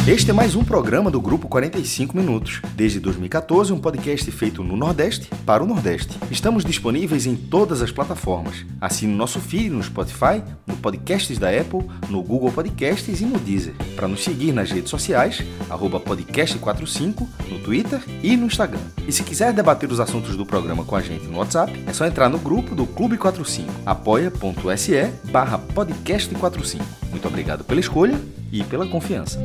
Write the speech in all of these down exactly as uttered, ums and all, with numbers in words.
Este é mais um programa do Grupo quarenta e cinco Minutos. Desde dois mil e catorze, um podcast feito no Nordeste para o Nordeste. Estamos disponíveis em todas as plataformas. Assine o nosso feed no Spotify, no Podcasts da Apple, no Google Podcasts e no Deezer. Para nos seguir nas redes sociais, arroba podcast quarenta e cinco, no Twitter e no Instagram. E se quiser debater os assuntos do programa com a gente no WhatsApp, é só entrar no grupo do Clube quarenta e cinco, apoia.se barra podcast quarenta e cinco. Muito obrigado pela escolha e pela confiança.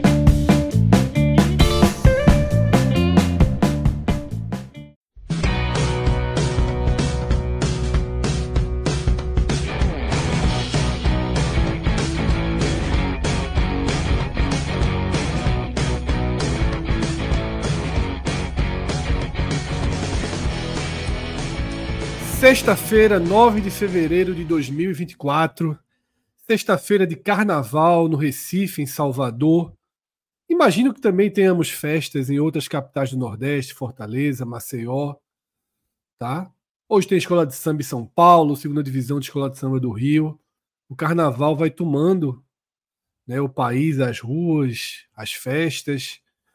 Sexta-feira, nove de fevereiro de dois mil e vinte e quatro, sexta-feira de carnaval no Recife, em Salvador. Imagino que também tenhamos festas em outras capitais do Nordeste, Fortaleza, Maceió, tá? Hoje tem Escola de Samba em São Paulo, segunda divisão de Escola de Samba do Rio. O carnaval vai tomando, né, o país, as ruas, as festas.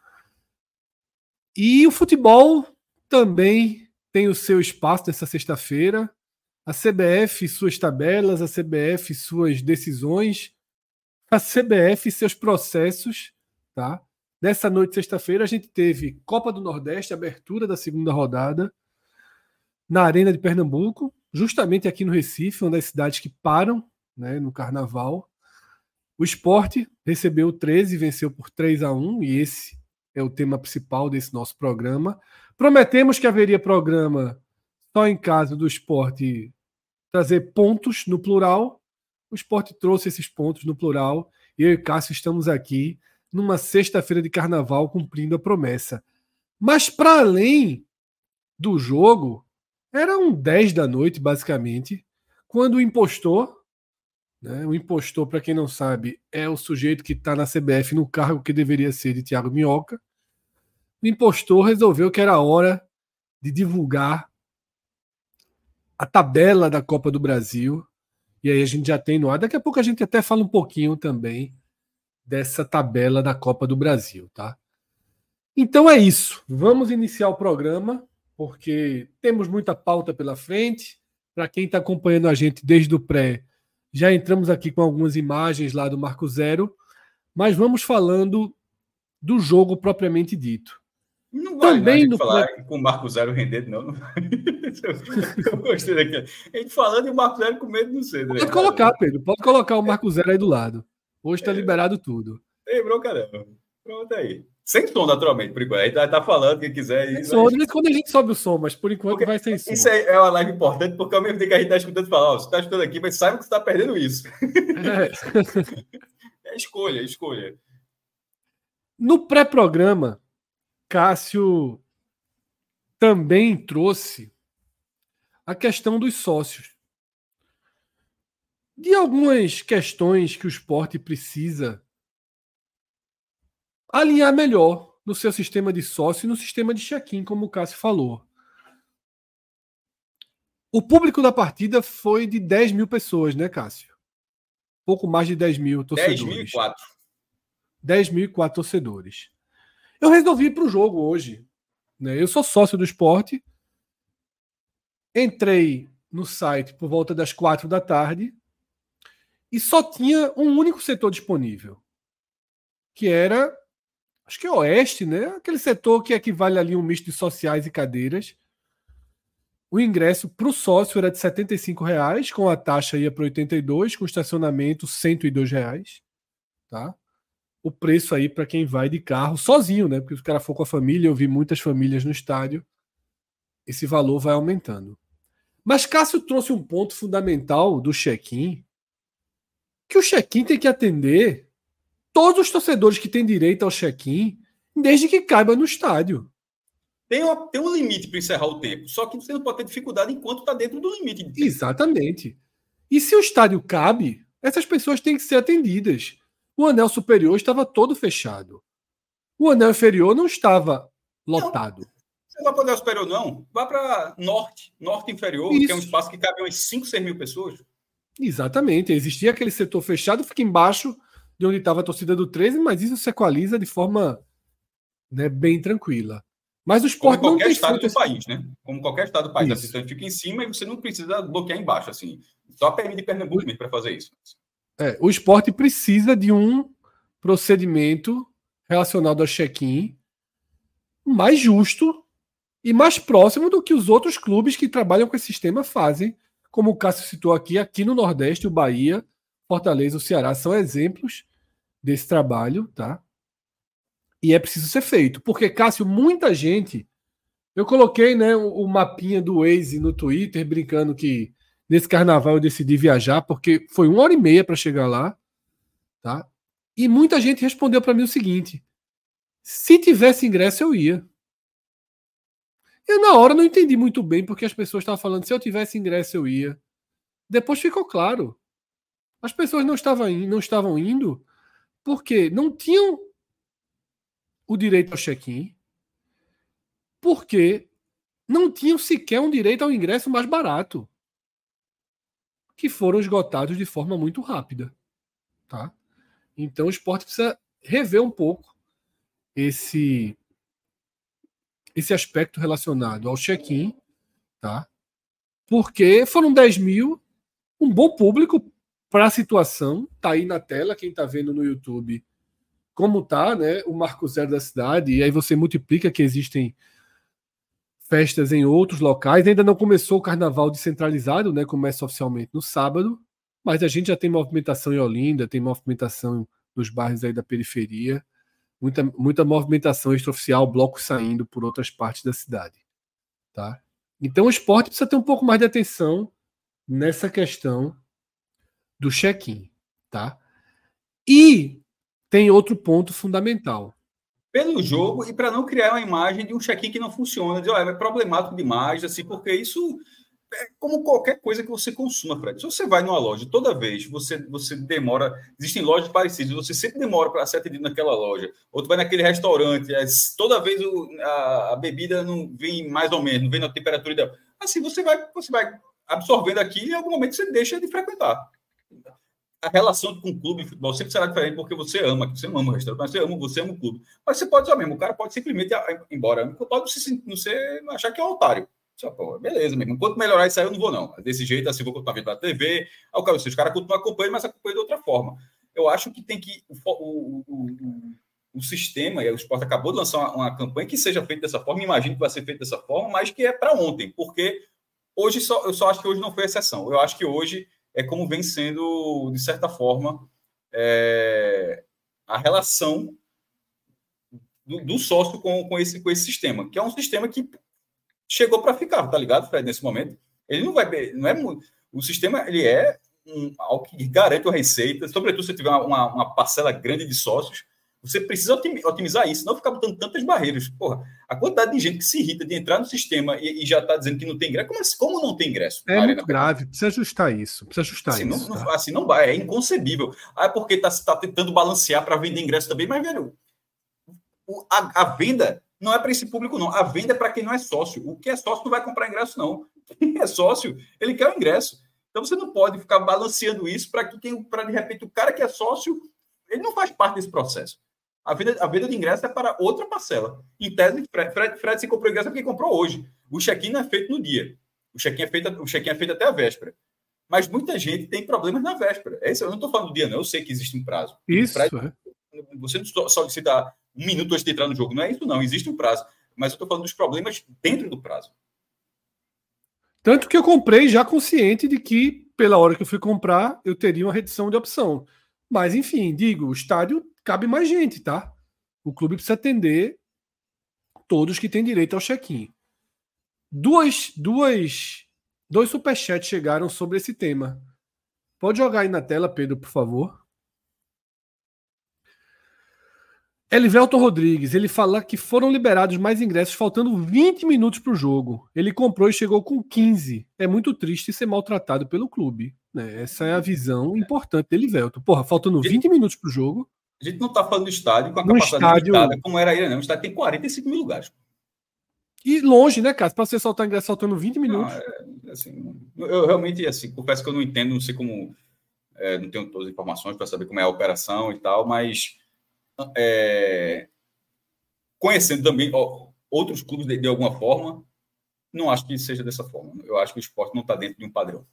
E o futebol também tem o seu espaço nessa sexta-feira. A C B F suas tabelas, a C B F suas decisões, a C B F seus processos, tá? Nessa noite de sexta-feira a gente teve Copa do Nordeste, abertura da segunda rodada, na Arena de Pernambuco, justamente aqui no Recife, uma das cidades que param, né, no carnaval. O Sport recebeu o treze, venceu por três a um, e esse é o tema principal desse nosso programa. Prometemos que haveria programa só em caso do Sport trazer pontos no plural. O Sport trouxe esses pontos no plural e eu e Cássio estamos aqui numa sexta-feira de carnaval cumprindo a promessa. Mas para além do jogo, eram dez da noite, basicamente, quando o impostor, né, o impostor, para quem não sabe, é o sujeito que está na C B F no cargo que deveria ser de Thiago Minhoca. O impostor resolveu que era hora de divulgar a tabela da Copa do Brasil. E aí a gente já tem no ar. Daqui a pouco a gente até fala um pouquinho também dessa tabela da Copa do Brasil, tá? Então é isso. Vamos iniciar o programa, porque temos muita pauta pela frente. Para quem está acompanhando a gente desde o pré, já entramos aqui com algumas imagens lá do Marco Zero, mas vamos falando do jogo propriamente dito. Não vale Também não, a gente no falar pré... com o Marco Zero render, não. Eu gostei daquilo. A gente falando e o Marco Zero com medo, não sei. Né? Pode colocar, Pedro. Pode colocar o Marco Zero aí do lado. Hoje está é. liberado tudo. Ei, bronca não. Pronto aí. Sem som, naturalmente, por enquanto. A gente vai estar falando, quem quiser. Sem som. De vez em quando a gente sobe o som, mas por enquanto porque vai sem som. Isso é uma live importante, porque ao mesmo tempo que a gente está escutando falar, ó, você está escutando aqui, mas saiba que você está perdendo isso. É. É escolha, é escolha. No pré-programa, Cássio também trouxe a questão dos sócios. De algumas questões que o esporte precisa alinhar melhor no seu sistema de sócio e no sistema de check-in, como o Cássio falou. O público da partida foi de dez mil pessoas, né, Cássio? Pouco mais de dez mil torcedores. dez mil e quatro. dez mil e quatro torcedores. Eu resolvi ir para o jogo hoje. Né? Eu sou sócio do esporte. Entrei no site por volta das quatro da tarde e só tinha um único setor disponível, que era, acho que é Oeste, né? Aquele setor que equivale ali a um misto de sociais e cadeiras. O ingresso para o sócio era de setenta e cinco reais, com a taxa ia para oitenta e dois, com estacionamento cento e dois reais. Tá? O preço aí para quem vai de carro sozinho, né? Porque se o cara for com a família, eu vi muitas famílias no estádio, esse valor vai aumentando. Mas Cássio trouxe um ponto fundamental do check-in, que o check-in tem que atender todos os torcedores que têm direito ao check-in, desde que caiba no estádio. Tem, uma, tem um limite para encerrar o tempo, só que você não pode ter dificuldade enquanto está dentro do limite. De tempo. Exatamente. E se o estádio cabe, essas pessoas têm que ser atendidas. O anel superior estava todo fechado. O anel inferior não estava lotado. Não. Você não vai para o anel superior, não. Vá para norte, norte inferior, Isso. que é um espaço que cabe umas cinco, seis mil pessoas. Exatamente. Existia aquele setor fechado, fica embaixo de onde estava a torcida do treze, mas isso se equaliza de forma, né, bem tranquila. Mas o Sport Como não tem qualquer estado do esse... país, né? Como qualquer estado do país, Isso. a assistente fica em cima e você não precisa bloquear embaixo, assim. Só a P M de Pernambuco mesmo para fazer isso. É, o Sport precisa de um procedimento relacionado ao check-in mais justo e mais próximo do que os outros clubes que trabalham com esse sistema fazem, como o Cássio citou aqui, aqui no Nordeste, o Bahia, Fortaleza, o Ceará são exemplos desse trabalho, tá? E é preciso ser feito, porque, Cássio, muita gente... Eu coloquei, né, o, o mapinha do Waze no Twitter, brincando que nesse carnaval eu decidi viajar, porque foi uma hora e meia para chegar lá, tá? E muita gente respondeu para mim o seguinte: se tivesse ingresso, eu ia. Eu, na hora, não entendi muito bem porque as pessoas estavam falando se eu tivesse ingresso, eu ia. Depois ficou claro. As pessoas não estavam, in, não estavam indo porque não tinham o direito ao check-in, porque não tinham sequer um direito ao ingresso mais barato, que foram esgotados de forma muito rápida. Tá? Então o Sport precisa rever um pouco esse, esse aspecto relacionado ao check-in, tá? Porque foram dez mil, um bom público para a situação. Tá aí na tela, quem está vendo no YouTube, como tá, né, o Marco Zero da cidade, e aí você multiplica que existem festas em outros locais. Ainda não começou o carnaval descentralizado, né, começa oficialmente no sábado, mas a gente já tem movimentação em Olinda, tem movimentação nos bairros aí da periferia, muita, muita movimentação extraoficial, blocos saindo por outras partes da cidade. Tá? Então o Sport precisa ter um pouco mais de atenção nessa questão do check-in. Tá? E tem outro ponto fundamental. Pelo jogo e para não criar uma imagem de um check-in que não funciona, de, olha, é problemático demais, assim, porque isso é como qualquer coisa que você consuma, Fred. Se você vai numa loja, toda vez você, você demora, existem lojas parecidas, você sempre demora para ser atendido naquela loja, ou tu vai naquele restaurante, é, toda vez o, a, a bebida não vem mais ou menos, não vem na temperatura ideal. Assim, você vai, você vai absorvendo aquilo e em algum momento você deixa de frequentar. A relação com o clube de futebol sempre será diferente porque você ama, você não ama o restaurante, mas você ama, você ama o clube. Mas você pode ser mesmo, o cara pode simplesmente ir embora, pode não ser, achar que é um otário. Só, pô, beleza mesmo. Quanto melhorar isso aí, eu não vou, não. Desse jeito, assim, vou continuar vendo pela T V. Aí, o cara, os caras continuam acompanhando, mas acompanham de outra forma. Eu acho que tem que. O, o, o, o sistema, e o Sport acabou de lançar uma, uma campanha que seja feita dessa forma, imagino que vai ser feita dessa forma, mas que é para ontem, porque hoje só, eu só acho que hoje não foi exceção. Eu acho que hoje é como vem sendo, de certa forma, é, a relação do, do sócio com, com, esse, com esse sistema, que é um sistema que chegou para ficar, tá ligado, Fred, nesse momento? Ele não vai... Não é, o sistema, ele é um, algo que garante a receita, sobretudo se tiver uma, uma parcela grande de sócios, você precisa otimizar isso, não ficar botando tantas barreiras. Porra, a quantidade de gente que se irrita de entrar no sistema e, e já está dizendo que não tem ingresso, como, assim, como não tem ingresso? É muito grave, precisa ajustar isso, precisa ajustar assim, isso. Não, tá? não, assim não vai, é inconcebível. Ah, é porque está tá tentando balancear para vender ingresso também, mas, velho, a, a venda não é para esse público, não. A venda é para quem não é sócio. O que é sócio não vai comprar ingresso, não. Quem é sócio, ele quer o ingresso. Então você não pode ficar balanceando isso para que quem, para de repente, o cara que é sócio, ele não faz parte desse processo. A venda, a venda de ingresso é para outra parcela. Em tese, Fred, Fred, Fred se comprou ingresso é porque comprou hoje. O check-in não é feito no dia. O check-in é feito, o check-in é feito até a véspera. Mas muita gente tem problemas na véspera. Esse, eu não estou falando do dia, não. Eu sei que existe um prazo. Isso. Fred, você não solicita um minuto antes de entrar no jogo. Não é isso, não. Existe um prazo. Mas eu estou falando dos problemas dentro do prazo. Tanto que eu comprei já consciente de que, pela hora que eu fui comprar, eu teria uma redução de opção. Mas, enfim, digo, o estádio cabe mais gente, tá? O clube precisa atender todos que têm direito ao check-in. Duas, duas, dois superchats chegaram sobre esse tema. Pode jogar aí na tela, Pedro, por favor. Elivelton Rodrigues, ele fala que foram liberados mais ingressos faltando vinte minutos para o jogo. Ele comprou e chegou com quinze. É muito triste ser maltratado pelo clube. Né? Essa é a visão importante dele, Elivelton. Porra, faltando vinte minutos para o jogo. A gente não está falando do estádio com a no capacidade estádio... limitada, como era ele, não. O estádio tem quarenta e cinco mil lugares. E longe, né, cara? Para você soltar ingresso faltando vinte minutos. Não, é, assim, eu realmente, assim, confesso que eu não entendo, não sei como... é, não tenho todas as informações para saber como é a operação e tal, mas é, conhecendo também ó, outros clubes de, de alguma forma, não acho que seja dessa forma. Eu acho que o Sport não está dentro de um padrão.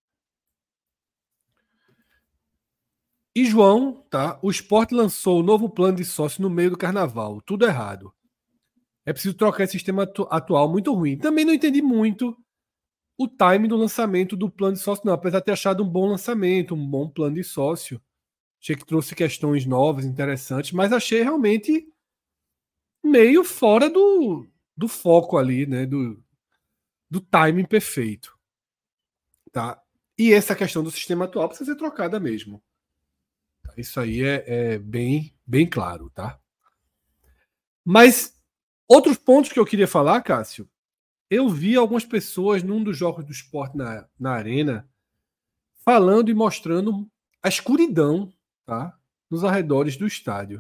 E João, tá? O Sport lançou o novo plano de sócio no meio do carnaval. Tudo errado. É preciso trocar esse sistema atu- atual, muito ruim. Também não entendi muito o time do lançamento do plano de sócio, não. Apesar de ter achado um bom lançamento, um bom plano de sócio. Achei que trouxe questões novas, interessantes, mas achei realmente meio fora do, do foco ali, né? Do, do timing perfeito. Tá? E essa questão do sistema atual precisa ser trocada mesmo. Isso aí é, é bem, bem claro, tá? Mas outros pontos que eu queria falar, Cássio, eu vi algumas pessoas num dos jogos do Sport na, na Arena falando e mostrando a escuridão, tá? Nos arredores do estádio.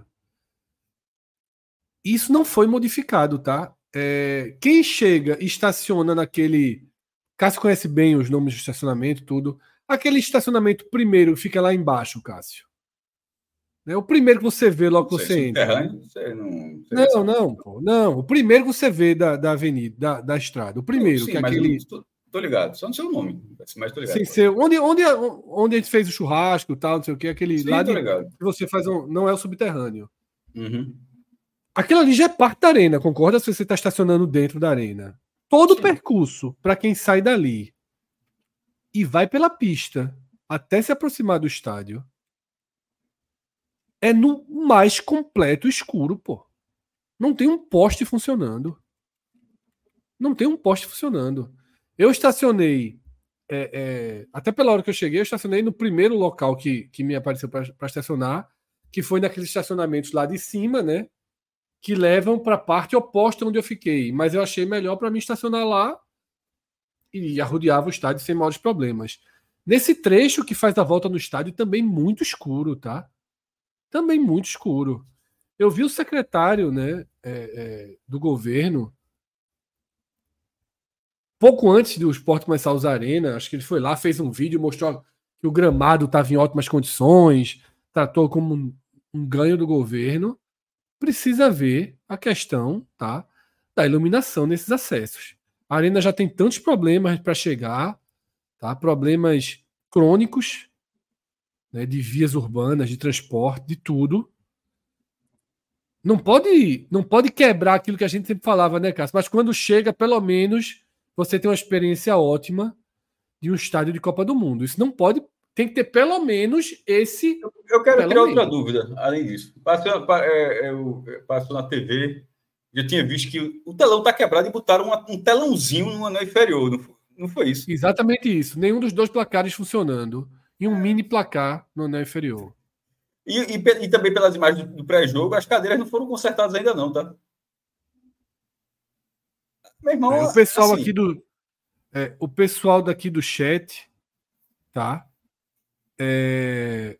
Isso não foi modificado, tá? É, quem chega e estaciona naquele... Cássio conhece bem os nomes de estacionamento, tudo. Aquele estacionamento primeiro fica lá embaixo, Cássio. É o primeiro que você vê logo que você entra. Você não, você não, não, pô, não. O primeiro que você vê da, da avenida, da, da estrada. O primeiro, sim, que é mas aquele. eu tô, tô ligado, só não sei o nome. Mas tô ligado. Sem ser, onde, onde, onde a gente fez o churrasco e tal, não sei o que, aquele Sim, lá tô de, ligado. que você faz um, não é o subterrâneo. Uhum. Aquilo ali já é parte da arena, concorda? Se você está estacionando dentro da arena. Todo o percurso para quem sai dali e vai pela pista até se aproximar do estádio é no mais completo escuro, pô. Não tem um poste funcionando. Não tem um poste funcionando. Eu estacionei, é, é, até pela hora que eu cheguei, eu estacionei no primeiro local que, que me apareceu para estacionar, que foi naqueles estacionamentos lá de cima, né? Que levam para a parte oposta onde eu fiquei. Mas eu achei melhor para mim estacionar lá e arrodeava o estádio sem maiores problemas. Nesse trecho que faz a volta no estádio, também muito escuro, tá? Também muito escuro. Eu vi o secretário, né, é, é, do governo, pouco antes do Sport começar a usar a arena, acho que ele foi lá, fez um vídeo, mostrou que o gramado estava em ótimas condições, tratou como um, um ganho do governo. Precisa ver a questão, tá, da iluminação nesses acessos. A arena já tem tantos problemas para chegar, tá, problemas crônicos, né, de vias urbanas, de transporte, de tudo. Não pode, não pode quebrar aquilo que a gente sempre falava, né, Cássio? Mas quando chega, pelo menos, você tem uma experiência ótima de um estádio de Copa do Mundo. Isso não pode... Tem que ter pelo menos esse... Eu quero pelo tirar menos. outra dúvida, além disso. Passou, é, eu, passou na T V, já tinha visto que o telão está quebrado e botaram uma, um telãozinho no anel inferior. Não foi, não foi isso? Exatamente isso. Nenhum dos dois placares funcionando. E um mini placar no anel inferior. E, e, e também pelas imagens do, do pré-jogo, as cadeiras não foram consertadas ainda não, tá? Meu irmão, É, o pessoal assim, aqui do... É, o pessoal daqui do chat, tá? É,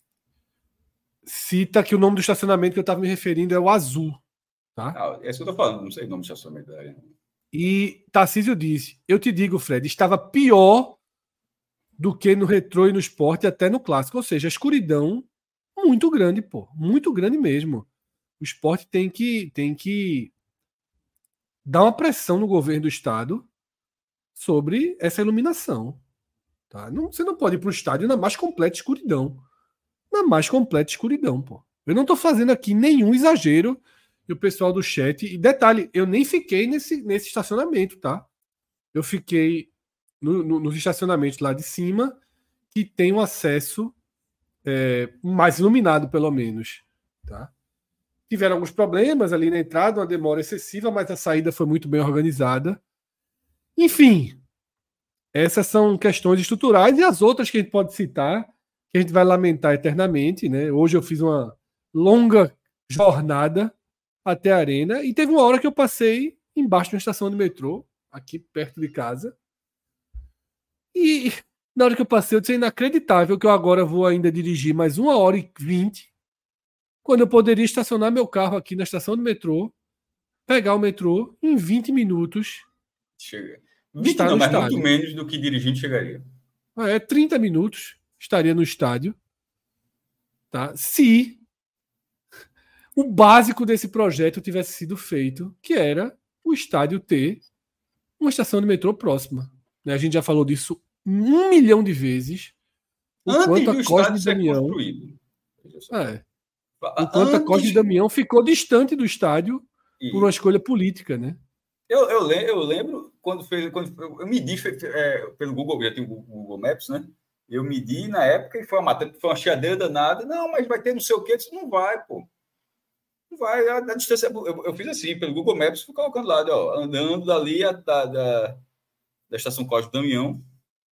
cita que o nome do estacionamento que eu estava me referindo é o Azul, tá? Ah, é isso que eu tô falando, não sei o nome do estacionamento da arena. E Tarcísio disse, eu te digo, Fred, estava pior do que no Retrô e no Sport e até no Clássico. Ou seja, a escuridão muito grande, pô. Muito grande mesmo. O Sport tem que, tem que dar uma pressão no governo do estado sobre essa iluminação. Tá? Não, você não pode ir para o estádio na mais completa escuridão. Na mais completa escuridão, pô. Eu não estou fazendo aqui nenhum exagero. E o pessoal do chat... E detalhe, eu nem fiquei nesse, nesse estacionamento, tá? Eu fiquei no, no, nos estacionamentos lá de cima, que tem um acesso é, mais iluminado, pelo menos. Tá? Tiveram alguns problemas ali na entrada, uma demora excessiva, mas a saída foi muito bem organizada. Enfim, essas são questões estruturais e as outras que a gente pode citar, que a gente vai lamentar eternamente. Né? Hoje eu fiz uma longa jornada até a arena e teve uma hora que eu passei embaixo de uma estação de metrô, aqui perto de casa. E na hora que eu passei, eu disse, é inacreditável que eu agora vou ainda dirigir mais uma hora e vinte, quando eu poderia estacionar meu carro aqui na estação de metrô, pegar o metrô em vinte minutos. Chega. vinte não, mas estádio. muito menos do que dirigindo chegaria. É trinta minutos. estaria no estádio, tá? Se o básico desse projeto tivesse sido feito, que era o estádio ter uma estação de metrô próxima. Né? A gente já falou disso um milhão de vezes. Antes Enquanto do a Cosme estádio ser Damião, construído. é, enquanto Antes... a Cosme Damião ficou distante do estádio e... por uma escolha política, né? Eu, eu, lembro, eu lembro quando fez, quando eu medi é, pelo Google, já tem o Google Maps, né? Eu medi na época e foi uma, foi uma chiadeira danada. Não, mas vai ter não sei o quê. Eu disse, não vai, pô. Não vai. A, a distância, eu, eu fiz assim, pelo Google Maps, fui colocando lá, ó, andando dali a, da, da, da estação Cosme Damião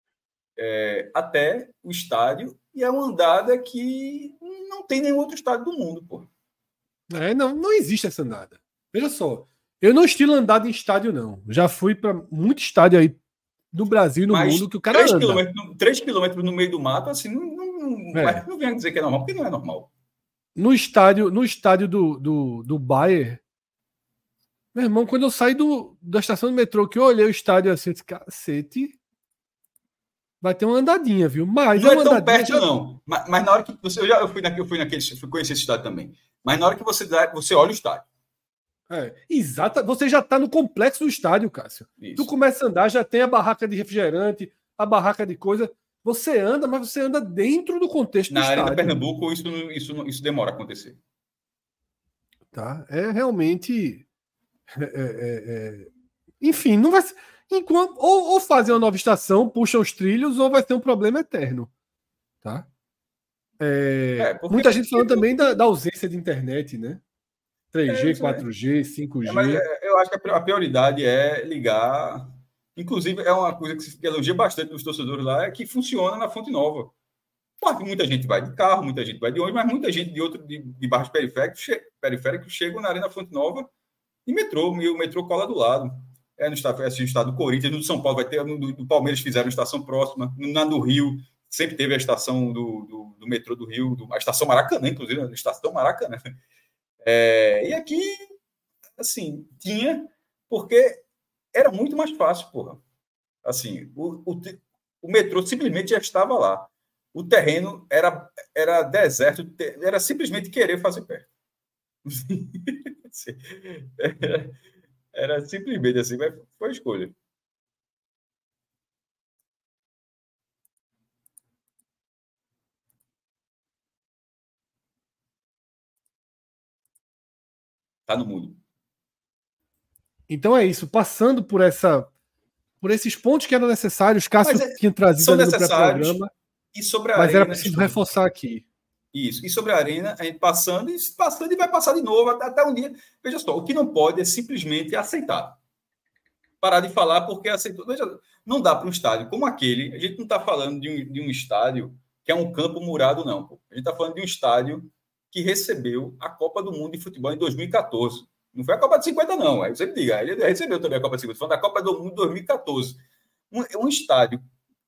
é, até o estádio. E é uma andada que não tem nenhum outro estádio do mundo, pô. É, não, não existe essa andada. Veja só. Eu não estilo andada em estádio, não. Já fui para muito estádio aí no Brasil e no mas mundo que o cara três anda. Quilômetros, três quilômetros no meio do mato, assim, não, não, é. não vem dizer que é normal, porque não é normal. No estádio, no estádio do, do, do Bayern, meu irmão, quando eu saí do, da estação do metrô, que eu olhei o estádio assim, eu disse, cacete, vai ter uma andadinha, viu? Mas não é tão perto, já... não. Mas, mas na hora que você. Eu, já, eu fui naquele, eu fui naquele, fui conhecer esse estádio também. Mas na hora que você dá, você olha o estádio. É, exato. Você já está no complexo do estádio, Cássio. Isso. Tu começa a andar, já tem a barraca de refrigerante, a barraca de coisa. Você anda, mas você anda dentro do contexto Na do estádio. Na área da Pernambuco, isso, isso, isso demora a acontecer. Tá? É realmente... É, é, é... Enfim, não vai ser... Enquanto... ou, ou fazer uma nova estação, puxa os trilhos, ou vai ter um problema eterno. Tá? É... É, porque... Muita gente falando também da, da ausência de internet, né? três G, é, quatro G, cinco G. É, mas eu acho que a prioridade é ligar. Inclusive, é uma coisa que se elogia bastante dos torcedores lá, é que funciona na Fonte Nova. Porque muita gente vai de carro, muita gente vai de ônibus, mas muita gente de outro de, de bairros periféricos, che, periféricos chegam na Arena Fonte Nova e metrô, e o metrô cola do lado. É no estado, é assim, no estado do Corinthians, no do São Paulo vai ter, no do Palmeiras fizeram uma estação próxima, na do Rio sempre teve a estação do, do, do metrô do Rio, do, a estação Maracanã, inclusive, a estação Maracanã. É, e aqui, assim, tinha, porque era muito mais fácil, porra. Assim, o, o, o metrô simplesmente já estava lá. O terreno era, era deserto, era simplesmente querer fazer perto. Era, era simplesmente assim, mas foi a escolha. Tá no mundo. Então é isso. Passando por essa, por esses pontos que eram necessários, Cássio é, tinha trazido ali no pré-programa. E sobre a mas arena, era preciso reforçar aqui. Isso. E sobre a arena, a gente passando, e passando e vai passar de novo até, até um dia. Veja só, o que não pode é simplesmente aceitar. Parar de falar porque aceitou. Veja, não dá para um estádio como aquele. A gente não está falando de um, de um estádio que é um campo murado, não. Pô. A gente está falando de um estádio que recebeu a Copa do Mundo de Futebol em dois mil e catorze. Não foi a Copa de cinquenta, não. Aí você me diga, ele recebeu também a Copa de cinquenta. Foi da Copa do Mundo de dois mil e catorze. Um, um estádio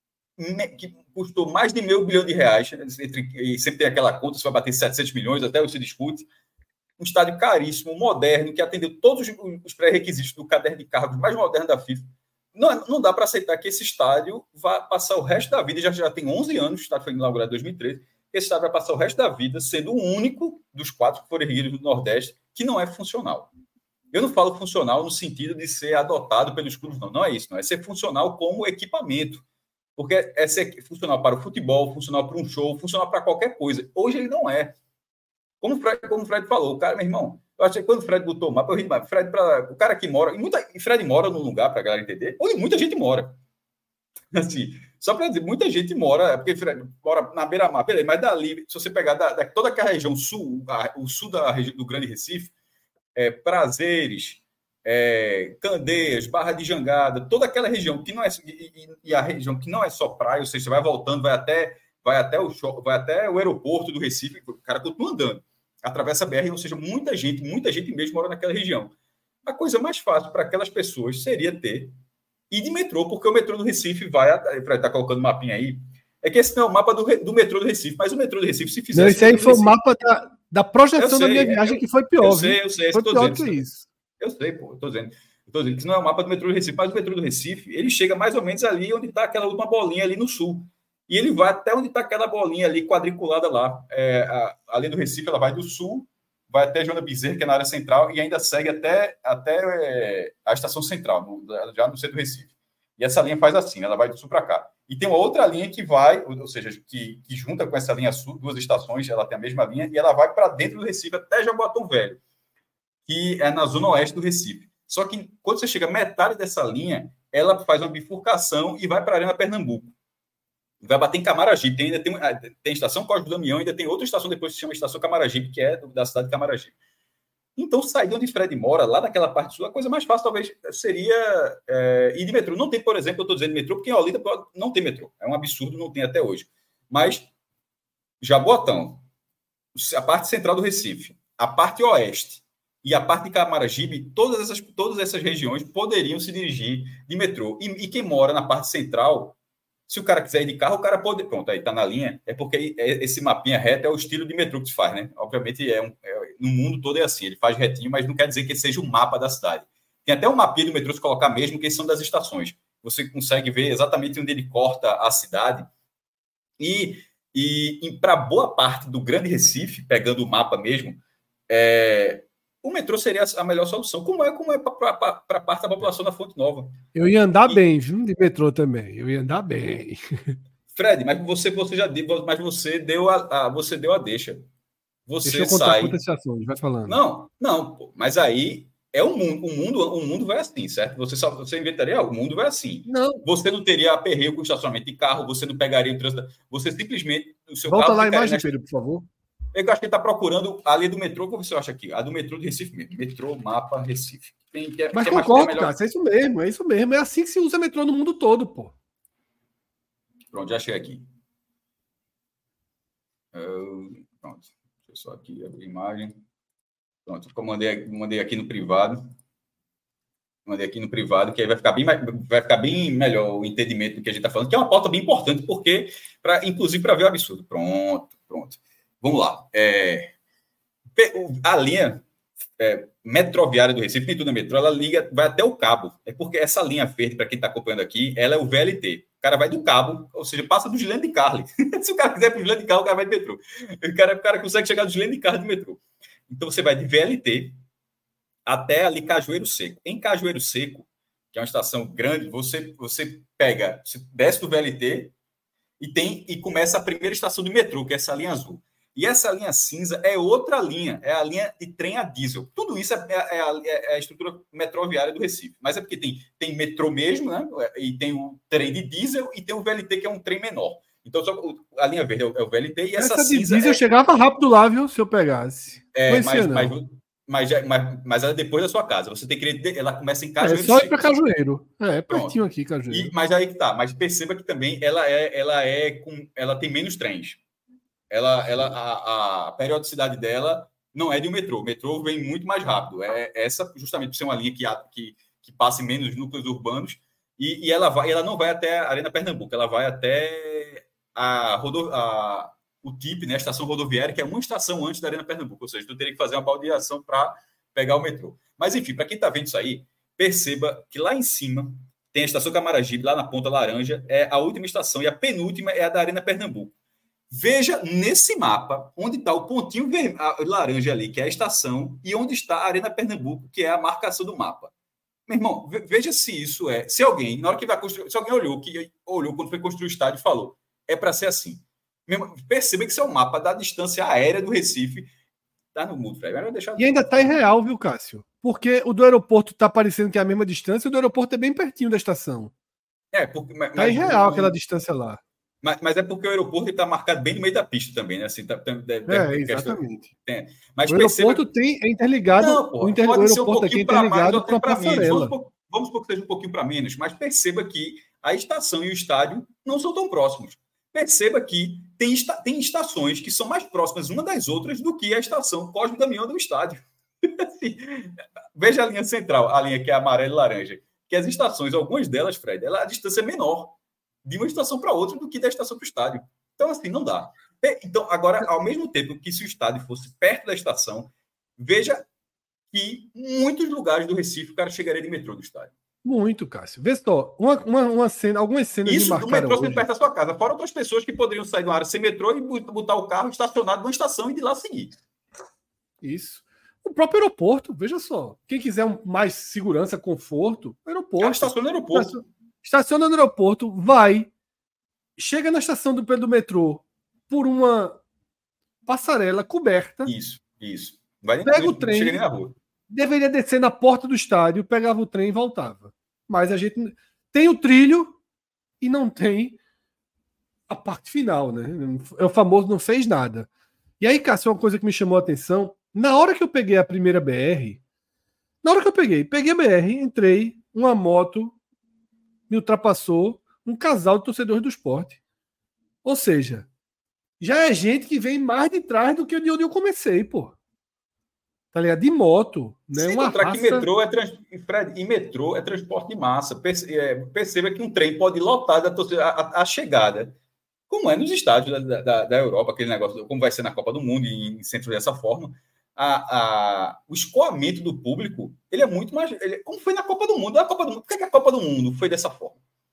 que custou mais de meio bilhão de reais, entre, e sempre tem aquela conta, se vai bater setecentos milhões, até se discute. Um estádio caríssimo, moderno, que atendeu todos os pré-requisitos do caderno de cargos mais moderno da FIFA. Não, não dá para aceitar que esse estádio vá passar o resto da vida, já, já tem onze anos, o estádio foi inaugurado em dois mil e treze, esse estádio vai passar o resto da vida sendo o único dos quatro que foram erguidos no Nordeste que não é funcional. Eu não falo funcional no sentido de ser adotado pelos clubes, não. Não é isso, não. É ser funcional como equipamento. Porque é ser funcional para o futebol, funcional para um show, funcional para qualquer coisa. Hoje ele não é. Como o Fred, como o Fred falou, o cara, meu irmão, eu achei que quando o Fred botou o mapa, eu ri demais. Fred, pra, o cara que mora, e, muita, e Fred mora num lugar, para a galera entender, onde muita gente mora. Assim, só para dizer, muita gente mora, porque Fred mora na beira-mar, beleza, mas dali, se você pegar da, da, toda aquela região sul, a, o sul da região do Grande Recife, é, Prazeres, é, Candeias, Barra de Jangada, toda aquela região que não é e, e a região que não é só praia, ou seja, você vai voltando, vai até, vai até o vai até o aeroporto do Recife, o cara continua andando, atravessa a B R, ou seja, muita gente, muita gente mesmo mora naquela região. A coisa mais fácil para aquelas pessoas seria ter ir de metrô, porque o metrô do Recife vai, para estar colocando mapinha aí, é que esse não é o mapa do, do metrô do Recife, mas o metrô do Recife, se fizesse... Não, esse aí foi o mapa da, da projeção sei, da minha viagem, eu, que foi pior. Eu sei, eu sei. Foi pior que dizendo, isso. Eu sei, pô, eu tô dizendo. Eu tô dizendo que isso não é o mapa do metrô do Recife, mas o metrô do Recife, ele chega mais ou menos ali onde está aquela última bolinha ali no sul. e ele vai até onde está aquela bolinha ali quadriculada lá. É, a, a linha do Recife, ela vai do sul, vai até Joana Bezerra, que é na área central, e ainda segue até, até é, a estação central, no, já no centro do Recife. E essa linha faz assim, ela vai do sul para cá. E tem uma outra linha que vai, ou seja, que, que junta com essa linha sul, duas estações, ela tem a mesma linha, e ela vai para dentro do Recife, até Jaboatão Velho, que é na zona oeste do Recife. Só que quando você chega a metade dessa linha, ela faz uma bifurcação e vai para a Arena Pernambuco. Vai bater em Camaragibe. Tem, ainda tem, tem estação Cosme do Damião, ainda tem outra estação depois que se chama Estação Camaragibe, que é da cidade de Camaragibe. Então, sair de onde Fred mora, lá daquela parte sul, a coisa mais fácil talvez seria é, ir de metrô. Não tem, por exemplo, eu estou dizendo metrô, porque em Olinda não tem metrô. É um absurdo, não tem até hoje. Mas Jaboatão, a parte central do Recife, a parte oeste e a parte de Camaragibe, todas essas, todas essas regiões poderiam se dirigir de metrô. E, e quem mora na parte central, se o cara quiser ir de carro, o cara pode... Pronto, aí está na linha. É porque esse mapinha reto é o estilo de metrô que se faz, né? Obviamente, é, um, é no mundo todo é assim. Ele faz retinho, mas não quer dizer que ele seja o mapa da cidade. Tem até um mapinha do metrô se colocar mesmo, que são das estações. Você consegue ver exatamente onde ele corta a cidade. E, e, e para boa parte do Grande Recife, pegando o mapa mesmo, é... o metrô seria a melhor solução, como é, como é para parte da população da Fonte Nova. Eu ia andar e... bem, viu, de metrô também. Eu ia andar bem. Fred, mas você, você já deu, mas você deu a, a você deu a deixa. Você Deixa eu contar sai. Quantas estações, vai falando. Não, não, pô, mas aí é o mundo, o mundo, o mundo vai assim, certo? Você só você inventaria, o mundo vai assim. Não. Você não teria aperreio com estacionamento de carro, você não pegaria o trânsito, você simplesmente o seu Volta carro lá a imagem, nesta... Pedro, por favor. Eu acho que ele está procurando a linha do metrô, como você acha aqui? A do metrô de Recife mesmo. Metrô, mapa, Recife. Tem, que é, Mas que é concordo, melhor... cara, é isso mesmo, é isso mesmo. É assim que se usa metrô no mundo todo, pô. Pronto, já cheguei aqui. Uh, pronto. Deixa eu só aqui abrir a imagem. Pronto, eu mandei, mandei aqui no privado. Mandei aqui no privado, que aí vai ficar bem, vai ficar bem melhor o entendimento do que a gente está falando, que é uma pauta bem importante, porque, pra, inclusive, para ver o absurdo. Pronto, pronto. Vamos lá. É, a linha é, metroviária do Recife, nem tudo é metrô, ela liga, vai até o Cabo. É porque essa linha verde, para quem está acompanhando aqui, ela é o V L T. O cara vai do Cabo, ou seja, passa do Gilene de Carli. Se o cara quiser para o Gilene de Carli, o cara vai de metrô. O cara, o cara consegue chegar do Gilene de Carli de metrô. Então, você vai de V L T até ali Cajueiro Seco. Em Cajueiro Seco, que é uma estação grande, você, você pega, você desce do V L T e, tem, e começa a primeira estação do metrô, que é essa linha azul. E essa linha cinza é outra linha, é a linha de trem a diesel. Tudo isso é, é, a, é a estrutura metroviária do Recife. Mas é porque tem, tem metrô mesmo, né? E tem o trem de diesel e tem o V L T, que é um trem menor. Então, só, a linha verde é o, é o V L T e essa, essa cinza... Essa de diesel é... chegava rápido lá, viu? Se eu pegasse. É, mas, mas, mas, mas, mas ela é depois da sua casa. Você tem que ir, ela começa em Cajueiro. É só ir para Cajueiro. É, é pertinho aqui, Cajueiro. E, mas aí que tá. Mas perceba que também ela é, ela é com, ela tem menos trens. Ela, ela, a, a periodicidade dela não é de um metrô. O metrô vem muito mais rápido. É essa, justamente por ser uma linha que, que, que passa em menos núcleos urbanos. E, e ela, vai, ela não vai até a Arena Pernambuco. Ela vai até a, rodo, a o T I P, né, a estação rodoviária, que é uma estação antes da Arena Pernambuco. Ou seja, tu teria que fazer uma baldeação para pegar o metrô. Mas, enfim, para quem está vendo isso aí, perceba que lá em cima tem a estação Camaragibe, lá na Ponta Laranja, é a última estação, e a penúltima é a da Arena Pernambuco. Veja nesse mapa onde está o pontinho ver... laranja ali, que é a estação, e onde está a Arena Pernambuco, que é a marcação do mapa. Meu irmão, veja se isso é... Se alguém, na hora que vai construir... Se alguém olhou, que olhou quando foi construir o estádio e falou, é para ser assim. Mesmo, perceba que isso é um mapa da distância aérea do Recife. Tá no mundo, Fred. Deixar... E ainda tá irreal, viu, Cássio? Porque o do aeroporto tá parecendo que é a mesma distância, e o do aeroporto é bem pertinho da estação. É, porque... Mas, tá irreal mas, aquela distância lá. Mas, mas é porque o aeroporto está marcado bem no meio da pista também, né? Assim, tá, deve, é, exatamente. Tem. Mas o aeroporto perceba... tem, é interligado. Não, porra, o, inter... o aeroporto um aqui é interligado com a passarela. Vamos, vamos supor que seja um pouquinho para menos, mas perceba que a estação e o estádio não são tão próximos. Perceba que tem, esta... tem estações que são mais próximas uma das outras do que a estação Cosme Damião do estádio. Veja a linha central, a linha que é amarela e laranja. Que as estações, algumas delas, Fred, ela, a distância é menor de uma estação para outra do que da estação para o estádio. Então, assim, não dá. Então, agora, ao mesmo tempo que se o estádio fosse perto da estação, veja que em muitos lugares do Recife o cara chegaria de metrô do estádio. Muito, Cássio. Vê só, uma, uma, uma cena, algumas cenas Isso me do marcaram metrô hoje. perto da sua casa. Fora outras pessoas que poderiam sair de uma área sem metrô e botar o carro estacionado numa estação e de lá seguir. Isso. O próprio aeroporto, veja só. Quem quiser um, mais segurança, conforto, aeroporto. Ah, estaciona no aeroporto. Estaciona, estaciona no aeroporto, vai, chega na estação do, do metrô por uma passarela coberta. Isso, isso. Vai pega nem, o trem. Chega nem na rua. Deveria descer na porta do estádio, pegava o trem e voltava. Mas a gente tem o trilho e não tem a parte final, né? É o famoso não fez nada. E aí, Cássio, uma coisa que me chamou a atenção, na hora que eu peguei a primeira B R, na hora que eu peguei, peguei a B R, entrei, uma moto me ultrapassou, um casal de torcedores do Sport. Ou seja, já é gente que vem mais de trás do que de onde eu comecei, pô. Tá ligado? De moto, né? Sem uma contar raça... que metrô é, trans... Fred, e metrô é transporte de massa. Perceba que um trem pode lotar da torcida, a, a chegada, como é nos estádios da, da, da Europa, aquele negócio, como vai ser na Copa do Mundo e em centros dessa forma, a, a, o escoamento do público, ele é muito mais... Ele, como foi na Copa do Mundo? A Copa do Mundo. Por que, que a Copa do Mundo foi dessa forma?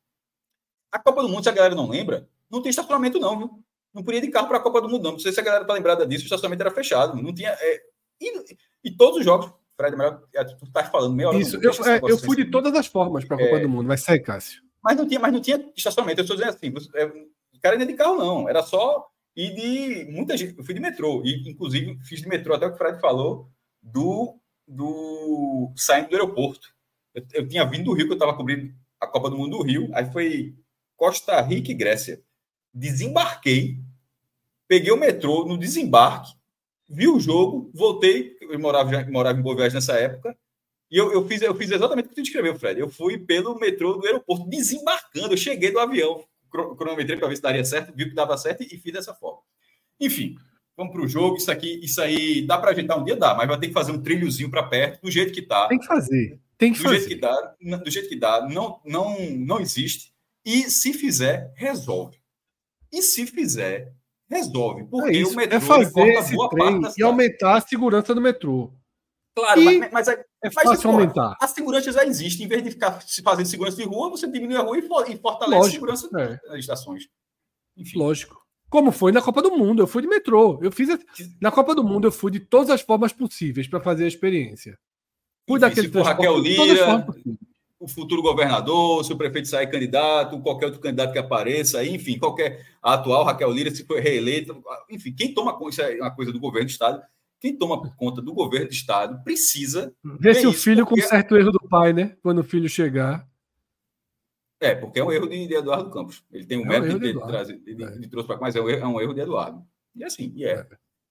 A Copa do Mundo, se a galera não lembra, não tem estacionamento não, viu? Não podia ir de carro para a Copa do Mundo, não. Não sei se a galera está lembrada disso, o estacionamento era fechado. Não tinha... É, e, e todos os jogos, Fred, melhor, tu tá falando meia hora. Isso, eu, é, eu fui de todas as formas para a Copa é, do Mundo, vai sair, Cássio. Mas não tinha, mas não tinha estacionamento. Eu estou dizendo assim, você, é, o cara não ia de carro, não. Era só ir de muita gente. Eu fui de metrô. E, inclusive, fiz de metrô, até o que o Fred falou, do, do saindo do aeroporto. Eu, eu tinha vindo do Rio, que eu estava cobrindo a Copa do Mundo do Rio. Aí foi Costa Rica e Grécia. Desembarquei, peguei o metrô no desembarque, vi o jogo, voltei, eu morava, morava em Boa Viagem nessa época, e eu, eu, fiz, eu fiz exatamente o que tu descreveu, Fred. Eu fui pelo metrô do aeroporto, desembarcando, eu cheguei do avião, cronometrei para ver se daria certo, vi que dava certo e fiz dessa forma. Enfim, vamos para o jogo, isso aqui, isso aí dá para ajeitar um dia, dá, mas vai ter que fazer um trilhozinho para perto, do jeito que tá. Tem que fazer, tem que do fazer. Jeito que dá, do jeito que dá, não, não, não existe, e se fizer, resolve. E se fizer, resolve, porque é isso, o metrô é fazer corta esse boa trem parte da e cidade. aumentar a segurança do metrô. Claro, e mas, mas, é, é mas fácil porra, aumentar. a segurança já existe. Em vez de ficar se fazendo segurança de rua, você diminui a rua e, for, e fortalece Lógico, a segurança é. das estações. Enfim. Lógico. Como foi na Copa do Mundo, eu fui de metrô. Eu fiz a... Na Copa do Mundo eu fui de todas as formas possíveis para fazer a experiência. Fui Enfim, daquele se for transporte, Raquel de todas as Lira, formas possíveis. o futuro governador, se o prefeito sair candidato, qualquer outro candidato que apareça, enfim, qualquer a atual Raquel Lira, se for reeleita, enfim, quem toma conta, isso é uma coisa do governo do Estado, quem toma conta do governo do Estado precisa ver se o filho porque... conserta o erro do pai, né? Quando o filho chegar. É, porque é um erro de, de Eduardo Campos. Ele tem um é mérito um de, de, de, trazer, de, é. de trouxe para cá, mas é um, erro, é um erro de Eduardo. E assim, e é. é.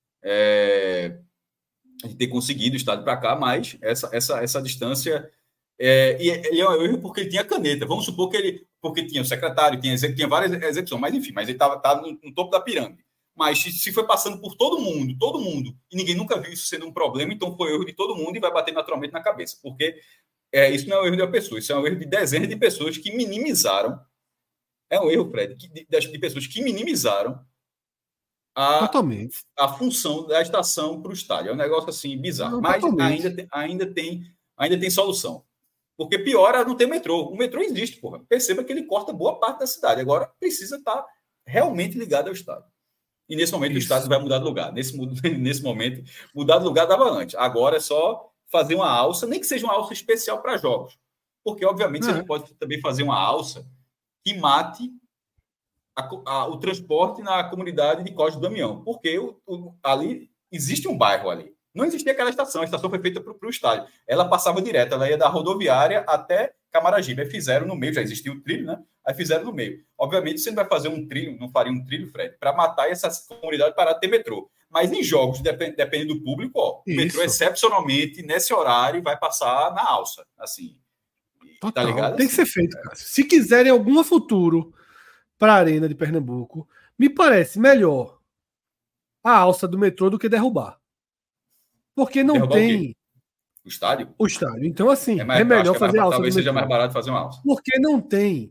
é a gente ter conseguido o Estado para cá, mas essa, essa, essa distância... É, e ele é um erro porque ele tinha caneta. Vamos supor que ele... Porque tinha o secretário, tinha, tinha várias execuções, mas enfim, mas ele estava no, no topo da pirâmide. Mas se, se foi passando por todo mundo, todo mundo, e ninguém nunca viu isso sendo um problema, então foi erro de todo mundo e vai bater naturalmente na cabeça. Porque é, isso não é um erro de uma pessoa, isso é um erro de dezenas de pessoas que minimizaram. É um erro, Fred, de, de, de pessoas que minimizaram a, totalmente. a função da estação para o estádio. É um negócio assim bizarro. Não, mas ainda tem, ainda, tem, ainda tem solução. Porque pior é não ter metrô. O metrô existe, porra. Perceba que ele corta boa parte da cidade. Agora precisa estar realmente ligado ao estádio. E nesse momento Isso. o estádio vai mudar de lugar. Nesse, nesse momento, mudar de lugar dava antes. Agora é só fazer uma alça, nem que seja uma alça especial para jogos. Porque, obviamente, é. você não pode também fazer uma alça que mate a, a, o transporte na comunidade de Costa do Damião. Porque o, o, ali existe um bairro ali. Não existia aquela estação, a estação foi feita para o estádio. Ela passava direto, ela ia da rodoviária até Camaragibe. Aí fizeram no meio, já existia o trilho, né? Aí fizeram no meio. Obviamente, você não vai fazer um trilho, não faria um trilho, Fred, para matar essa comunidade para ter metrô. Mas em jogos, depend, dependendo do público, ó, o metrô, excepcionalmente, nesse horário, vai passar na alça. Assim. Total, tá ligado? Tem assim, que ser feito, Cássio. Se quiserem algum futuro para a Arena de Pernambuco, me parece melhor a alça do metrô do que derrubar. Porque não derrubar tem... O, o estádio? O estádio. Então, assim, é, mais, é melhor é fazer mais, alça. Talvez seja mais barato fazer uma alça. Porque não tem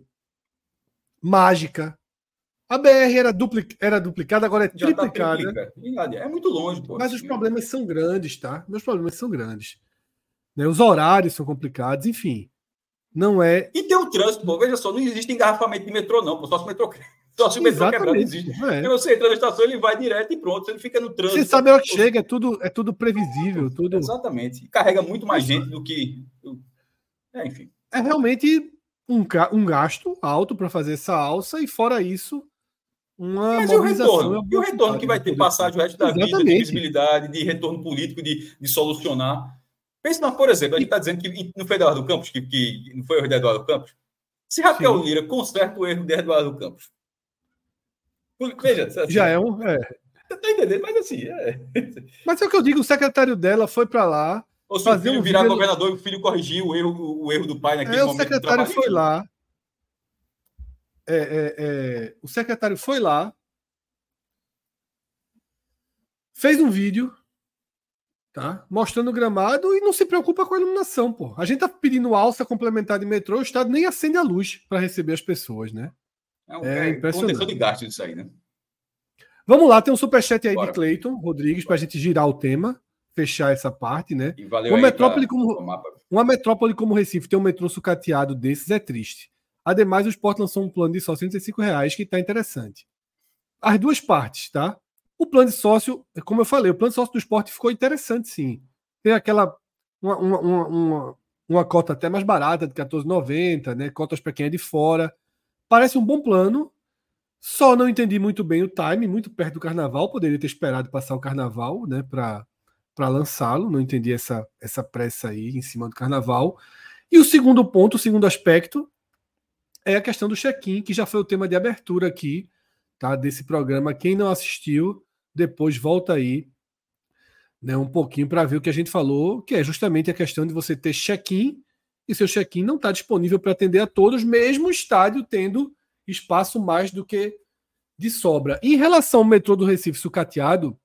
mágica. A B R era, dupli... era duplicada, agora é Já triplicada. Tá triplica. É muito longe, pô. Mas os problemas são grandes, tá? Meus problemas são grandes. Né? Os horários são complicados, enfim. Não é. E tem o trânsito, pô, veja só, não existe engarrafamento de metrô, não, pô, só se o metrô, só se o metrô quebrar, não existe. É. Quando você entra na estação, ele vai direto e pronto, ele fica no trânsito. Você sabe a hora que chega, é tudo, é tudo previsível. Tudo... Exatamente. E carrega muito mais gente do que. É, enfim. É realmente um, um gasto alto para fazer essa alça, e fora isso, uma Mas mobilização. E o retorno? E o retorno que vai ter passagem o resto da Exatamente. vida, de visibilidade, de retorno político, de, de solucionar. Pense, não, por exemplo, a gente está dizendo que não foi Eduardo Campos, que, que não foi o erro de Eduardo Campos. Se Raquel Sim. Lira conserta o erro de Eduardo Campos. Veja, assim, já é um. É. Você está entendendo? Mas assim. É. Mas é o que eu digo, o secretário dela foi para lá. Ou se o filho um virar vídeo... governador e o filho corrigiu o erro, o erro do pai naquele é, momento. O secretário foi lá. É, é, é, o secretário foi lá. Fez um vídeo. Tá? Mostrando o gramado e não se preocupa com a iluminação, pô. A gente tá pedindo alça complementar de metrô, o Estado nem acende a luz para receber as pessoas, né? É, um, é, é impressionante. De gasto disso aí, né? Vamos lá, tem um superchat aí Bora. de Cleiton Rodrigues para a gente girar o tema, fechar essa parte, né? E valeu uma metrópole pra... como uma metrópole como Recife ter um metrô sucateado desses é triste. Ademais, o Sport lançou um plano de só cento e cinco reais que está interessante. As duas partes, tá? O plano de sócio, como eu falei, o plano de sócio do Sport ficou interessante, sim. Tem aquela uma, uma, uma, uma cota até mais barata, de quatorze reais e noventa centavos, né? Cotas para quem é de fora. Parece um bom plano. Só não entendi muito bem o time, muito perto do carnaval. Poderia ter esperado passar o carnaval, né? Para para lançá-lo. Não entendi essa, essa pressa aí em cima do carnaval. E o segundo ponto, o segundo aspecto, é a questão do check-in, que já foi o tema de abertura aqui, tá, desse programa. Quem não assistiu, depois volta aí, né, um pouquinho para ver o que a gente falou, que é justamente a questão de você ter check-in e seu check-in não está disponível para atender a todos, mesmo o estádio tendo espaço mais do que de sobra. Em relação ao metrô do Recife sucateado,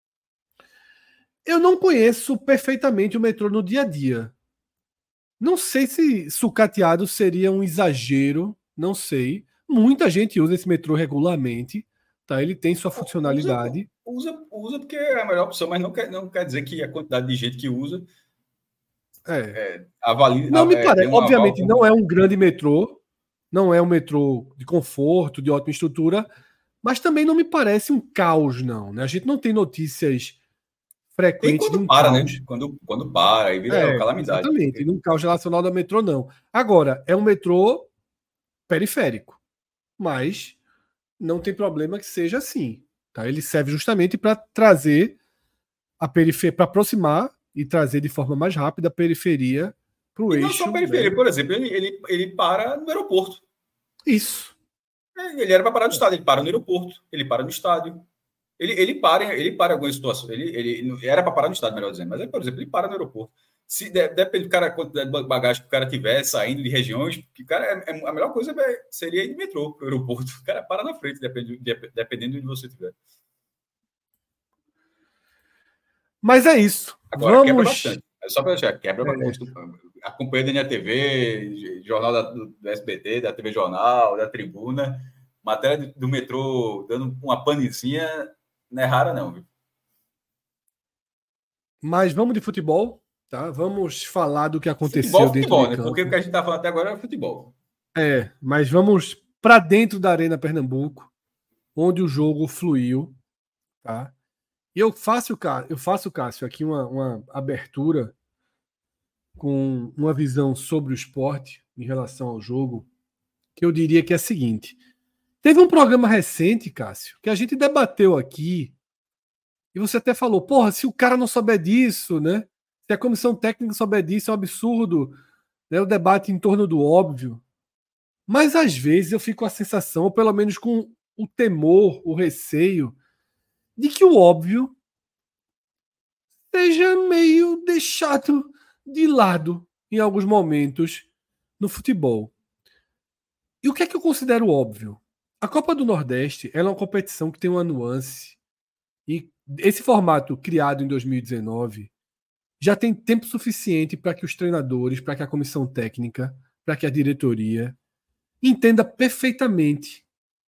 eu não conheço perfeitamente o metrô no dia a dia. Não sei se sucateado seria um exagero, não sei. Muita gente usa esse metrô regularmente, tá? Ele tem sua funcionalidade. Usa, usa, usa porque é a melhor opção, mas não quer, não quer dizer que a quantidade de gente que usa é. É, avalia, não me é, parece. Obviamente, aval... não é um grande metrô, não é um metrô de conforto, de ótima estrutura, mas também não me parece um caos, não. Né? A gente não tem notícias frequentes tem quando de um para, caos. Né? Quando, quando para, aí vira é, calamidade. Exatamente, porque... num caos relacionado ao metrô, não. Agora, é um metrô periférico, mas não tem problema que seja assim. Tá? Ele serve justamente para trazer a periferia, para aproximar e trazer de forma mais rápida a periferia para o eixo. Não só a periferia, né? Por exemplo, ele, ele, ele para no aeroporto. Isso. Ele era para parar no estádio, ele para no aeroporto, ele para no estádio. Ele, ele para ele para algumas situações. Ele, ele era para parar no estádio, melhor dizendo, mas, por exemplo, ele para no aeroporto. Se depende do cara, a quantidade de bagagem que o cara tiver saindo de regiões, que cara, é, é, a melhor coisa é, seria ir de metrô para o aeroporto. O cara para na frente, dependendo, dependendo de onde você estiver. Mas é isso. Agora, Vamos... quebra bastante. É só para deixar, quebra é. bastante. Acompanha da N T V, jornal da, do, do S B T, da T V Jornal, da Tribuna. Matéria do metrô dando uma panezinha não é rara, não, viu? Mas vamos de futebol, tá? Vamos falar do que aconteceu futebol, dentro futebol, de né? campo. Porque o que a gente está falando até agora é futebol. É, mas vamos para dentro da Arena Pernambuco, onde o jogo fluiu, tá? E eu faço, eu faço, Cássio, aqui uma, uma abertura com uma visão sobre o esporte em relação ao jogo, que eu diria que é a seguinte. Teve um programa recente, Cássio, que a gente debateu aqui, e você até falou, porra, se o cara não souber disso, né? Se a comissão técnica souber disso, é um absurdo, né? O debate em torno do óbvio. Mas às vezes eu fico com a sensação, ou pelo menos com o temor, o receio, de que o óbvio seja meio deixado de lado em alguns momentos no futebol. E o que é que eu considero óbvio? A Copa do Nordeste ela é uma competição que tem uma nuance e esse formato criado em dois mil e dezenove já tem tempo suficiente para que os treinadores, para que a comissão técnica, para que a diretoria entenda perfeitamente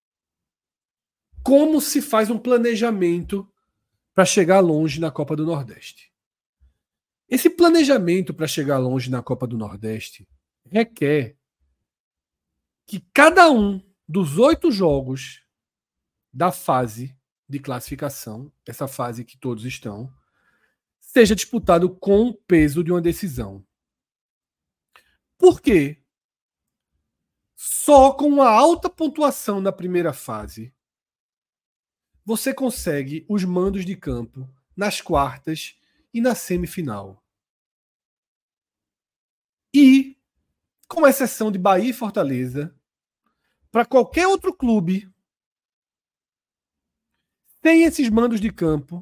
como se faz um planejamento para chegar longe na Copa do Nordeste. Esse planejamento para chegar longe na Copa do Nordeste, requer que cada um dos oito jogos da fase de classificação, essa fase que todos estão, seja disputado com o peso de uma decisão. Por quê? Só com uma alta pontuação na primeira fase você consegue os mandos de campo nas quartas e na semifinal. E, com exceção de Bahia e Fortaleza, para qualquer outro clube, sem esses mandos de campo,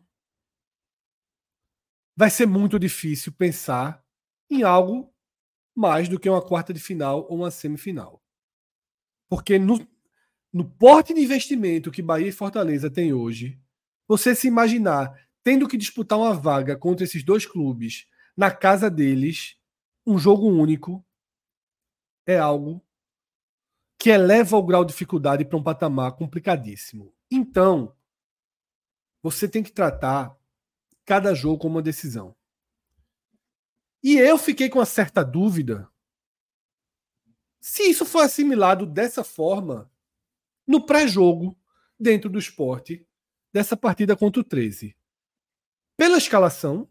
vai ser muito difícil pensar em algo mais do que uma quarta de final ou uma semifinal. Porque no, no porte de investimento que Bahia e Fortaleza têm hoje, você se imaginar tendo que disputar uma vaga contra esses dois clubes na casa deles, um jogo único, é algo que eleva o grau de dificuldade para um patamar complicadíssimo. Então, você tem que tratar cada jogo como uma decisão. E eu fiquei com uma certa dúvida se isso foi assimilado dessa forma no pré-jogo dentro do Sport dessa partida contra o treze. Pela escalação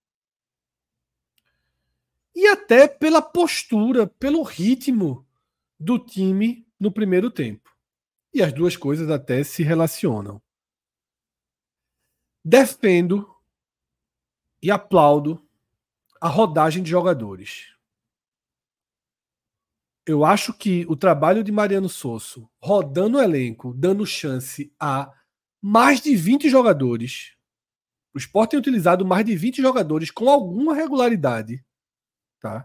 e até pela postura, pelo ritmo do time no primeiro tempo. E as duas coisas até se relacionam. Defendo e aplaudo a rodagem de jogadores. Eu acho que o trabalho de Mariano Sosso, rodando o elenco, dando chance a mais de vinte jogadores, o Sport tem utilizado mais de vinte jogadores com alguma regularidade, tá?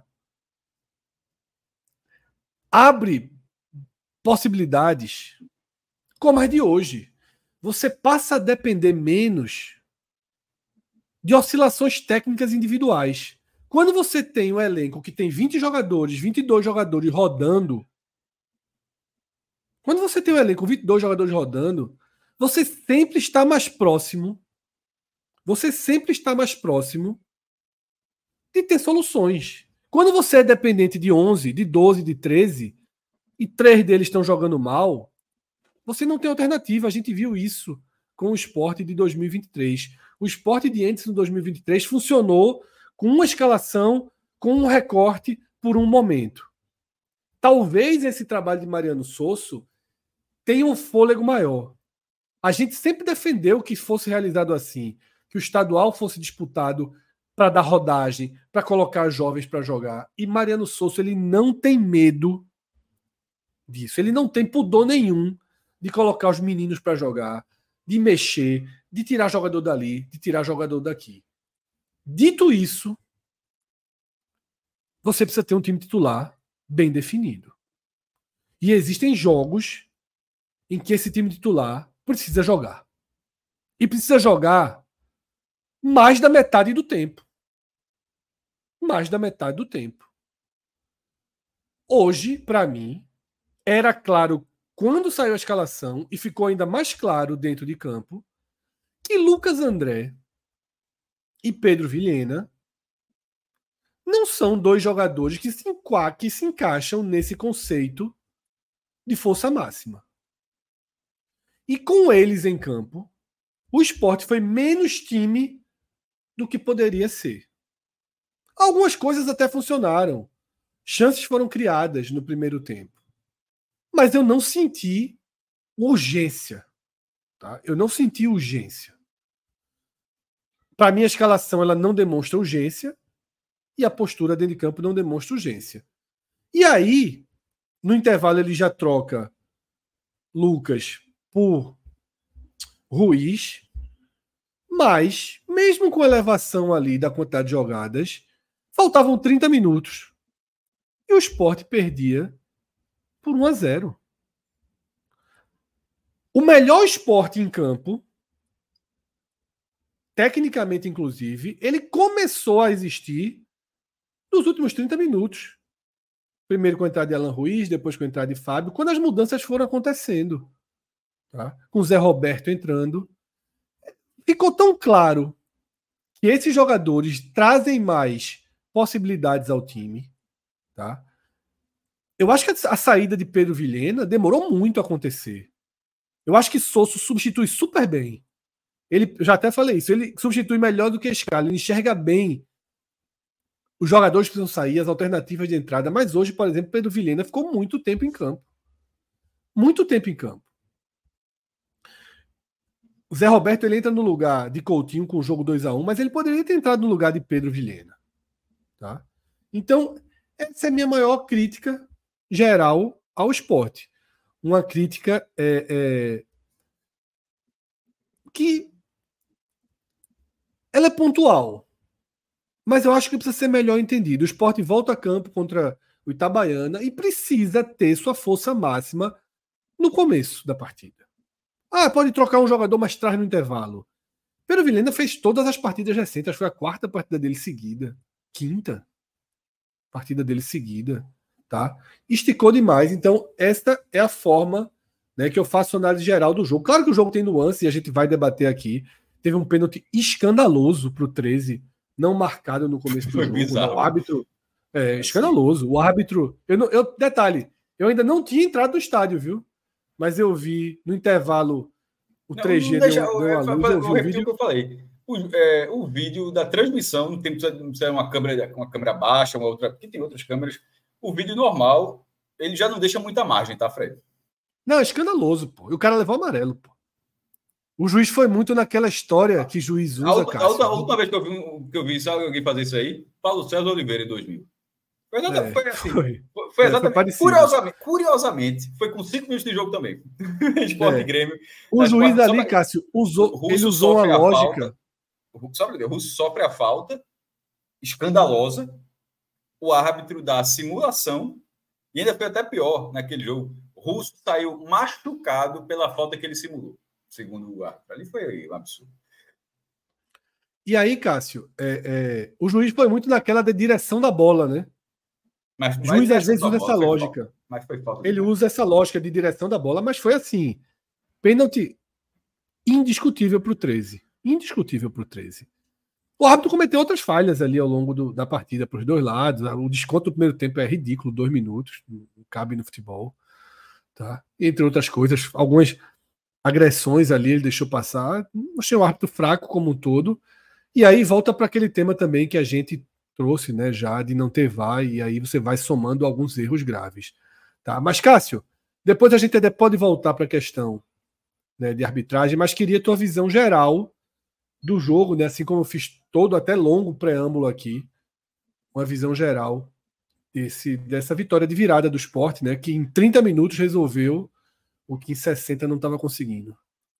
Abre possibilidades como as de hoje. Você passa a depender menos de oscilações técnicas individuais. Quando você tem um elenco que tem vinte jogadores, vinte e dois jogadores rodando, quando você tem um elenco com vinte e dois jogadores rodando, você sempre está mais próximo, você sempre está mais próximo de ter soluções. Quando você é dependente de onze, de doze, de treze, e três deles estão jogando mal, você não tem alternativa. A gente viu isso com o Sport de dois mil e vinte e três. O Sport de Anderson em dois mil e vinte e três funcionou com uma escalação, com um recorte por um momento. Talvez esse trabalho de Mariano Sosso tenha um fôlego maior. A gente sempre defendeu que fosse realizado assim, que o estadual fosse disputado para dar rodagem, para colocar jovens para jogar. E Mariano Sosso, ele não tem medo disso. Ele não tem pudor nenhum de colocar os meninos para jogar, de mexer, de tirar jogador dali, de tirar jogador daqui. Dito isso, você precisa ter um time titular bem definido. E existem jogos em que esse time titular precisa jogar. E precisa jogar mais da metade do tempo. Mais da metade do tempo. Hoje, para mim, era claro quando saiu a escalação e ficou ainda mais claro dentro de campo que Lucas André e Pedro Vilhena não são dois jogadores que se, enqua- que se encaixam nesse conceito de força máxima. E com eles em campo, o Sport foi menos time do que poderia ser. Algumas coisas até funcionaram. Chances foram criadas no primeiro tempo. Mas eu não senti urgência. Tá? Eu não senti urgência. Para mim, a escalação ela não demonstra urgência e a postura dentro de campo não demonstra urgência. E aí, no intervalo, ele já troca Lucas por Ruiz, mas, mesmo com a elevação ali da quantidade de jogadas, faltavam trinta minutos. E o Sport perdia por um a zero. O melhor Sport em campo, tecnicamente inclusive, ele começou a existir nos últimos trinta minutos. Primeiro com a entrada de Alan Ruiz, depois com a entrada de Fábio, quando as mudanças foram acontecendo. Tá? Com o Zé Roberto entrando. Ficou tão claro que esses jogadores trazem mais possibilidades ao time. Tá? eu acho que a saída de Pedro Vilhena demorou muito a acontecer. Eu acho que Sosso substitui super bem. Ele, eu já até falei isso, ele substitui melhor do que Scala, ele enxerga bem. Os jogadores precisam sair, as alternativas de entrada, mas hoje, por exemplo, Pedro Vilhena ficou muito tempo em campo. Muito tempo em campo. O Zé Roberto ele entra no lugar de Coutinho com o jogo dois a um, mas ele poderia ter entrado no lugar de Pedro Vilhena. Tá? Então, essa é a minha maior crítica geral ao esporte. Uma crítica é, é, que ela é pontual, mas eu acho que precisa ser melhor entendido. O esporte volta a campo contra o Itabaiana e precisa ter sua força máxima no começo da partida. Ah, pode trocar um jogador mais tarde no intervalo. Pedro Vilhena fez todas as partidas recentes, foi a quarta partida dele seguida. Quinta partida dele seguida. Tá? Esticou demais. Então, esta é a forma, né, que eu faço análise geral do jogo. Claro que o jogo tem nuance e a gente vai debater aqui. Teve um pênalti escandaloso para o treze, não marcado no começo do Foi jogo. bizarro. Né? O árbitro. É, escandaloso. O árbitro. Eu, não, eu, detalhe, eu ainda não tinha entrado no estádio, viu? Mas eu vi no intervalo o três G não, não deixa, deu, deu uma luz. Eu, eu vi o vídeo que eu falei. O, é, o vídeo da transmissão não tem não precisa uma câmera, uma câmera baixa, uma outra, porque tem outras câmeras. O vídeo normal, ele já não deixa muita margem, tá, Fred? Não, é escandaloso, pô. E o cara levou amarelo, pô. O juiz foi muito naquela história que juiz usa, a, a, Cássio, a, a última vez que eu vi, que eu vi sabe, alguém fazer isso aí, Paulo César Oliveira, em dois mil. Foi, exatamente, é, foi assim. Foi, foi exatamente. É, foi curiosamente, curiosamente, foi com cinco minutos de jogo também. Esporte é. Grêmio. O juiz ali, pra... Cássio, usou, ele usou uma lógica. Falta, o Russo sofre a falta escandalosa. O árbitro da simulação, e ainda foi até pior naquele jogo. O Russo saiu machucado pela falta que ele simulou, segundo o árbitro. Ali foi um absurdo. E aí, Cássio, é, é, o juiz foi muito naquela de direção da bola, né? Mas, o juiz às vezes usa bola, essa lógica. Falta. Mas foi falta ele usa essa lógica de direção da bola, mas foi assim. Pênalti indiscutível para o treze. Indiscutível para o treze. O árbitro cometeu outras falhas ali ao longo do, da partida para os dois lados. O desconto do primeiro tempo é ridículo, dois minutos, não cabe no futebol. Tá? Entre outras coisas, algumas agressões ali ele deixou passar. Achei o árbitro fraco como um todo. E aí volta para aquele tema também que a gente trouxe, né, já de não ter V A R, e aí você vai somando alguns erros graves. Tá? Mas, Cássio, depois a gente até pode voltar para a questão, né, de arbitragem, mas queria a tua visão geral do jogo, né, assim como eu fiz todo até longo preâmbulo aqui, uma visão geral desse, dessa vitória de virada do Sport, né, que em trinta minutos resolveu o que em sessenta não estava conseguindo.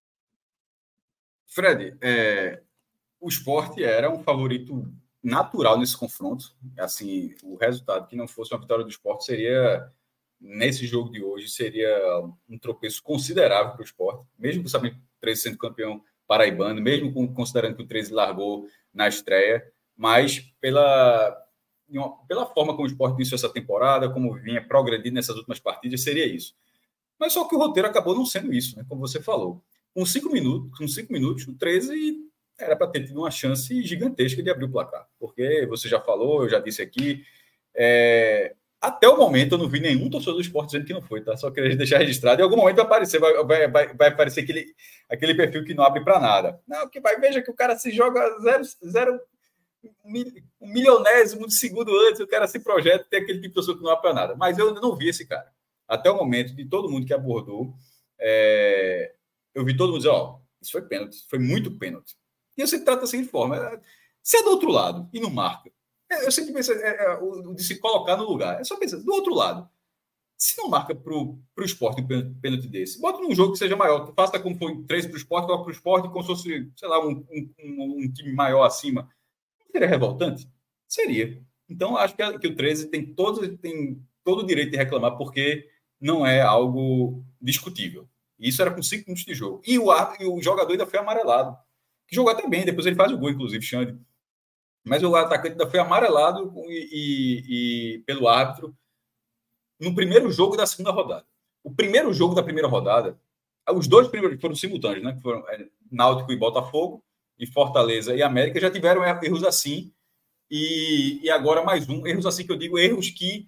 Fred, é, o Sport era um favorito natural nesse confronto. Assim, o resultado que não fosse uma vitória do Sport seria, nesse jogo de hoje, seria um tropeço considerável para o Sport, mesmo com o treze sendo campeão paraibano, mesmo com, considerando que o treze largou na estreia, mas pela, pela forma como o Sport iniciou essa temporada, como vinha progredindo nessas últimas partidas, seria isso. Mas só que o roteiro acabou não sendo isso, né? Como você falou. Com cinco minutos, com cinco minutos, o treze era para ter tido uma chance gigantesca de abrir o placar. Porque você já falou, eu já disse aqui, é... até o momento eu não vi nenhum torcedor do Sport dizendo que não foi, tá? Só queria deixar registrado. Em algum momento vai aparecer, vai, vai, vai, vai aparecer aquele, aquele perfil que não abre para nada. Não, que vai, veja que o cara se joga zero, zero um milionésimo de segundo antes, o cara se projeta, tem aquele tipo de torcedor que não abre para nada. Mas eu não vi esse cara. Até o momento, de todo mundo que abordou, é... eu vi todo mundo dizer, ó, isso foi pênalti, foi muito pênalti. E eu sempre trato assim de forma, se é do outro lado e não marca, eu sempre penso é, é, o de se colocar no lugar, é só pensar, do outro lado, se não marca para o esporte um pênalti desse, bota num jogo que seja maior, faça como foi três para o esporte, coloca para o esporte, como se fosse, sei lá, um, um, um, um time maior acima. Seria revoltante? Seria. Então, acho que, a, que o treze tem todo, tem todo o direito de reclamar, porque não é algo discutível. Isso era com cinco minutos de jogo. E o, e o jogador ainda foi amarelado. Que jogou até bem, depois ele faz o gol, inclusive, Xande. Mas o atacante ainda foi amarelado e, e, e, pelo árbitro no primeiro jogo da segunda rodada. O primeiro jogo da primeira rodada, os dois primeiros foram simultâneos, né? Que foram é, Náutico e Botafogo, e Fortaleza e América, já tiveram erros assim, e, e agora mais um. Erros assim que eu digo, erros que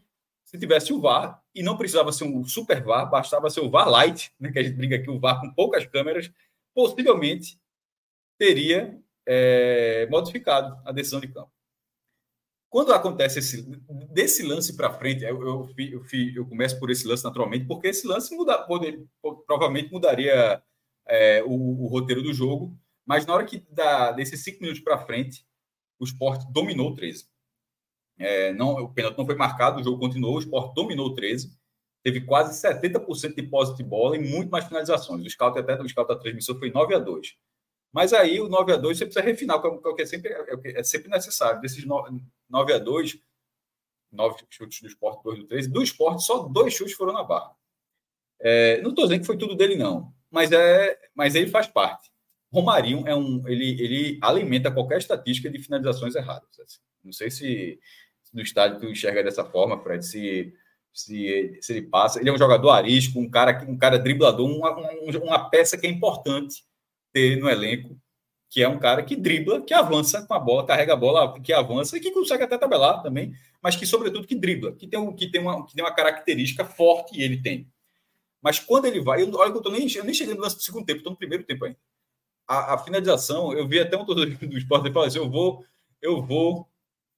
se tivesse o V A R, e não precisava ser um super V A R, bastava ser o V A R Lite, né, que a gente brinca aqui, o V A R com poucas câmeras, possivelmente teria é, modificado a decisão de campo. Quando acontece esse, desse lance para frente, eu, eu, eu, eu começo por esse lance naturalmente, porque esse lance muda, poder, provavelmente mudaria é, o, o roteiro do jogo, mas na hora que dá desses cinco minutos para frente, o Sport dominou o treze. É, não, o pênalti não foi marcado, o jogo continuou, o Sport dominou o treze, teve quase setenta por cento de posse de bola e muito mais finalizações. O scout, até o scout da transmissão foi nove a dois. Mas aí o nove a dois você precisa refinar, o que é sempre, é sempre necessário. Desses nove a dois, nove chutes do Sport, dois do treze, do Sport, só dois chutes foram na barra. É, não estou dizendo que foi tudo dele, não, mas, é, mas ele faz parte. Romarinho é um, ele, ele alimenta qualquer estatística de finalizações erradas. Assim. Não sei se, se no estádio tu enxerga dessa forma, Fred, se, se, se ele passa. Ele é um jogador arisco, um cara, um cara driblador, uma, uma peça que é importante ter no elenco, que é um cara que dribla, que avança com a bola, carrega a bola, que avança e que consegue até tabelar também, mas que, sobretudo, que dribla, que tem, um, que tem, uma, que tem uma característica forte e ele tem. Mas quando ele vai... Eu, olha que eu, tô nem, eu nem cheguei no lance do segundo tempo, estou no primeiro tempo ainda. A, a finalização, eu vi até um torcedor do Sport e falou assim, eu vou, eu vou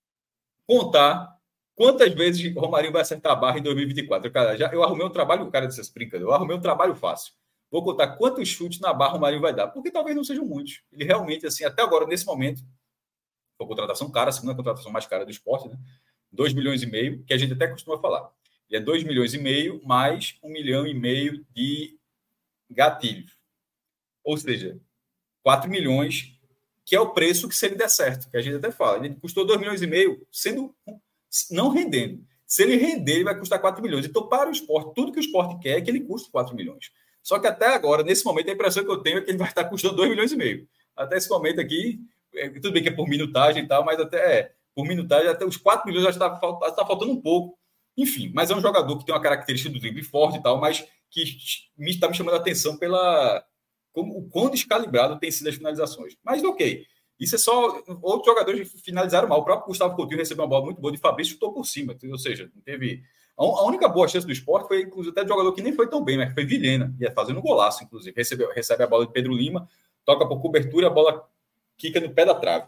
contar quantas vezes o Romarinho vai acertar a barra em dois mil e vinte e quatro. Cara, já, eu arrumei um trabalho, o cara disse assim, brincando, eu arrumei um trabalho fácil. Vou contar quantos chutes na barra o Romarinho vai dar, porque talvez não sejam muitos. Ele realmente, assim, até agora, nesse momento, foi a contratação cara, a segunda contratação mais cara do Sport, né? dois milhões e meio, que a gente até costuma falar. Ele é dois milhões e meio mais um milhão e meio de gatilhos. Ou seja, quatro milhões, que é o preço que se ele der certo, que a gente até fala. Ele custou dois milhões e meio, sendo, não rendendo. Se ele render, ele vai custar quatro milhões. Então, para o Sport, tudo que o Sport quer é que ele custe quatro milhões. Só que até agora, nesse momento, a impressão que eu tenho é que ele vai estar custando dois milhões e meio. Até esse momento aqui, é, tudo bem que é por minutagem e tal, mas até é, por minutagem, até os quatro milhões já está, está faltando um pouco. Enfim, mas é um jogador que tem uma característica do drible forte e tal, mas que me, está me chamando a atenção pela como, o quão descalibrado tem sido as finalizações. Mas ok, isso é só... Outros jogadores finalizaram mal. O próprio Gustavo Coutinho recebeu uma bola muito boa de Fabrício, chutou por cima. Ou seja, não teve... A única boa chance do Sport foi, inclusive, até de jogador que nem foi tão bem, mas foi Vilhena, ia fazendo um golaço, inclusive. Recebe, recebe a bola de Pedro Lima, toca por cobertura, a bola quica no pé da trave.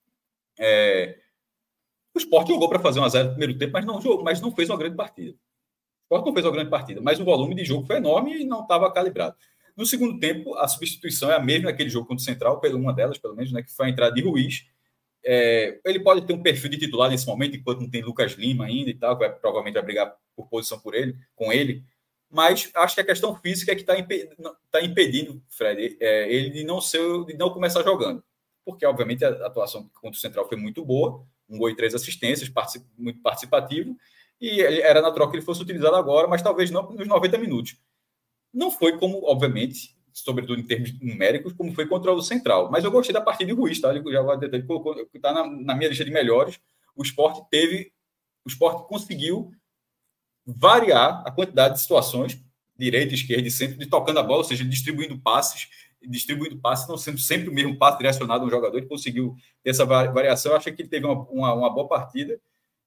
É... O Sport jogou para fazer um a zero no primeiro tempo, mas não, jogou, mas não fez uma grande partida. O Sport não fez uma grande partida, mas o volume de jogo foi enorme e não estava calibrado. No segundo tempo, a substituição é a mesma naquele jogo contra o Central, pela uma delas, pelo menos, né, que foi a entrada de Ruiz. É, ele pode ter um perfil de titular nesse momento, enquanto não tem Lucas Lima ainda e tal, que vai, provavelmente vai brigar por posição por ele, com ele, mas acho que a questão física é que está impedindo, tá impedindo Fred, é, ele de não, ser, de não começar jogando, porque obviamente a atuação contra o Central foi muito boa, um gol e três assistências, particip, muito participativo, e era natural que ele fosse utilizado agora, mas talvez não nos noventa minutos. Não foi como, obviamente, sobretudo em termos numéricos, como foi contra o Central. Mas eu gostei da partida de Ruiz, tá? Ele já ele colocou, está na, na minha lista de melhores. O Sport teve, o Sport conseguiu variar a quantidade de situações, direita, esquerda e centro, de tocando a bola, ou seja, distribuindo passes, distribuindo passes, não sendo sempre o mesmo passe direcionado a um jogador. Ele conseguiu ter essa variação. Eu achei que ele teve uma, uma, uma boa partida.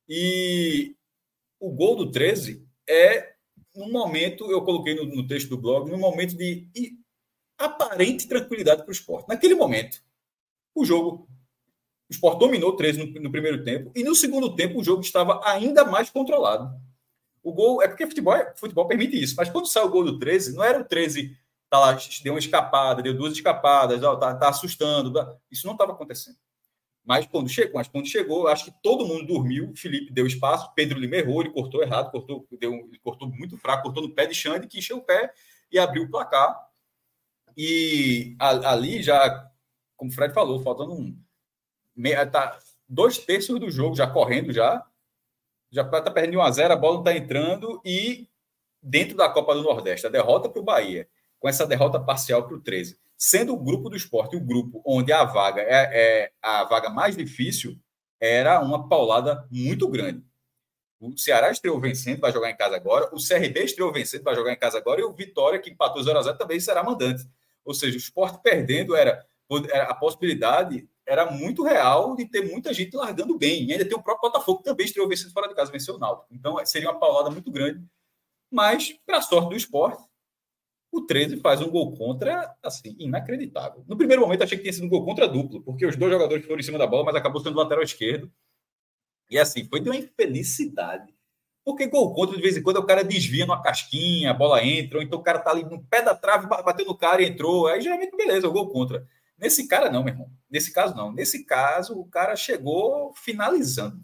E o gol do treze é, num momento, eu coloquei no, no texto do blog, num momento de aparente tranquilidade para o Sport. Naquele momento, o jogo, o Sport dominou o treze no, no primeiro tempo, e no segundo tempo o jogo estava ainda mais controlado. O gol, é porque futebol, futebol permite isso, mas quando sai o gol do treze, não era o treze, tá lá, deu uma escapada, deu duas escapadas, ó, tá, tá assustando, tá, isso não estava acontecendo. Mas quando chegou, mas quando chegou, acho que todo mundo dormiu, Felipe deu espaço, Pedro Lima errou, ele cortou errado, cortou, deu, ele cortou muito fraco, cortou no pé de Xande, que encheu o pé e abriu o placar. E ali já, como o Fred falou, faltando um, tá, dois terços do jogo já correndo, já já está perdendo um a zero, a bola não está entrando, e dentro da Copa do Nordeste, a derrota para o Bahia, com essa derrota parcial para o treze, sendo o grupo do Sport, o grupo onde a vaga é, é a vaga mais difícil, era uma paulada muito grande. O Ceará estreou vencendo, vai jogar em casa agora, o C R B estreou vencendo, vai jogar em casa agora, e o Vitória, que empatou zero a zero, também será mandante. Ou seja, o Sport perdendo era, era a possibilidade era muito real de ter muita gente largando bem. E ainda tem o próprio Botafogo, que também estreou vencendo fora de casa, venceu o Náutico. Então, seria uma paulada muito grande. Mas, para a sorte do Sport, o treze faz um gol contra, assim, inacreditável. No primeiro momento, achei que tinha sido um gol contra duplo, porque os dois jogadores foram em cima da bola, mas acabou sendo lateral esquerdo. E, assim, foi de uma infelicidade. Porque gol contra, de vez em quando, o cara desvia numa casquinha, a bola entra, ou então o cara tá ali no pé da trave, bateu no cara e entrou. Aí, geralmente, beleza, o gol contra. Nesse cara, não, meu irmão. Nesse caso, não. Nesse caso, o cara chegou finalizando.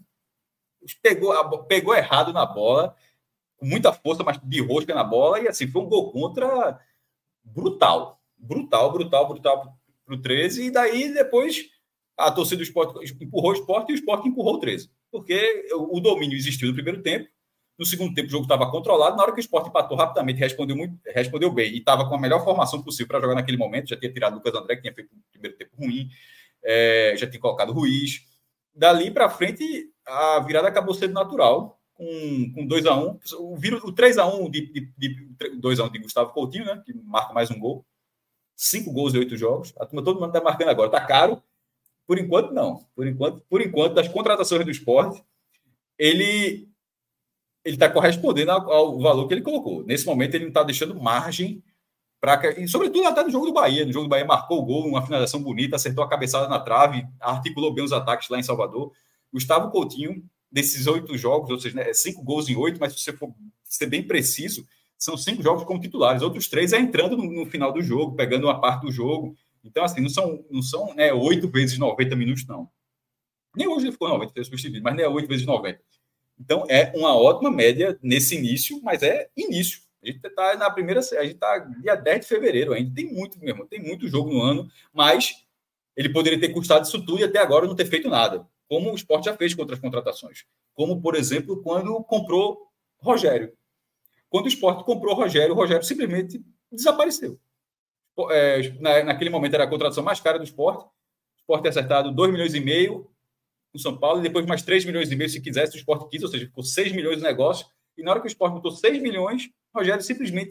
Pegou, pegou errado na bola, com muita força, mas de rosca na bola, e assim, foi um gol contra brutal. Brutal, brutal, brutal para o treze, e daí depois a torcida do Sport empurrou o Sport e o Sport empurrou o treze. Porque o domínio existiu no primeiro tempo, no segundo tempo o jogo estava controlado, na hora que o Sport empatou rapidamente, respondeu, muito, respondeu bem, e estava com a melhor formação possível para jogar naquele momento, já tinha tirado o Lucas André, que tinha feito um primeiro tempo ruim, é, já tinha colocado o Ruiz. Dali para frente, a virada acabou sendo natural, com, com dois a um. O, o três a um de, de, de, dois a um de Gustavo Coutinho, né, que marca mais um gol. Cinco gols em oito jogos. A turma, todo mundo está marcando agora. Está caro? Por enquanto, não. Por enquanto, por enquanto, das contratações do Sport, ele ele está correspondendo ao, ao valor que ele colocou. Nesse momento, ele não está deixando margem para... E, sobretudo, até no jogo do Bahia. No jogo do Bahia, marcou o gol, uma finalização bonita, acertou a cabeçada na trave, articulou bem os ataques lá em Salvador. Gustavo Coutinho, desses oito jogos, ou seja, né, cinco gols em oito, mas se você for ser bem preciso, são cinco jogos como titulares. Outros três é entrando no, no final do jogo, pegando uma parte do jogo. Então, assim, não são, não são né, oito vezes noventa minutos, não. Nem hoje ele ficou noventa, foi substituído, mas nem é oito vezes noventa. Então, é uma ótima média nesse início, mas é início. A gente está na primeira... A gente está dia dez de fevereiro ainda. Tem muito, meu irmão, tem muito jogo no ano, mas ele poderia ter custado isso tudo e até agora não ter feito nada. Como o Sport já fez com outras contratações. Como, por exemplo, quando comprou Rogério. Quando o Sport comprou Rogério, o Rogério simplesmente desapareceu. É, na, naquele momento era a contratação mais cara do Sport. O Sport tinha acertado dois milhões e meio no São Paulo e depois mais três milhões e meio se quisesse, o Sport quis, ou seja, ficou seis milhões de negócio. E na hora que o Sport botou seis milhões, o Rogério simplesmente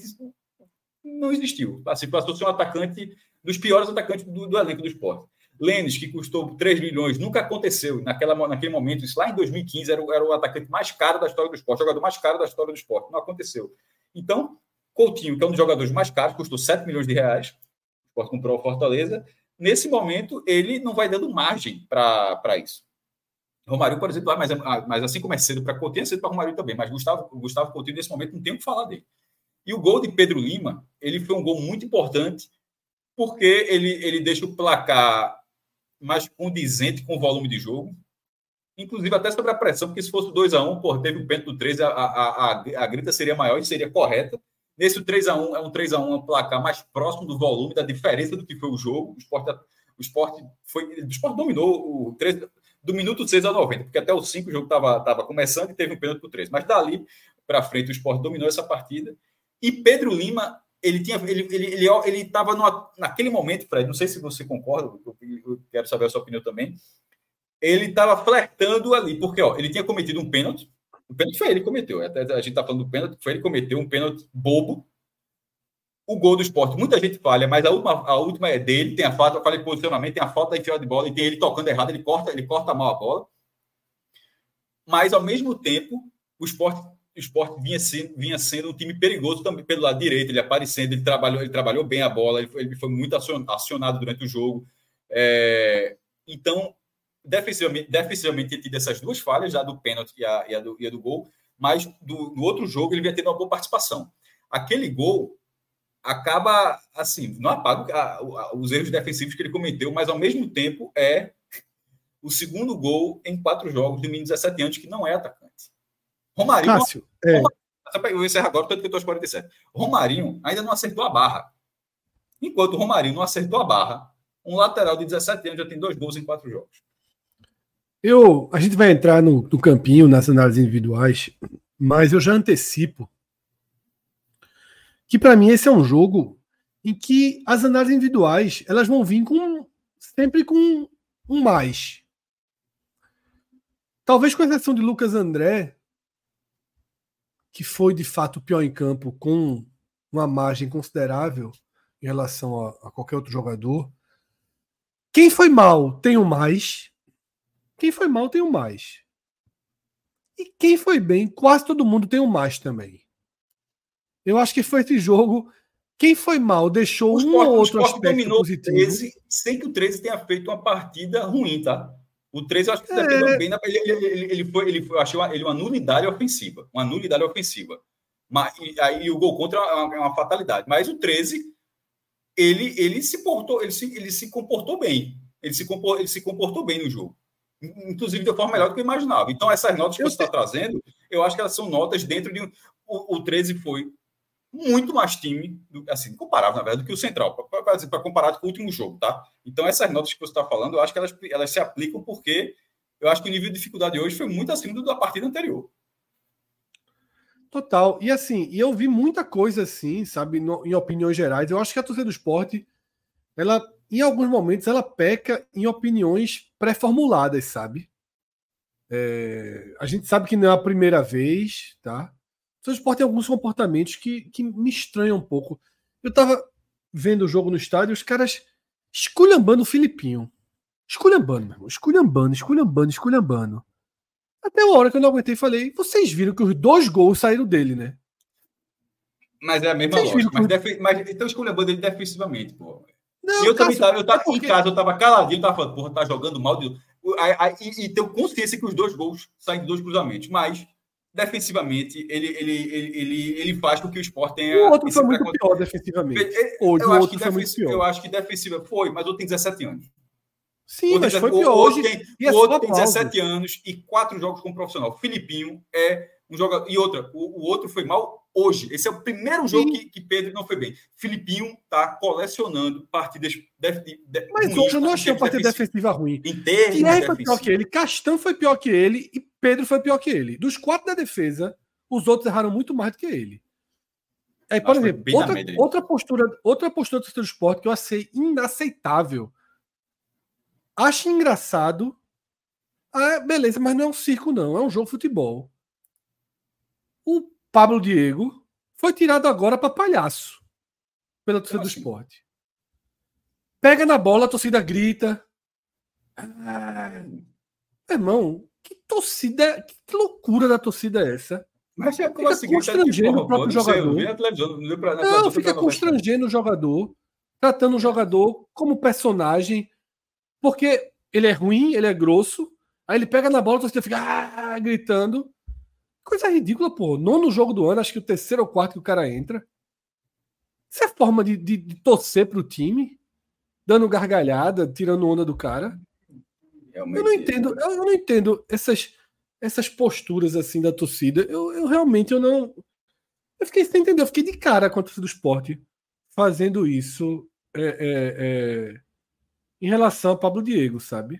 não existiu. Assim, passou a ser um atacante dos piores atacantes do, do elenco do Sport. Lênis, que custou três milhões, nunca aconteceu. Naquela, naquele momento, isso lá em dois mil e quinze, era, era o atacante mais caro da história do Sport, o jogador mais caro da história do Sport. Não aconteceu. Então, Coutinho, que é um dos jogadores mais caros, custou sete milhões de reais. O Sport comprou o Fortaleza. Nesse momento, ele não vai dando margem para isso. Romário, por exemplo, mas, mas assim como é cedo para Coutinho, é cedo para Romário também. Mas Gustavo, Gustavo Coutinho, nesse momento, não tem o que falar dele. E o gol de Pedro Lima, ele foi um gol muito importante, porque ele, ele deixa o placar mais condizente com o volume de jogo, inclusive até sobre a pressão, porque se fosse dois a um, pô, teve o pênalti do treze, a, a, a, a grita seria maior e seria correta. Nesse três a um, é um três a um, um placar mais próximo do volume, da diferença do que foi o jogo. O Sport, o Sport, foi, o Sport dominou o treze, do minuto seis ao noventa, porque até o cinco o jogo estava começando e teve um pênalti para o treze. Mas dali para frente o Sport dominou essa partida. E Pedro Lima, ele tinha, ele ele ele ele estava naquele momento, Fred, não sei se você concorda, eu, eu quero saber a sua opinião também. Ele estava flertando ali, porque ó, ele tinha cometido um pênalti. O pênalti foi ele que cometeu. Até a gente está falando do pênalti, foi ele que cometeu um pênalti bobo. O gol do Sport, muita gente falha, mas a última, a última é dele, tem a falta, eu falei posicionamento, tem a falta da enfiada de bola, e tem ele tocando errado, ele corta, ele corta mal a bola. Mas, ao mesmo tempo, o Sport, o Sport vinha, sendo, vinha sendo um time perigoso também pelo lado direito, ele aparecendo, ele trabalhou, ele trabalhou bem a bola, ele foi, ele foi muito acionado durante o jogo. É, então, defensivamente, defensivamente tinha tido essas duas falhas, já do pênalti e a, e a, do, e a do gol, mas do, no outro jogo ele vinha tendo uma boa participação. Aquele gol acaba, assim, não apaga a, a, os erros defensivos que ele cometeu, mas, ao mesmo tempo, é o segundo gol em quatro jogos de um menino de dezessete anos que não é atacante. Romarinho... Cássio, é... Eu encerro agora, tanto que eu estou aos quarenta e sete. Romarinho ainda não acertou a barra. Enquanto o Romarinho não acertou a barra, um lateral de dezessete anos já tem dois gols em quatro jogos. Eu, a gente vai entrar no, no campinho, nas análises individuais, mas eu já antecipo que, para mim, esse é um jogo em que as análises individuais elas vão vir com, sempre com um mais. Talvez com exceção de Lucas André, que foi, de fato, o pior em campo, com uma margem considerável em relação a, a qualquer outro jogador. Quem foi mal tem o mais. Quem foi mal tem o mais. E quem foi bem, quase todo mundo tem o mais também. Eu acho que foi esse jogo. Quem foi mal deixou O um Sport, ou o outro Sport aspecto dominou positivo. o treze, sem que o treze tenha feito uma partida ruim, tá? O treze eu acho que se É. defendeu bem. Na, ele, ele, ele foi, ele foi, eu achei uma, ele uma nulidade ofensiva. Uma nulidade ofensiva. Mas, e, aí o gol contra é uma, é uma fatalidade. Mas o treze, ele, ele, se, portou, ele, se, ele se comportou bem. Ele se, compor, ele se comportou bem no jogo. Inclusive de forma melhor do que eu imaginava. Então, essas notas que Eu você está te... trazendo, eu acho que elas são notas dentro de um. O, o treze foi muito mais time, assim, comparável, na verdade, do que o Central, para comparar com o último jogo, tá? Então, essas notas que você está falando, eu acho que elas, elas se aplicam porque eu acho que o nível de dificuldade hoje foi muito acima da partida anterior. Total. E assim, e eu vi muita coisa assim, sabe, no, em opiniões gerais. Eu acho que a torcida do esporte, ela, em alguns momentos, ela peca em opiniões pré-formuladas, sabe? É, a gente sabe que não é a primeira vez, tá? O torcida do esporte tem alguns comportamentos que, que me estranham um pouco. Eu tava vendo o jogo no estádio, os caras esculhambando o Filipinho. Esculhambando, meu irmão. Esculhambando, esculhambando, esculhambando. Até a hora que eu não aguentei e falei, vocês viram que os dois gols saíram dele, né? Mas é a mesma Vocês lógica. viram Mas, que... defe... mas então escolhendo ele defensivamente, pô. Não, E eu também Cássio, tava, eu tava é porque... em casa, eu tava caladinho, tava falando, porra, tá jogando mal. De... Aí, aí, e, e tenho consciência que os dois gols saem de dois cruzamentos. Mas, defensivamente, ele, ele, ele, ele, ele faz com que o Sport tenha. O outro esse foi muito preconceito. pior defensivamente. Eu, Hoje eu o acho outro que foi muito defensiva, pior. eu acho que defensiva foi, mas o outro tem dezessete anos. Sim, O mas outro, foi o, pior o outro hoje. tem, E o é outro só tem dezessete anos e quatro jogos como profissional. Filipinho é um jogador. E outra, o, o outro foi mal hoje. Esse é o primeiro jogo que, que Pedro não foi bem. Filipinho está colecionando partidas de, de, de, Mas ruins hoje eu não em achei uma termos partida defensivos. defensiva ruim. Em termos Thierry foi pior que defensivos. ele, Castan foi pior que ele e Pedro foi pior que ele. Dos quatro da defesa, os outros erraram muito mais do que ele. Aí, por Acho que foi exemplo, bem na outra, média aí. outra postura, outra postura do torcedor do esporte que eu achei inaceitável. Acho engraçado. Ah, beleza, mas não é um circo, não. É um jogo de futebol. O Pablo Diego foi tirado agora para palhaço pela torcida Como do assim? esporte. Pega na bola, a torcida grita. Ah, irmão, que torcida, que loucura da torcida é essa? Mas é como Fica assim, constrangendo o próprio não sei, eu jogador. não vi na televisão, não vi pra, na Não, televisão, fica constrangendo o jogador, tratando o jogador como personagem, porque ele é ruim, ele é grosso, aí ele pega na bola, a torcida fica ah, gritando. Coisa ridícula, pô. Nono jogo do ano, acho que o terceiro ou quarto que o cara entra. Isso é forma de, de, de torcer pro time, dando gargalhada, tirando onda do cara. Realmente, Eu não entendo, eu, eu não entendo essas, essas posturas assim da torcida. Eu, eu realmente eu não. Eu fiquei sem entender, eu fiquei de cara com a torcida do esporte fazendo isso é, é, é, em relação ao Pablo Diego, sabe?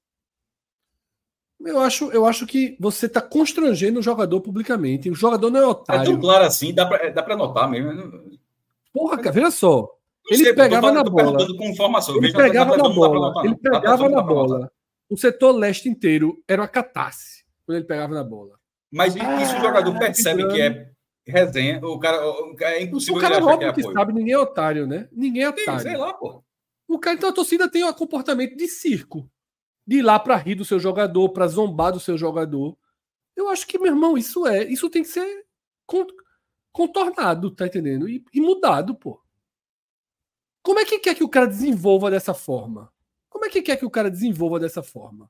Eu acho, eu acho que você está constrangendo o jogador publicamente. O jogador não é É otário. tão claro assim, dá para dá notar mesmo. Porra, cara, veja só. Não Ele sei, pegava tô, na tô bola. perguntando com informação. Eu Ele vejo na pegava na televisão, não dá para bola. notar, Ele não. Na pegava televisão não na dá pra notar. bola. O setor leste inteiro era uma catarse quando ele pegava na bola. Mas e, e se o jogador percebe vibrando. que é resenha, o cara o, é impossível O cara ele achar que é óbvio que apoio. sabe, ninguém é otário, né? Ninguém é Sim, otário. sei lá, pô. O cara, então a torcida tem um comportamento de circo. De ir lá para rir do seu jogador, para zombar do seu jogador. Eu acho que, meu irmão, isso é. Isso tem que ser contornado, tá entendendo? E, e mudado, pô. Como é que quer que o cara desenvolva dessa forma? Como é que quer que o cara desenvolva dessa forma?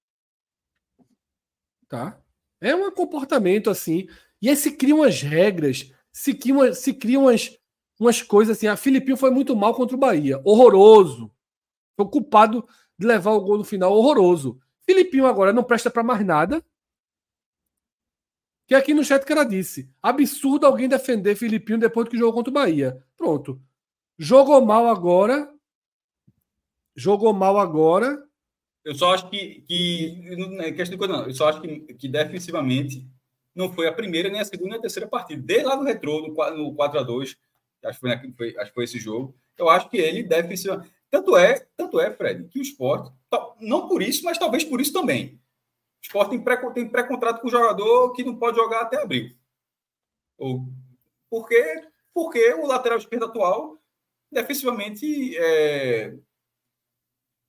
Tá? É um comportamento assim. E aí se criam as regras, se criam, se criam umas, umas coisas assim. A Filipinho foi muito mal contra o Bahia. Horroroso. Foi culpado de levar o gol no final. Horroroso. Filipinho agora não presta para mais nada. Que aqui no chat o cara disse. Absurdo alguém defender Filipinho depois que jogou contra o Bahia. Pronto. Jogou mal agora. Jogou mal agora. Eu só acho que, que não é questão de coisa, não. Eu só acho que, que defensivamente não foi a primeira, nem a segunda, nem a terceira partida. Desde lá no retrô, no, no quatro a dois, acho que foi, na, foi, acho que foi esse jogo, eu acho que ele defensivamente. Tanto é, tanto é, Fred, que o Sport, não por isso, mas talvez por isso também. O Sport tem, pré, tem pré-contrato com o jogador que não pode jogar até abril. Ou, porque, porque o lateral esquerdo atual, defensivamente, é,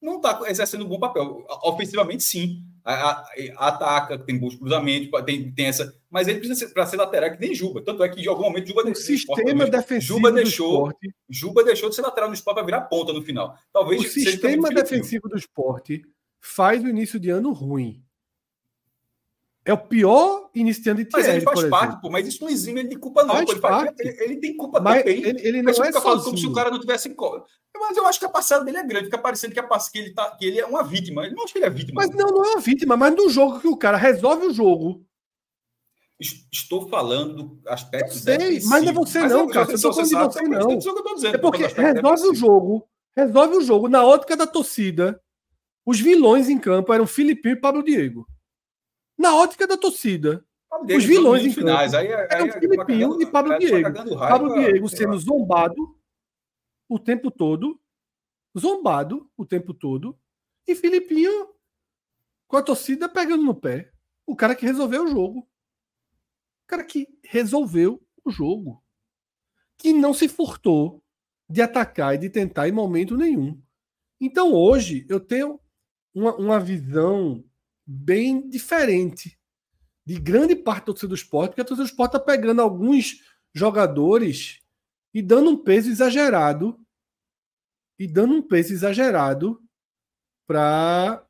não está exercendo um bom papel. Ofensivamente, sim. A, a, a, ataca, tem bons cruzamentos, tem, tem essa. Mas ele precisa ser para ser lateral que nem Juba. Tanto é que em algum momento Juba o sistema defensivo Juba deixou, do Sport, Juba deixou de ser lateral no Sport para virar ponta no final. Talvez o sistema defensivo do Sport faz o início de ano ruim. É o pior início de ano de Thierry, mas ele faz por parte, pô, mas isso não exime ele de culpa, não. Faz Ele, faz, ele, ele tem culpa mas também. Ele, ele não é falando como se o cara não tivesse. Mas eu acho que a passada dele é grande, fica parecendo que, a, que, ele tá, que ele é uma vítima. Eu não acho que ele é vítima. Mas não, não é uma vítima, mas no jogo que o cara resolve o jogo. Estou falando do aspecto. Eu sei, defensivo. Mas não é você, mas não, cara. Eu estou falando de você, não. É, eu dizendo, é porque resolve defensivo. o jogo. Resolve o jogo. Na ótica da torcida, os vilões em campo eram Filipinho e Pablo Diego. Na ótica da torcida, Diego, os vilões em finais, campo aí, aí, eram aí, Filipinho cagando, e Pablo Diego. Raiva, Pablo Diego sendo zombado o tempo todo, zombado o tempo todo, e Filipinho com a torcida pegando no pé. O cara que resolveu o jogo. O cara que resolveu o jogo. Que não se furtou de atacar e de tentar em momento nenhum. Então hoje eu tenho uma, uma visão bem diferente de grande parte da torcida do Sport, porque a torcida do Sport está pegando alguns jogadores e dando um peso exagerado e dando um peso exagerado para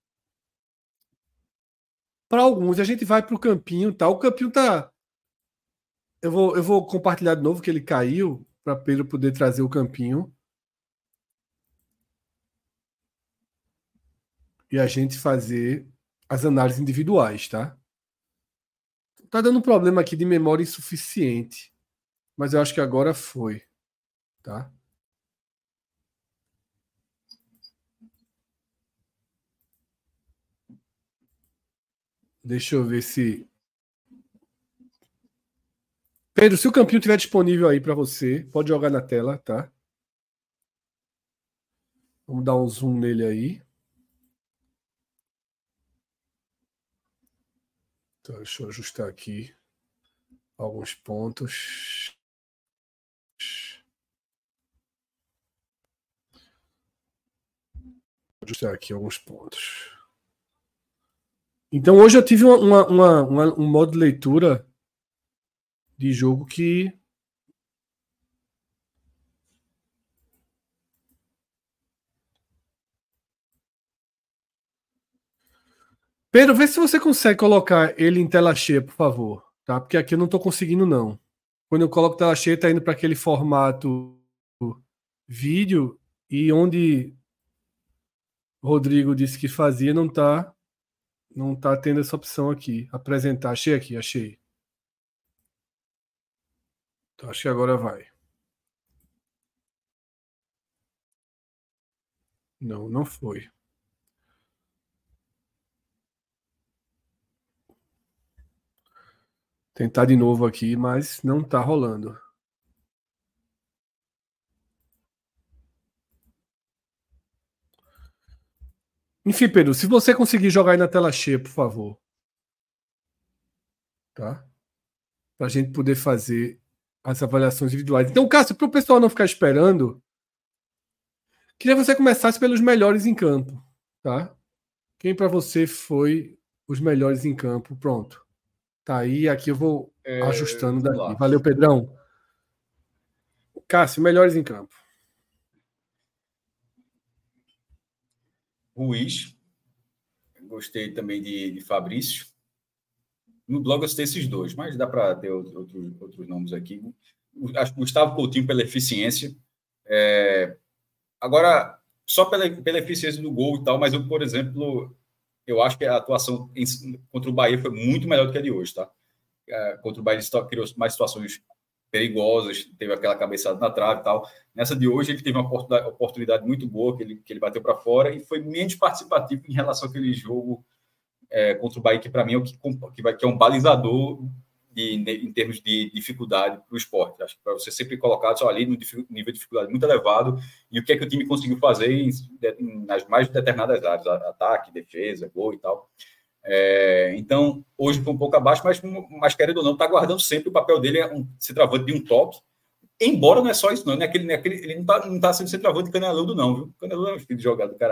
para alguns. A gente vai para o campinho, tá? O campinho tá eu vou eu vou compartilhar de novo que ele caiu para Pedro poder trazer o campinho. E a gente fazer as análises individuais, tá? Tá dando um problema aqui de memória insuficiente, mas eu acho que agora foi, tá? Deixa eu ver se... Pedro, se o campinho estiver disponível aí para você, pode jogar na tela, tá? Vamos dar um zoom nele aí. Então, deixa eu ajustar aqui alguns pontos. Vou ajustar aqui alguns pontos. Então, hoje eu tive uma, uma, uma, um modo de leitura de jogo que Pedro, vê se você consegue colocar ele em tela cheia, por favor, tá? Porque aqui eu não estou conseguindo, não. Quando eu coloco tela cheia, está indo para aquele formato vídeo e onde o Rodrigo disse que fazia, não está não tá tendo essa opção aqui. Apresentar. Achei aqui, achei. Então, acho que agora vai. Não, não foi. Tentar de novo aqui, mas não tá rolando. Enfim, Pedro, se você conseguir jogar aí na tela cheia, por favor. Tá? Pra gente poder fazer as avaliações individuais. Então, Cássio, para o pessoal não ficar esperando, queria que você começasse pelos melhores em campo. Tá? Quem para você foi os melhores em campo? Pronto. Tá aí, aqui eu vou é, ajustando daqui. Lá. Valeu, Pedrão. Cássio, melhores em campo. Ruiz. Gostei também de, de Fabrício. No blog eu citei esses dois, mas dá para ter outros, outros nomes aqui. Acho que Gustavo Coutinho pela eficiência. É... Agora, só pela, pela eficiência do gol e tal, mas eu, por exemplo... Eu acho que a atuação em, contra o Bahia foi muito melhor do que a de hoje, tá? É, contra o Bahia ele criou mais situações perigosas, teve aquela cabeçada na trave e tal. Nessa de hoje ele teve uma oportunidade, oportunidade muito boa que ele, que ele bateu para fora e foi menos participativo em relação àquele jogo é, contra o Bahia, que para mim é o que, que, vai, que é um balizador de, de, em termos de dificuldade para o esporte. Acho que para você sempre colocar só ali no nível de dificuldade muito elevado e o que é que o time conseguiu fazer em, em, nas mais determinadas áreas, ataque, defesa, gol e tal. É, então, hoje foi um pouco abaixo, mas, mas querendo ou não, está guardando sempre o papel dele, é um centroavante de um toque, embora não é só isso, não, não é aquele, não é aquele, ele não está não tá sendo centroavante de Caneludo, não, viu? Caneludo é um estilo de jogada do cara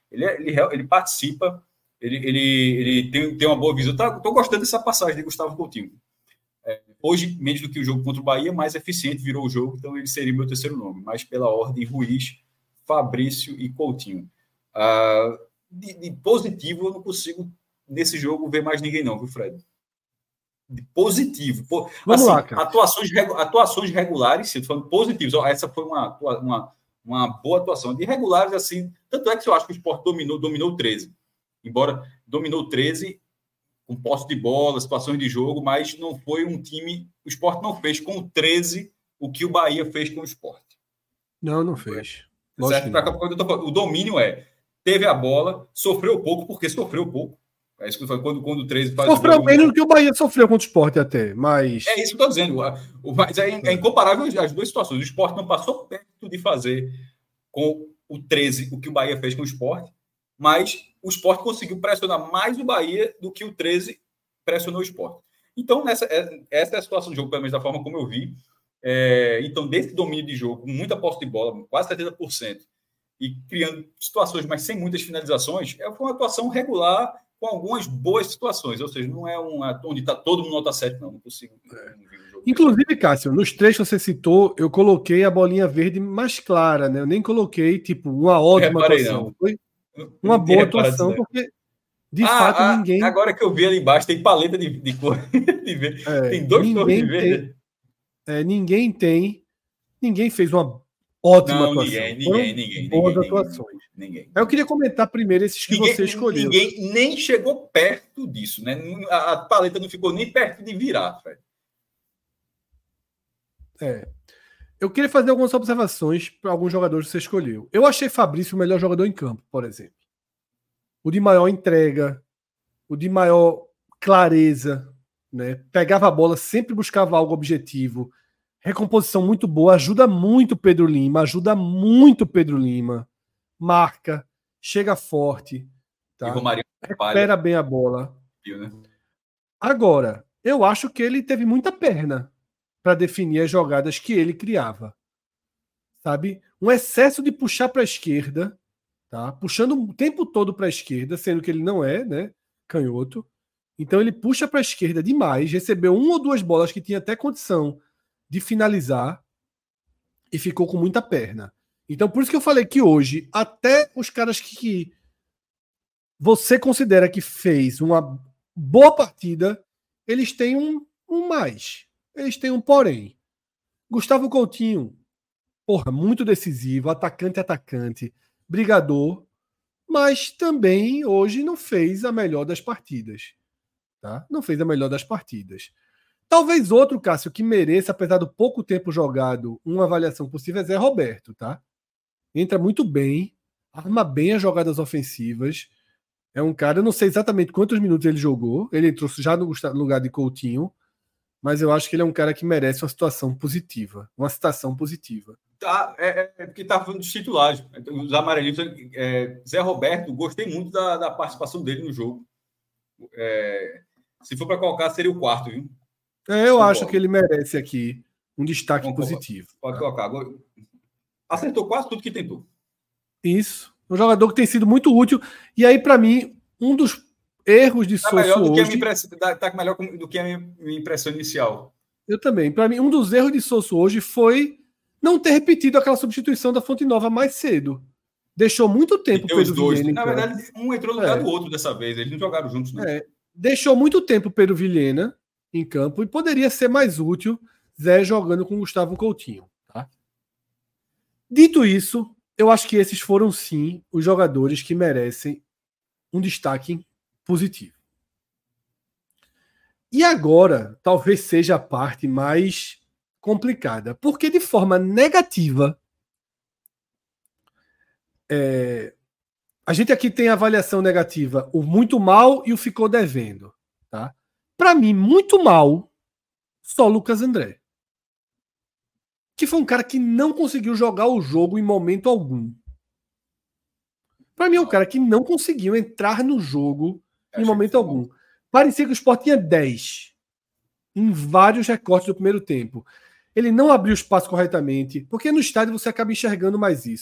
Ele, é, ele, ele participa, ele, ele, ele tem, tem uma boa visão. Estou gostando dessa passagem de Gustavo Coutinho. É, hoje, menos do que o jogo contra o Bahia, mais eficiente virou o jogo, então ele seria meu terceiro nome. Mas pela ordem, Ruiz, Fabrício e Coutinho. Ah, de, de positivo, eu não consigo, nesse jogo, ver mais ninguém não, viu, Fred? De positivo. Vamos assim, lá, cara. Atuações, atuações regulares, se falando positivos, essa foi uma, uma, uma boa atuação. De regulares, assim, tanto é que eu acho que o Sport dominou, dominou treze. Embora dominou treze, com posse de bola, situações de jogo, mas não foi um time... O Sport não fez com o treze o que o Bahia fez com o Sport. Não, não fez. Certo? Pra, o domínio é, teve a bola, sofreu pouco, porque sofreu pouco. É isso que eu falei, quando, quando o treze faz sofreu o gol, menos do que o Bahia sofreu contra o Sport até, mas... É isso que eu estou dizendo. O, mas é, é incomparável as duas situações. O Sport não passou perto de fazer com o treze o que o Bahia fez com o Sport, mas o Sport conseguiu pressionar mais o Bahia do que o treze pressionou o Sport. Então, nessa, essa é a situação do jogo, pelo menos da forma como eu vi. É, então, desse domínio de jogo, com muita posse de bola, quase setenta por cento, e criando situações, mas sem muitas finalizações, é uma atuação regular com algumas boas situações, ou seja, não é uma onde está todo mundo nota sete, não, não consigo. É. Não o jogo. Inclusive, Cássio, nos três que você citou, eu coloquei a bolinha verde mais clara, né? Eu nem coloquei, tipo, uma ótima Reparei, atuação. não. Foi uma Não boa atuação, porque, de ah, fato, ah, ninguém... Agora que eu vi ali embaixo, tem paleta de, de cor de verde. É, tem dois tons de verde. Tem, é, ninguém tem... Ninguém fez uma ótima não, atuação. Ninguém, ninguém, ninguém. Boas ninguém, atuações. Ninguém, ninguém. Eu queria comentar primeiro esses que ninguém, você escolheu. Ninguém nem chegou perto disso, né? A, a paleta não ficou nem perto de virar, Fred. É. Eu queria fazer algumas observações para alguns jogadores que você escolheu. Eu achei Fabrício o melhor jogador em campo, por exemplo. O de maior entrega, o de maior clareza, né? Pegava a bola, sempre buscava algo objetivo. Recomposição muito boa, ajuda muito Pedro Lima, ajuda muito Pedro Lima. Marca, chega forte, tá? E Romarinho recupera bem a bola. Né? Agora, eu acho que ele teve muita perna para definir as jogadas que ele criava. Sabe? Um excesso de puxar para a esquerda, tá? Puxando o tempo todo para a esquerda, sendo que ele não é, né, canhoto. Então ele puxa para a esquerda demais, recebeu uma ou duas bolas que tinha até condição de finalizar e ficou com muita perna. Então por isso que eu falei que hoje, até os caras que, que você considera que fez uma boa partida, eles têm um, um mais. Eles têm um porém. Gustavo Coutinho, porra, muito decisivo, atacante, atacante, brigador, mas também hoje não fez a melhor das partidas. Tá? Não fez a melhor das partidas. Talvez outro, Cássio, que mereça, apesar do pouco tempo jogado, uma avaliação possível é Zé Roberto, tá? Entra muito bem, arma bem as jogadas ofensivas. É um cara, eu não sei exatamente quantos minutos ele jogou, ele entrou já no lugar de Coutinho, mas eu acho que ele é um cara que merece uma situação positiva, uma citação positiva. Tá, é, é porque tá falando dos titulares, os amarelinhos. É, Zé Roberto, gostei muito da, da participação dele no jogo. É, se for para colocar, seria o quarto, viu? É, eu Concordo. acho que ele merece aqui um destaque Concordo. positivo. Pode tá? colocar. Agora, acertou quase tudo que tentou. Isso. Um jogador que tem sido muito útil. E aí, para mim, um dos erros de tá Sosso melhor do hoje... Que a impressão, tá melhor do que a minha impressão inicial. Eu também. Para mim, um dos erros de Sosso hoje foi não ter repetido aquela substituição da Fonte Nova mais cedo. Deixou muito tempo o Pedro dois. Vilhena. Na verdade, um entrou no lugar é. do outro dessa vez. Eles não jogaram juntos, não. É. Deixou muito tempo Pedro Vilhena em campo e poderia ser mais útil Zé jogando com Gustavo Coutinho. Tá? Dito isso, eu acho que esses foram sim os jogadores que merecem um destaque positivo. E agora, talvez seja a parte mais complicada, porque de forma negativa, é, a gente aqui tem a avaliação negativa, o muito mal e o ficou devendo. Tá? Para mim, muito mal, só Lucas André. Que foi um cara que não conseguiu jogar o jogo em momento algum. Para mim, é um cara que não conseguiu entrar no jogo em momento algum. Bom. Parecia que o Sport tinha dez em vários recortes do primeiro tempo. Ele não abriu espaço corretamente, porque no estádio você acaba enxergando mais isso.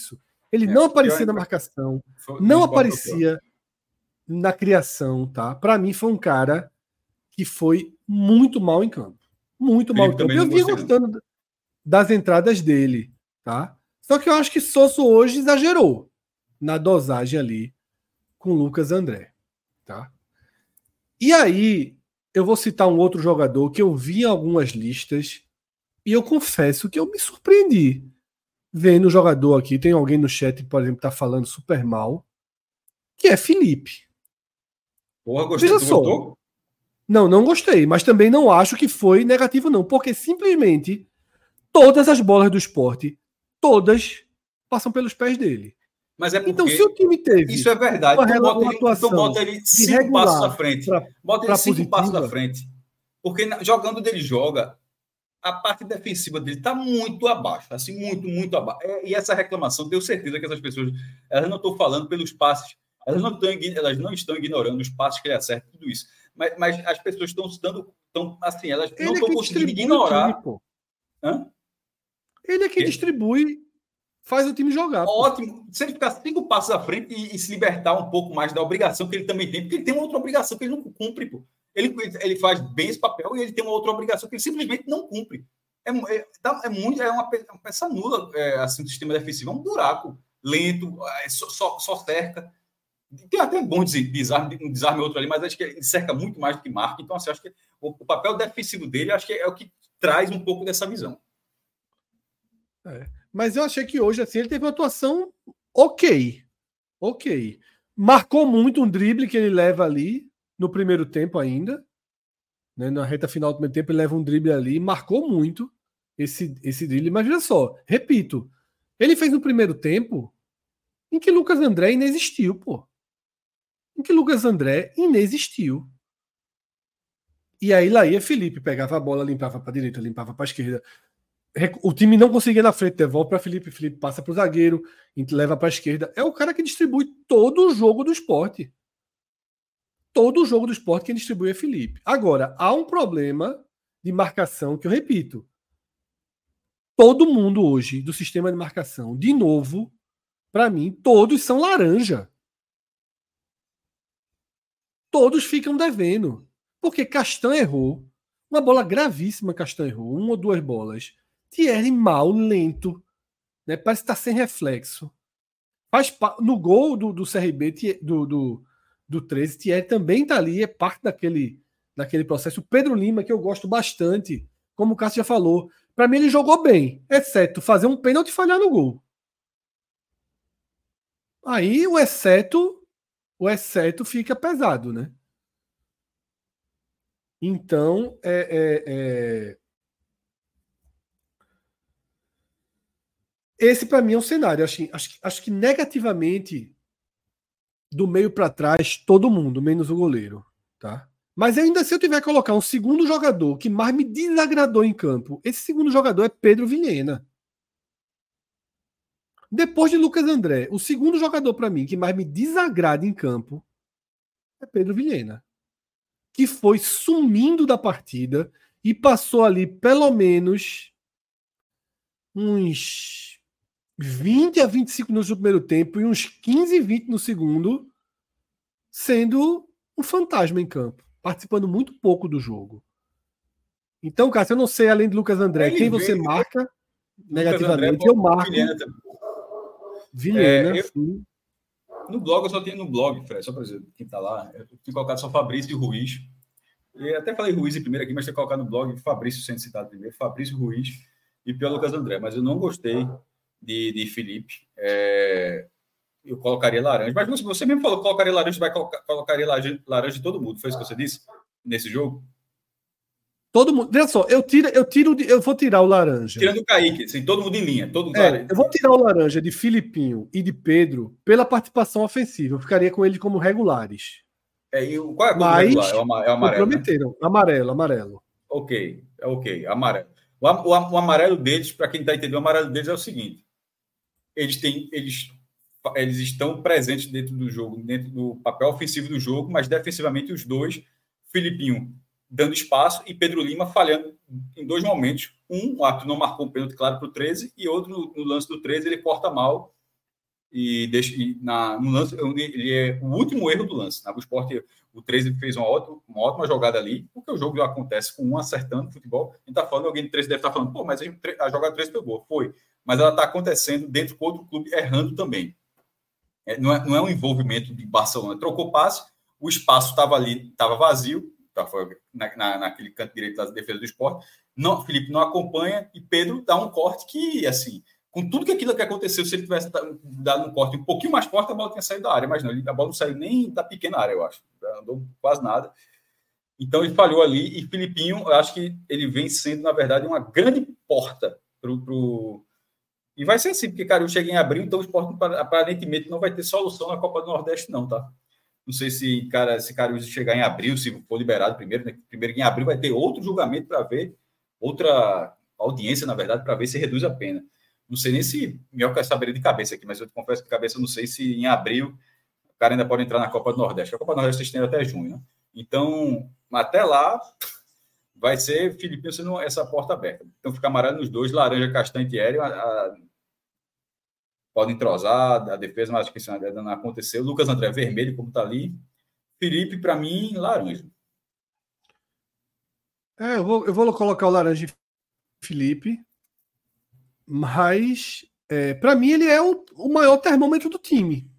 Ele É, não aparecia pior- na marcação, foi- não no esporte aparecia na criação, tá? Para mim foi um cara que foi muito mal em campo. Muito mal Felipe em campo. também Eu não vinha gostei, não. gostando das entradas dele, tá? Só que eu acho que Sosso hoje exagerou na dosagem ali com Lucas André, tá? E aí, eu vou citar um outro jogador que eu vi em algumas listas e eu confesso que eu me surpreendi vendo o jogador aqui. Tem alguém no chat, por exemplo, que tá falando super mal, que é Felipe. Porra, gostei. Veja Tu só. gostou? Não, não gostei, mas também não acho que foi negativo, não, porque simplesmente todas as bolas do esporte, todas, passam pelos pés dele. Mas é porque Então, se o time teve isso é verdade. uma, Então rela- bota uma ele, então atuação bota ele de cinco regular passos à frente. pra- Bota ele pra cinco positiva. passos à frente. Porque na- jogando dele joga, a parte defensiva dele está muito abaixo. Assim, muito, muito abaixo. É, e essa reclamação, tenho certeza que essas pessoas, elas não estão falando pelos passes, elas não estão, ign- elas não estão ignorando os passes que ele acerta, tudo isso. Mas, mas as pessoas estão se dando, estão, assim, elas não Ele é estão que conseguindo distribui o ignorar. time, pô. Hã? Ele é que Quê? distribui, faz o time jogar. Pô. Ótimo. Se ele ficar cinco passos à frente e, e se libertar um pouco mais da obrigação que ele também tem, porque ele tem uma outra obrigação que ele não cumpre, pô. Ele, ele faz bem esse papel e ele tem uma outra obrigação que ele simplesmente não cumpre. É, é, é, muito, é uma, uma peça nula é, assim, do sistema defensivo. É um buraco lento, é, só, só, só cerca. Tem até bom desarme, um desarme outro ali, mas acho que ele cerca muito mais do que marca. Então, assim, acho que o, o papel defensivo dele acho que é o que traz um pouco dessa visão. É. Mas eu achei que hoje assim, ele teve uma atuação ok. Ok. Marcou muito um drible que ele leva ali no primeiro tempo ainda. Né, na reta final do primeiro tempo, ele leva um drible ali. Marcou muito esse, esse drible. Mas veja só, repito, ele fez no primeiro tempo em que Lucas André inexistiu, pô. Em que Lucas André inexistiu. E aí lá ia Felipe, pegava a bola, limpava para a direita, limpava para a esquerda. O time não conseguia na frente, devolve para Felipe, Felipe passa para o zagueiro, leva para a esquerda. É o cara que distribui todo o jogo do esporte. Todo o jogo do esporte quem distribui é Felipe. Agora, há um problema de marcação que eu repito. Todo mundo hoje do sistema de marcação, de novo, para mim, todos são laranja. Todos ficam devendo. Porque Castan errou. Uma bola gravíssima, Castan errou. Uma ou duas bolas. Thierry mal, lento. Né? Parece que está sem reflexo. Faz pa... No gol do, do C R B, do, do, do treze, Thierry também está ali. É parte daquele, daquele processo. O Pedro Lima, que eu gosto bastante, como o Cássio já falou, para mim ele jogou bem, exceto fazer um pênalti e falhar no gol. Aí o exceto, o exceto fica pesado, né? Então, é, é, é... esse para mim é um cenário. Acho, acho, acho que negativamente, do meio para trás, todo mundo, menos o goleiro. Tá? Mas ainda se eu tiver que colocar um segundo jogador que mais me desagradou em campo, esse segundo jogador é Pedro Vilhena. Depois de Lucas André, o segundo jogador para mim que mais me desagrada em campo é Pedro Vilhena. Que foi sumindo da partida e passou ali pelo menos uns vinte a vinte e cinco minutos no primeiro tempo e uns quinze, vinte no segundo, sendo um fantasma em campo, participando muito pouco do jogo. Então, Cássio, eu não sei, além de Lucas André, Ele quem veio, você marca negativamente, André, eu marco Vilhena. Vilhena é, eu, no blog, eu só tenho no blog, Fred, só para dizer, quem está lá, eu tenho colocado só Fabrício e Ruiz. E até falei Ruiz em primeiro aqui, mas tenho colocado no blog Fabrício sendo citado primeiro, Fabrício, Ruiz e Pio Lucas André. Mas eu não gostei de, de Felipe. É, eu colocaria laranja. Mas você, você mesmo falou que colocaria laranja, vai colocar, colocaria laranja, laranja de todo mundo. Foi isso que você disse nesse jogo? Todo mundo. Veja só, eu tiro, eu tiro, de, eu vou tirar o laranja. Tirando o Kaique, assim, todo mundo em linha. Todo é, eu vou tirar o laranja de Filipinho e de Pedro pela participação ofensiva. Eu ficaria com ele como regulares. É, e o, qual é a cor regular? É o amarelo. Comprometeram. Né? Amarelo, amarelo. Ok, é ok, amarelo. O, o, o amarelo deles, para quem está entendendo, o amarelo deles é o seguinte: eles têm, eles, eles estão presentes dentro do jogo, dentro do papel ofensivo do jogo, mas defensivamente os dois, Filipinho dando espaço e Pedro Lima falhando em dois momentos. Um, o Arthur não marcou um pênalti claro para o treze, e outro, no, no lance do treze, ele corta mal e, deixa, e na, no lance, ele é o último erro do lance. Na, o Sport, o treze fez uma ótima, uma ótima jogada ali, porque o jogo acontece com um acertando futebol. A gente está falando, alguém de treze deve estar falando, pô, mas a, a jogada treze foi boa. Foi, mas ela está acontecendo dentro do outro clube errando também. É, não, é, não é um envolvimento de Barcelona. Trocou passe, o espaço estava ali, estava vazio, estava na, na, naquele canto direito da defesa do Sport. Não, Felipe não acompanha e Pedro dá um corte que, assim, com tudo que aquilo que aconteceu, se ele tivesse dado um corte um pouquinho mais forte, a bola tinha saído da área, mas não, a bola não saiu nem da pequena área, eu acho. Andou quase nada. Então ele falhou ali e Filipinho, eu acho que ele vem sendo, na verdade, uma grande porta para o. Pro... E vai ser assim, porque, cara, eu cheguei em abril, então o Sport aparentemente não vai ter solução na Copa do Nordeste, não, tá? Não sei se, cara, se Cariús chegar em abril, se for liberado primeiro, né? Primeiro em abril vai ter outro julgamento para ver, outra audiência, na verdade, para ver se reduz a pena. Não sei nem se melhor que saberia de cabeça aqui, mas eu te confesso que de cabeça eu não sei se em abril o cara ainda pode entrar na Copa do Nordeste. A Copa do Nordeste estende até junho, né? Então, até lá, vai ser Filipinho sendo essa porta aberta. Então, fica amarelo nos dois, laranja, castanho e Thierry. A, a, pode entrosar a defesa, mas acho que isso ainda não aconteceu. Lucas André, vermelho, como está ali. Felipe, para mim, laranja. É, eu vou, eu vou colocar o laranja em Felipe, mas é, para mim ele é o, o maior termômetro do time,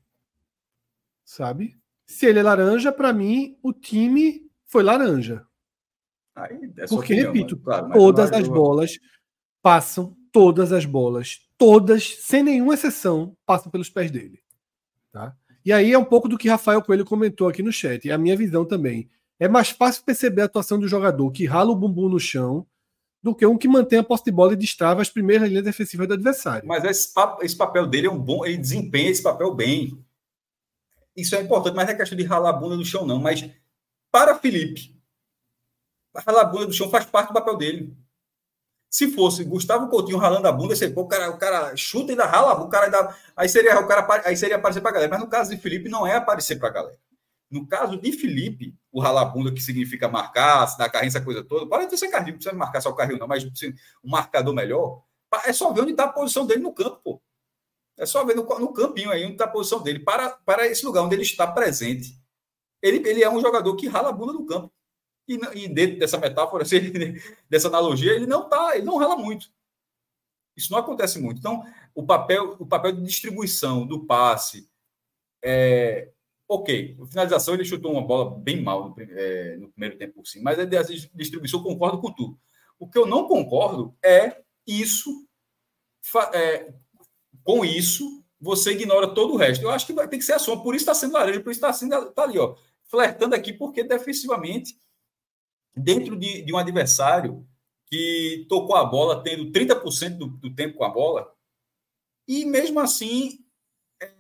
sabe? Se ele é laranja, para mim o time foi laranja. Aí, é Porque, opinião, repito, mas, claro, mas todas não, as eu... bolas passam, todas as bolas, todas, sem nenhuma exceção, passam pelos pés dele. Tá? E aí é um pouco do que Rafael Coelho comentou aqui no chat, e a minha visão também. É mais fácil perceber a atuação do jogador que rala o bumbum no chão do que um que mantém a posse de bola e destrava as primeiras linhas defensivas do adversário. Mas esse, esse papel dele é um bom, ele desempenha esse papel bem. Isso é importante, mas não é questão de ralar a bunda no chão, não. Mas para Felipe, ralar a bunda do chão faz parte do papel dele. Se fosse Gustavo Coutinho ralando a bunda, você, pô, o, cara, o cara chuta e ainda rala a bunda, o cara ainda, aí, seria, o cara, aí seria aparecer para a galera. Mas no caso de Felipe, não é aparecer para a galera. No caso de Felipe, o ralar a bunda, que significa marcar, se dar carrinho, essa coisa toda, pode ser carrinho, não precisa marcar só o carrinho, não, mas assim, um marcador melhor, é só ver onde está a posição dele no campo, pô. É só ver no, no campinho aí onde está a posição dele, para, para esse lugar onde ele está presente. Ele, ele é um jogador que rala a bunda no campo. E, e dentro dessa metáfora, dessa analogia, ele não tá, ele não rala muito. Isso não acontece muito. Então, o papel, o papel de distribuição do passe, é, ok, a finalização ele chutou uma bola bem mal no, é, no primeiro tempo por cima, mas a distribuição eu concordo com tudo. O que eu não concordo é isso, é, com isso, você ignora todo o resto. Eu acho que vai ter que ser a soma, por isso está sendo laranja, por isso está sendo, tá ali, ó, flertando aqui, porque defensivamente dentro de, de um adversário que tocou a bola tendo trinta por cento do, do tempo com a bola, e mesmo assim é,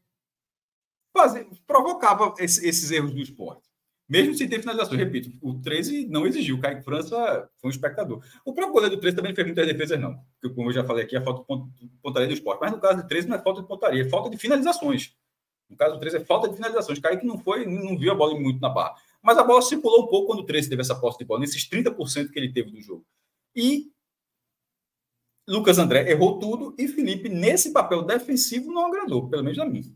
fazer, provocava esse, esses erros do Sport. Mesmo sem ter finalização. Repito, o treze não exigiu. O Kaique França foi um espectador. O próprio goleiro do treze também não fez muitas defesas, não. Porque, como eu já falei aqui, é falta de pontaria do Sport. Mas no caso do treze não é falta de pontaria, é falta de finalizações. No caso do treze é falta de finalizações. O Kaique não, foi, não viu a bola muito na barra. Mas a bola circulou um pouco quando o treze teve essa posse de bola, nesses trinta por cento que ele teve do jogo. E Lucas André errou tudo e Felipe, nesse papel defensivo, não agradou, pelo menos a mim.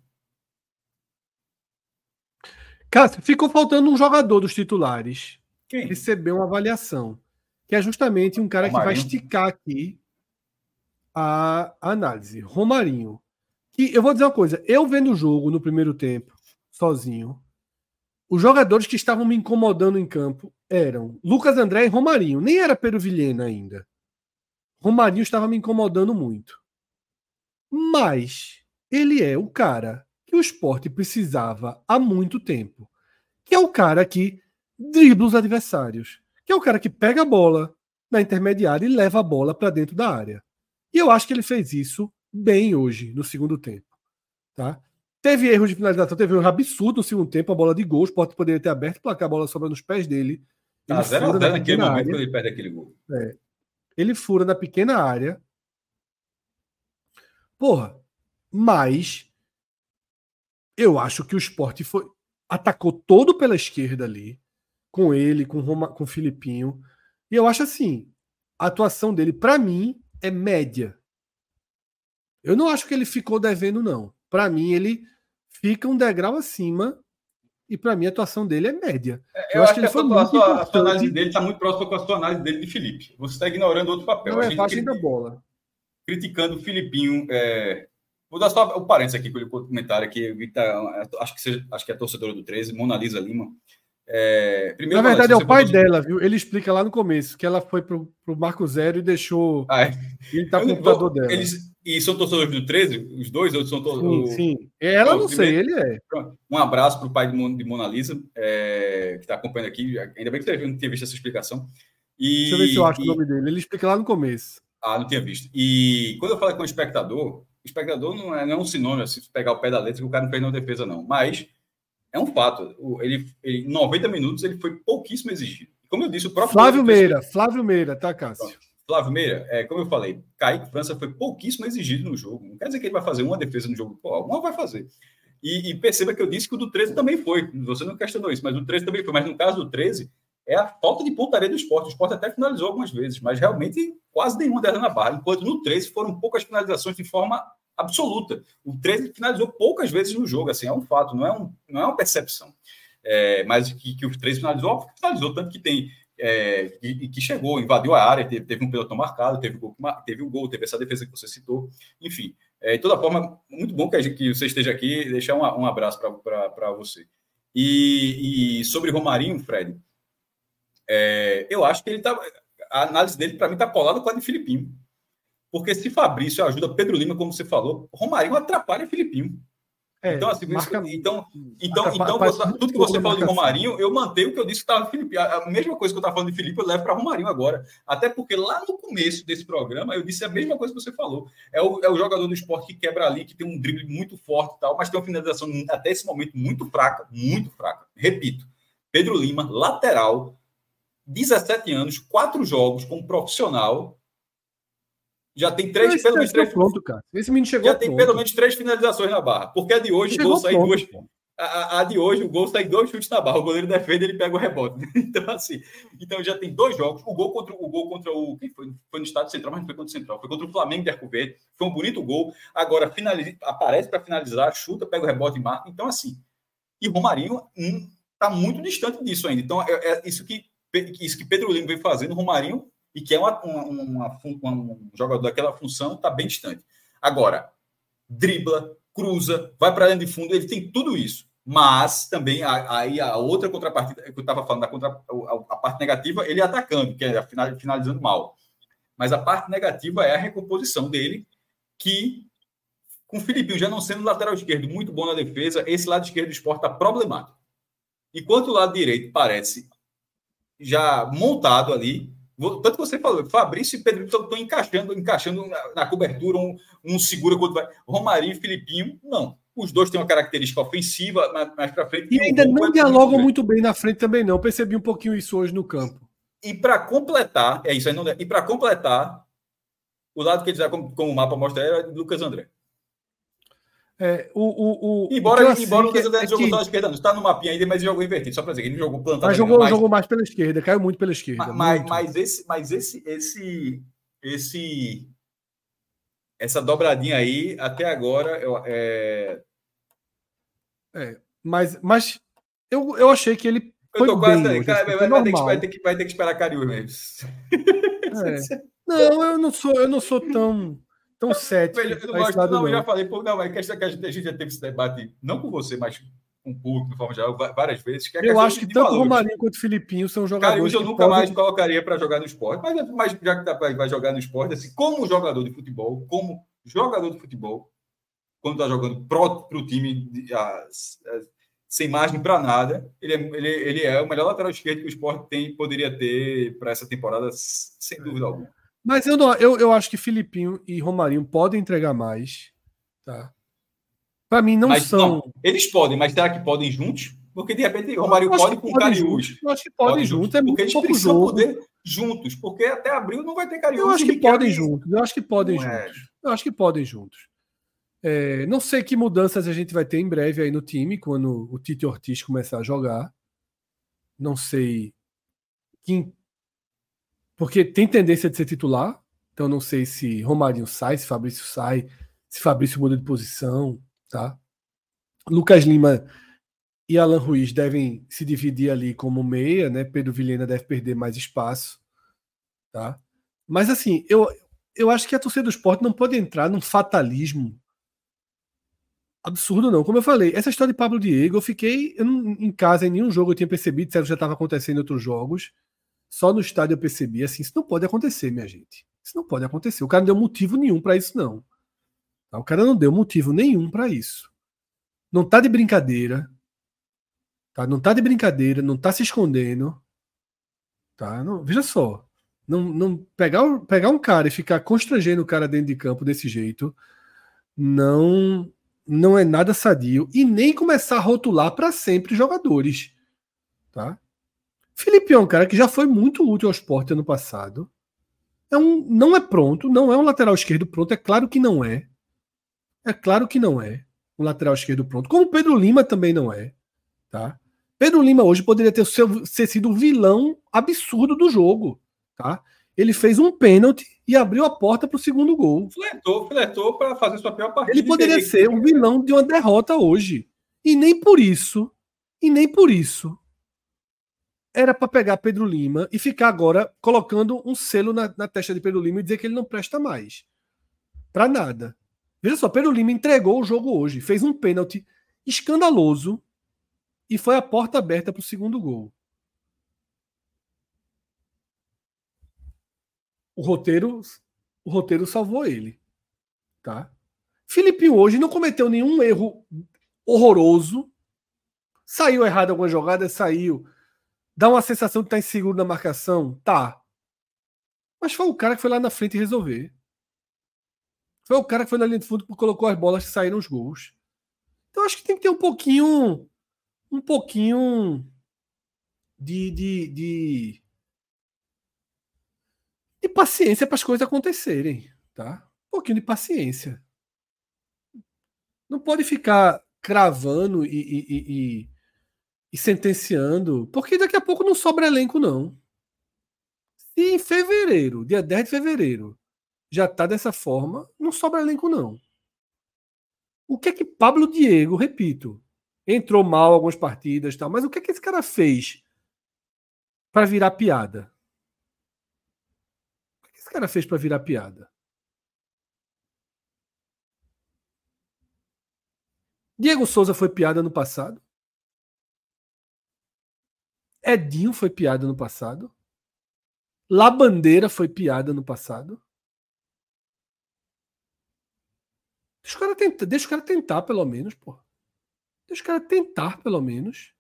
Cássio, ficou faltando um jogador dos titulares. Quem? Receber uma avaliação. Que é justamente um cara Romarinho. Que vai esticar aqui a análise. Romarinho. Que eu vou dizer uma coisa. Eu vendo o jogo no primeiro tempo, sozinho, os jogadores que estavam me incomodando em campo eram Lucas André e Romarinho. Nem era Pedro Vilhena ainda. Romarinho estava me incomodando muito. Mas ele é o cara que o Sport precisava há muito tempo. Que é o cara que dribla os adversários. Que é o cara que pega a bola na intermediária e leva a bola para dentro da área. E eu acho que ele fez isso bem hoje, no segundo tempo. Tá? Teve erros de finalização, teve um erro absurdo no segundo tempo, a bola de gol, o Sport poderia ter aberto, placar a bola sobra nos pés dele. Ele ah, zero a zero naquele momento área. Quando ele perde aquele gol. É. Ele fura na pequena área. Porra, mas eu acho que o Sport foi, atacou todo pela esquerda ali, com ele, com Roma, com o Filipinho. E eu acho assim, a atuação dele, para mim, é média. Eu não acho que ele ficou devendo, não. para mim, ele fica um degrau acima e, para mim, a atuação dele é média. Eu, eu acho, acho que, que a, sua, a, sua, a sua análise dele está muito próxima com a sua análise dele de Felipe. Você está ignorando outro papel. Não a é gente faixa da bola. Criticando o Filipinho. É... Vou dar só o parênteses aqui com o comentário aqui. Tá, acho, que seja, acho que é a torcedora do treze, Mona Lisa Lima. É... Primeiro, Na verdade, Alex, é o pai de... dela, viu? Ele explica lá no começo que ela foi pro, pro Marco Zero e deixou. Ah, é. Ele tá com o computador dela. Eles... E são torcedores do treze? Os dois? Ou são to... Sim, sim. Ela não sei, ele é. Um abraço para o pai de Mona Lisa, é... que está acompanhando aqui. Ainda bem que você não tinha visto essa explicação. E... Deixa eu ver se eu acho e... o nome dele. Ele explica lá no começo. Ah, não tinha visto. E quando eu falo com o espectador, o espectador não é, não é um sinônimo, se pegar o pé da letra, que o cara não fez nenhuma defesa, não. Mas é um fato. Ele, ele, em noventa minutos, ele foi pouquíssimo exigido. Como eu disse, o próprio... Flávio Meira. Fez... Flávio Meira, tá, Cássio? Pronto. Flávio Meira, é, como eu falei, Kaique França foi pouquíssimo exigido no jogo. Não quer dizer que ele vai fazer uma defesa no jogo. Pô, alguma vai fazer. E, e perceba que eu disse que o do treze também foi. Você não questionou isso, mas o treze também foi. Mas no caso do treze... é a falta de pontaria do Sport. O Sport até finalizou algumas vezes, mas realmente quase nenhuma delas na barra. Enquanto no treze foram poucas finalizações de forma absoluta. O treze finalizou poucas vezes no jogo, assim, é um fato, não é, um, não é uma percepção. É, mas que, que o treze finalizou, finalizou, tanto que tem é, que, que chegou, invadiu a área, teve, teve um pelotão marcado, teve, teve o gol, teve essa defesa que você citou, enfim. É, de toda forma, muito bom que, a gente, que você esteja aqui, deixar um, um abraço para você. E, e sobre Romarinho, Fred, É, eu acho que ele tá. A análise dele, para mim, está colada com a de Filipinho. Porque se Fabrício ajuda Pedro Lima, como você falou, Romarinho atrapalha Filipinho. É, então, assim, marca, então, então, marca, então você, tudo que você falou de Romarinho, eu mantenho o que eu disse que estava Filipinho. A mesma coisa que eu estava falando de Felipe, eu levo para Romarinho agora. Até porque lá no começo desse programa, eu disse a mesma coisa que você falou. É o, é o jogador do esporte que quebra ali, que tem um drible muito forte e tal, mas tem uma finalização até esse momento muito fraca, muito fraca. Repito, Pedro Lima, lateral, dezessete anos, quatro jogos como profissional, já tem três, Esse pelo menos três. Pronto, cara. Esse menino chegou já tem pronto. Pelo menos três finalizações na barra. Porque a de hoje, chegou o gol sai pronto, duas. A, a de hoje, o gol sai dois chutes na barra. O goleiro defende, ele pega o rebote. Então, assim, então já tem dois jogos. O gol contra o gol contra o. Quem foi? Foi no Estado Central, mas não foi contra o Central. Foi contra o Flamengo de Arco Verde. Foi um bonito gol. Agora finaliza, aparece para finalizar, chuta, pega o rebote e marca. Então, assim. E Romarinho está hum, muito distante disso ainda. Então, é, é isso que. Isso que Pedro Lima vem fazendo, Romarinho, e que é uma, uma, uma, um jogador daquela função, está bem distante. Agora, dribla, cruza, vai para dentro de fundo, ele tem tudo isso. Mas também, aí a, a outra contrapartida, que eu estava falando, da contra, a, a parte negativa, ele atacando, que é finalizando mal. Mas a parte negativa é a recomposição dele, que, com o Filipinho já não sendo lateral esquerdo muito bom na defesa, esse lado esquerdo do Sport está problemático. Enquanto o lado direito parece já montado ali, tanto que você falou, Fabrício e Pedro estão encaixando, encaixando na, na cobertura, um, um segura quando vai. Romarinho e Filipinho, não. Os dois têm uma característica ofensiva, mais, mais para frente. E ainda não dialogam muito, muito bem na frente também, não. Eu percebi um pouquinho isso hoje no campo. E para completar, é isso aí, não, e para completar, o lado que eles como, como o mapa mostra é Lucas André. É, o, o, o, embora o embora o Lucas André é jogou que... só à esquerda, não está no mapinha ainda, mas jogou invertido, só para dizer que ele não jogou plantado. Mas jogou, mais... jogou mais pela esquerda, caiu muito pela esquerda. Mas, muito. mas, esse, mas esse, esse, esse, essa dobradinha aí, até agora, eu, é... é. Mas, mas eu, eu achei que ele foi eu tô bem. Quase, hoje, cara, assim, vai, vai, ter que, vai, ter que, vai ter que esperar Cariús mesmo. É. Não, eu não sou, eu não sou tão... tão cético. Eu, eu não, gosto, não, não, eu já falei, pô, não, mas questão que a gente, a gente já teve esse debate, não com você, mas com o público, de forma geral, várias vezes. Que é eu acho que tanto valores. Romarinho quanto o Filipinho são jogadores. Cariús eu nunca podem... mais colocaria para jogar no esporte, mas, mas já que tá, vai jogar no esporte, assim, como jogador de futebol, como jogador de futebol, quando está jogando para o time de, a, a, sem margem para nada, ele é, ele, ele é o melhor lateral esquerdo que o esporte tem, poderia ter para essa temporada, sem dúvida alguma. Mas eu, não, eu, eu acho que Filipinho e Romarinho podem entregar mais. Tá? Para mim, não mas, são. Não, eles podem, mas será que podem juntos? Porque de repente o Romarinho pode com o Cariús. Eu acho que podem juntos. É porque eles pouco precisam jogo. poder juntos. Porque até abril não vai ter Cariús. Eu acho que podem que... juntos. Eu acho que podem não juntos. É. Eu acho que podem juntos. É, não sei que mudanças a gente vai ter em breve aí no time, quando o Tite Ortiz começar a jogar. Não sei quem. Porque tem tendência de ser titular. Então não sei se Romarinho sai, se Fabrício sai, se Fabrício muda de posição. tá? Lucas Lima e Alan Ruiz devem se dividir ali como meia, né? Pedro Vilhena deve perder mais espaço, tá? Mas assim, eu, eu acho que a torcida do Sport não pode entrar num fatalismo absurdo, não. Como eu falei, essa história de Pablo Diego, eu fiquei eu não, em casa, em nenhum jogo eu tinha percebido, se já estava acontecendo em outros jogos. Só no estádio eu percebi, assim, isso não pode acontecer, minha gente. Isso não pode acontecer. O cara não deu motivo nenhum para isso, não. O cara não deu motivo nenhum para isso. Não tá de brincadeira. Tá? Não tá de brincadeira, não tá se escondendo. Tá? Não, veja só. Não, não pegar, pegar um cara e ficar constrangendo o cara dentro de campo desse jeito não não é nada sadio. E nem começar a rotular para sempre jogadores. Tá? Felipe é um cara que já foi muito útil ao Sport ano passado. É um, não é pronto, não é um lateral esquerdo pronto, é claro que não é. É claro que não é um lateral esquerdo pronto. Como o Pedro Lima também não é. Tá? Pedro Lima hoje poderia ter, ter sido o vilão absurdo do jogo. Tá? Ele fez um pênalti e abriu a porta para o segundo gol. Flertou, flertou para fazer sua pior partida. Ele poderia ser o vilão de uma derrota hoje. E nem por isso, e nem por isso, era para pegar Pedro Lima e ficar agora colocando um selo na, na testa de Pedro Lima e dizer que ele não presta mais. Para nada. Veja só, Pedro Lima entregou o jogo hoje, fez um pênalti escandaloso e foi a porta aberta para o segundo gol. O roteiro, o roteiro salvou ele. Tá? Felipe hoje não cometeu nenhum erro horroroso. Saiu errado alguma jogada, saiu. Dá uma sensação de estar inseguro na marcação? Tá. Mas foi o cara que foi lá na frente resolver. Foi o cara que foi na linha de fundo que colocou as bolas que saíram os gols. Então acho que tem que ter um pouquinho. Um pouquinho de. de, de, de paciência para as coisas acontecerem. Tá? Um pouquinho de paciência. Não pode ficar cravando e, e, e, e sentenciando, porque daqui a pouco não sobra elenco, não. Se em fevereiro, dia dez de fevereiro, já tá dessa forma, não sobra elenco, não. O que é que Pablo Diego, repito, entrou mal algumas partidas e tal, mas o que é que esse cara fez para virar piada? O que, é que esse cara fez para virar piada? Diego Souza foi piada no passado. Edinho foi piada no passado. Labandeira foi piada no passado. Deixa o cara tentar, deixa o cara tentar pelo menos, pô. Deixa o cara tentar pelo menos.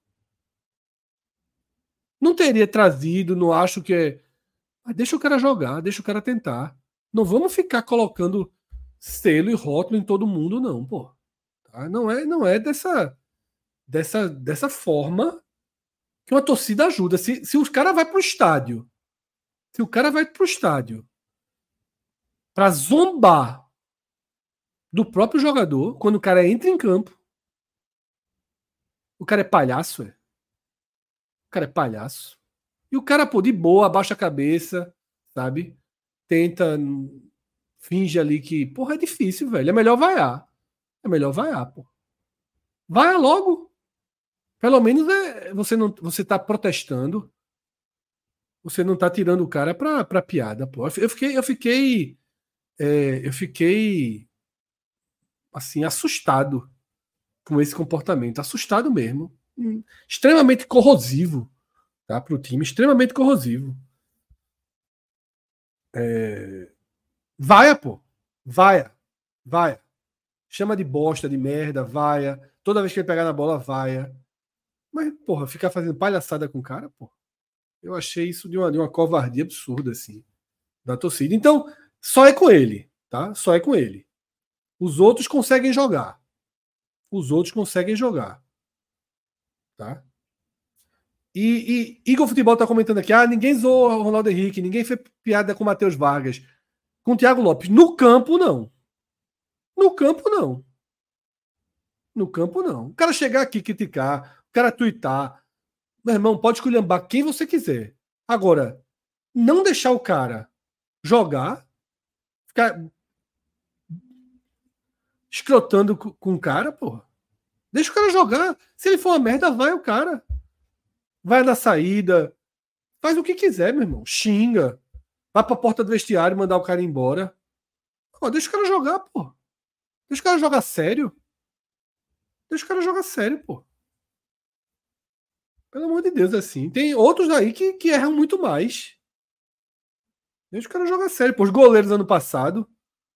Não teria trazido, não acho que é. Mas deixa o cara jogar, deixa o cara tentar. Não vamos ficar colocando selo e rótulo em todo mundo, não, pô. Tá? Não é, não é dessa, dessa, dessa forma que uma torcida ajuda. Se, se os cara vai pro estádio, se o cara vai pro estádio para zombar do próprio jogador, quando o cara entra em campo, o cara é palhaço, é. O cara é palhaço. E o cara, pô, de boa, abaixa a cabeça, sabe? Tenta, finge ali que, porra, é difícil, velho. É melhor vaiar. É melhor vaiar, pô. Vaia logo. Pelo menos é, você não, você tá protestando. Você não tá tirando o cara pra, pra piada, pô. Eu fiquei, eu fiquei, é, eu fiquei, assim, assustado com esse comportamento. Assustado mesmo. Hum, extremamente corrosivo. Tá, para o time, extremamente corrosivo. É... Vaia, pô. Vaia. Vaia. Chama de bosta, de merda, vaia. Toda vez que ele pegar na bola, vaia. Mas, porra, ficar fazendo palhaçada com o cara, pô. Eu achei isso de uma, de uma covardia absurda, assim, da torcida. Então, só é com ele, tá? Só é com ele. Os outros conseguem jogar. Os outros conseguem jogar. Tá? E, e Igor Futebol está comentando aqui: ah, ninguém zoou o Ronaldo Henrique, ninguém fez piada com o Matheus Vargas, com o Thiago Lopes. No campo, não. No campo, não. No campo, não. O cara chegar aqui criticar, o cara tuitar, meu irmão, pode esculhambar quem você quiser. Agora, não deixar o cara jogar, ficar escrotando com, com o cara, porra. Deixa o cara jogar. Se ele for uma merda, vai o cara. Vai na saída. Faz o que quiser, meu irmão. Xinga. Vai pra porta do vestiário e mandar o cara embora. Pô, deixa o cara jogar, pô. Deixa o cara jogar sério. Deixa o cara jogar sério, pô. Pelo amor de Deus, assim. Tem outros aí que, que erram muito mais. Deixa o cara jogar sério, pô. Os goleiros ano passado.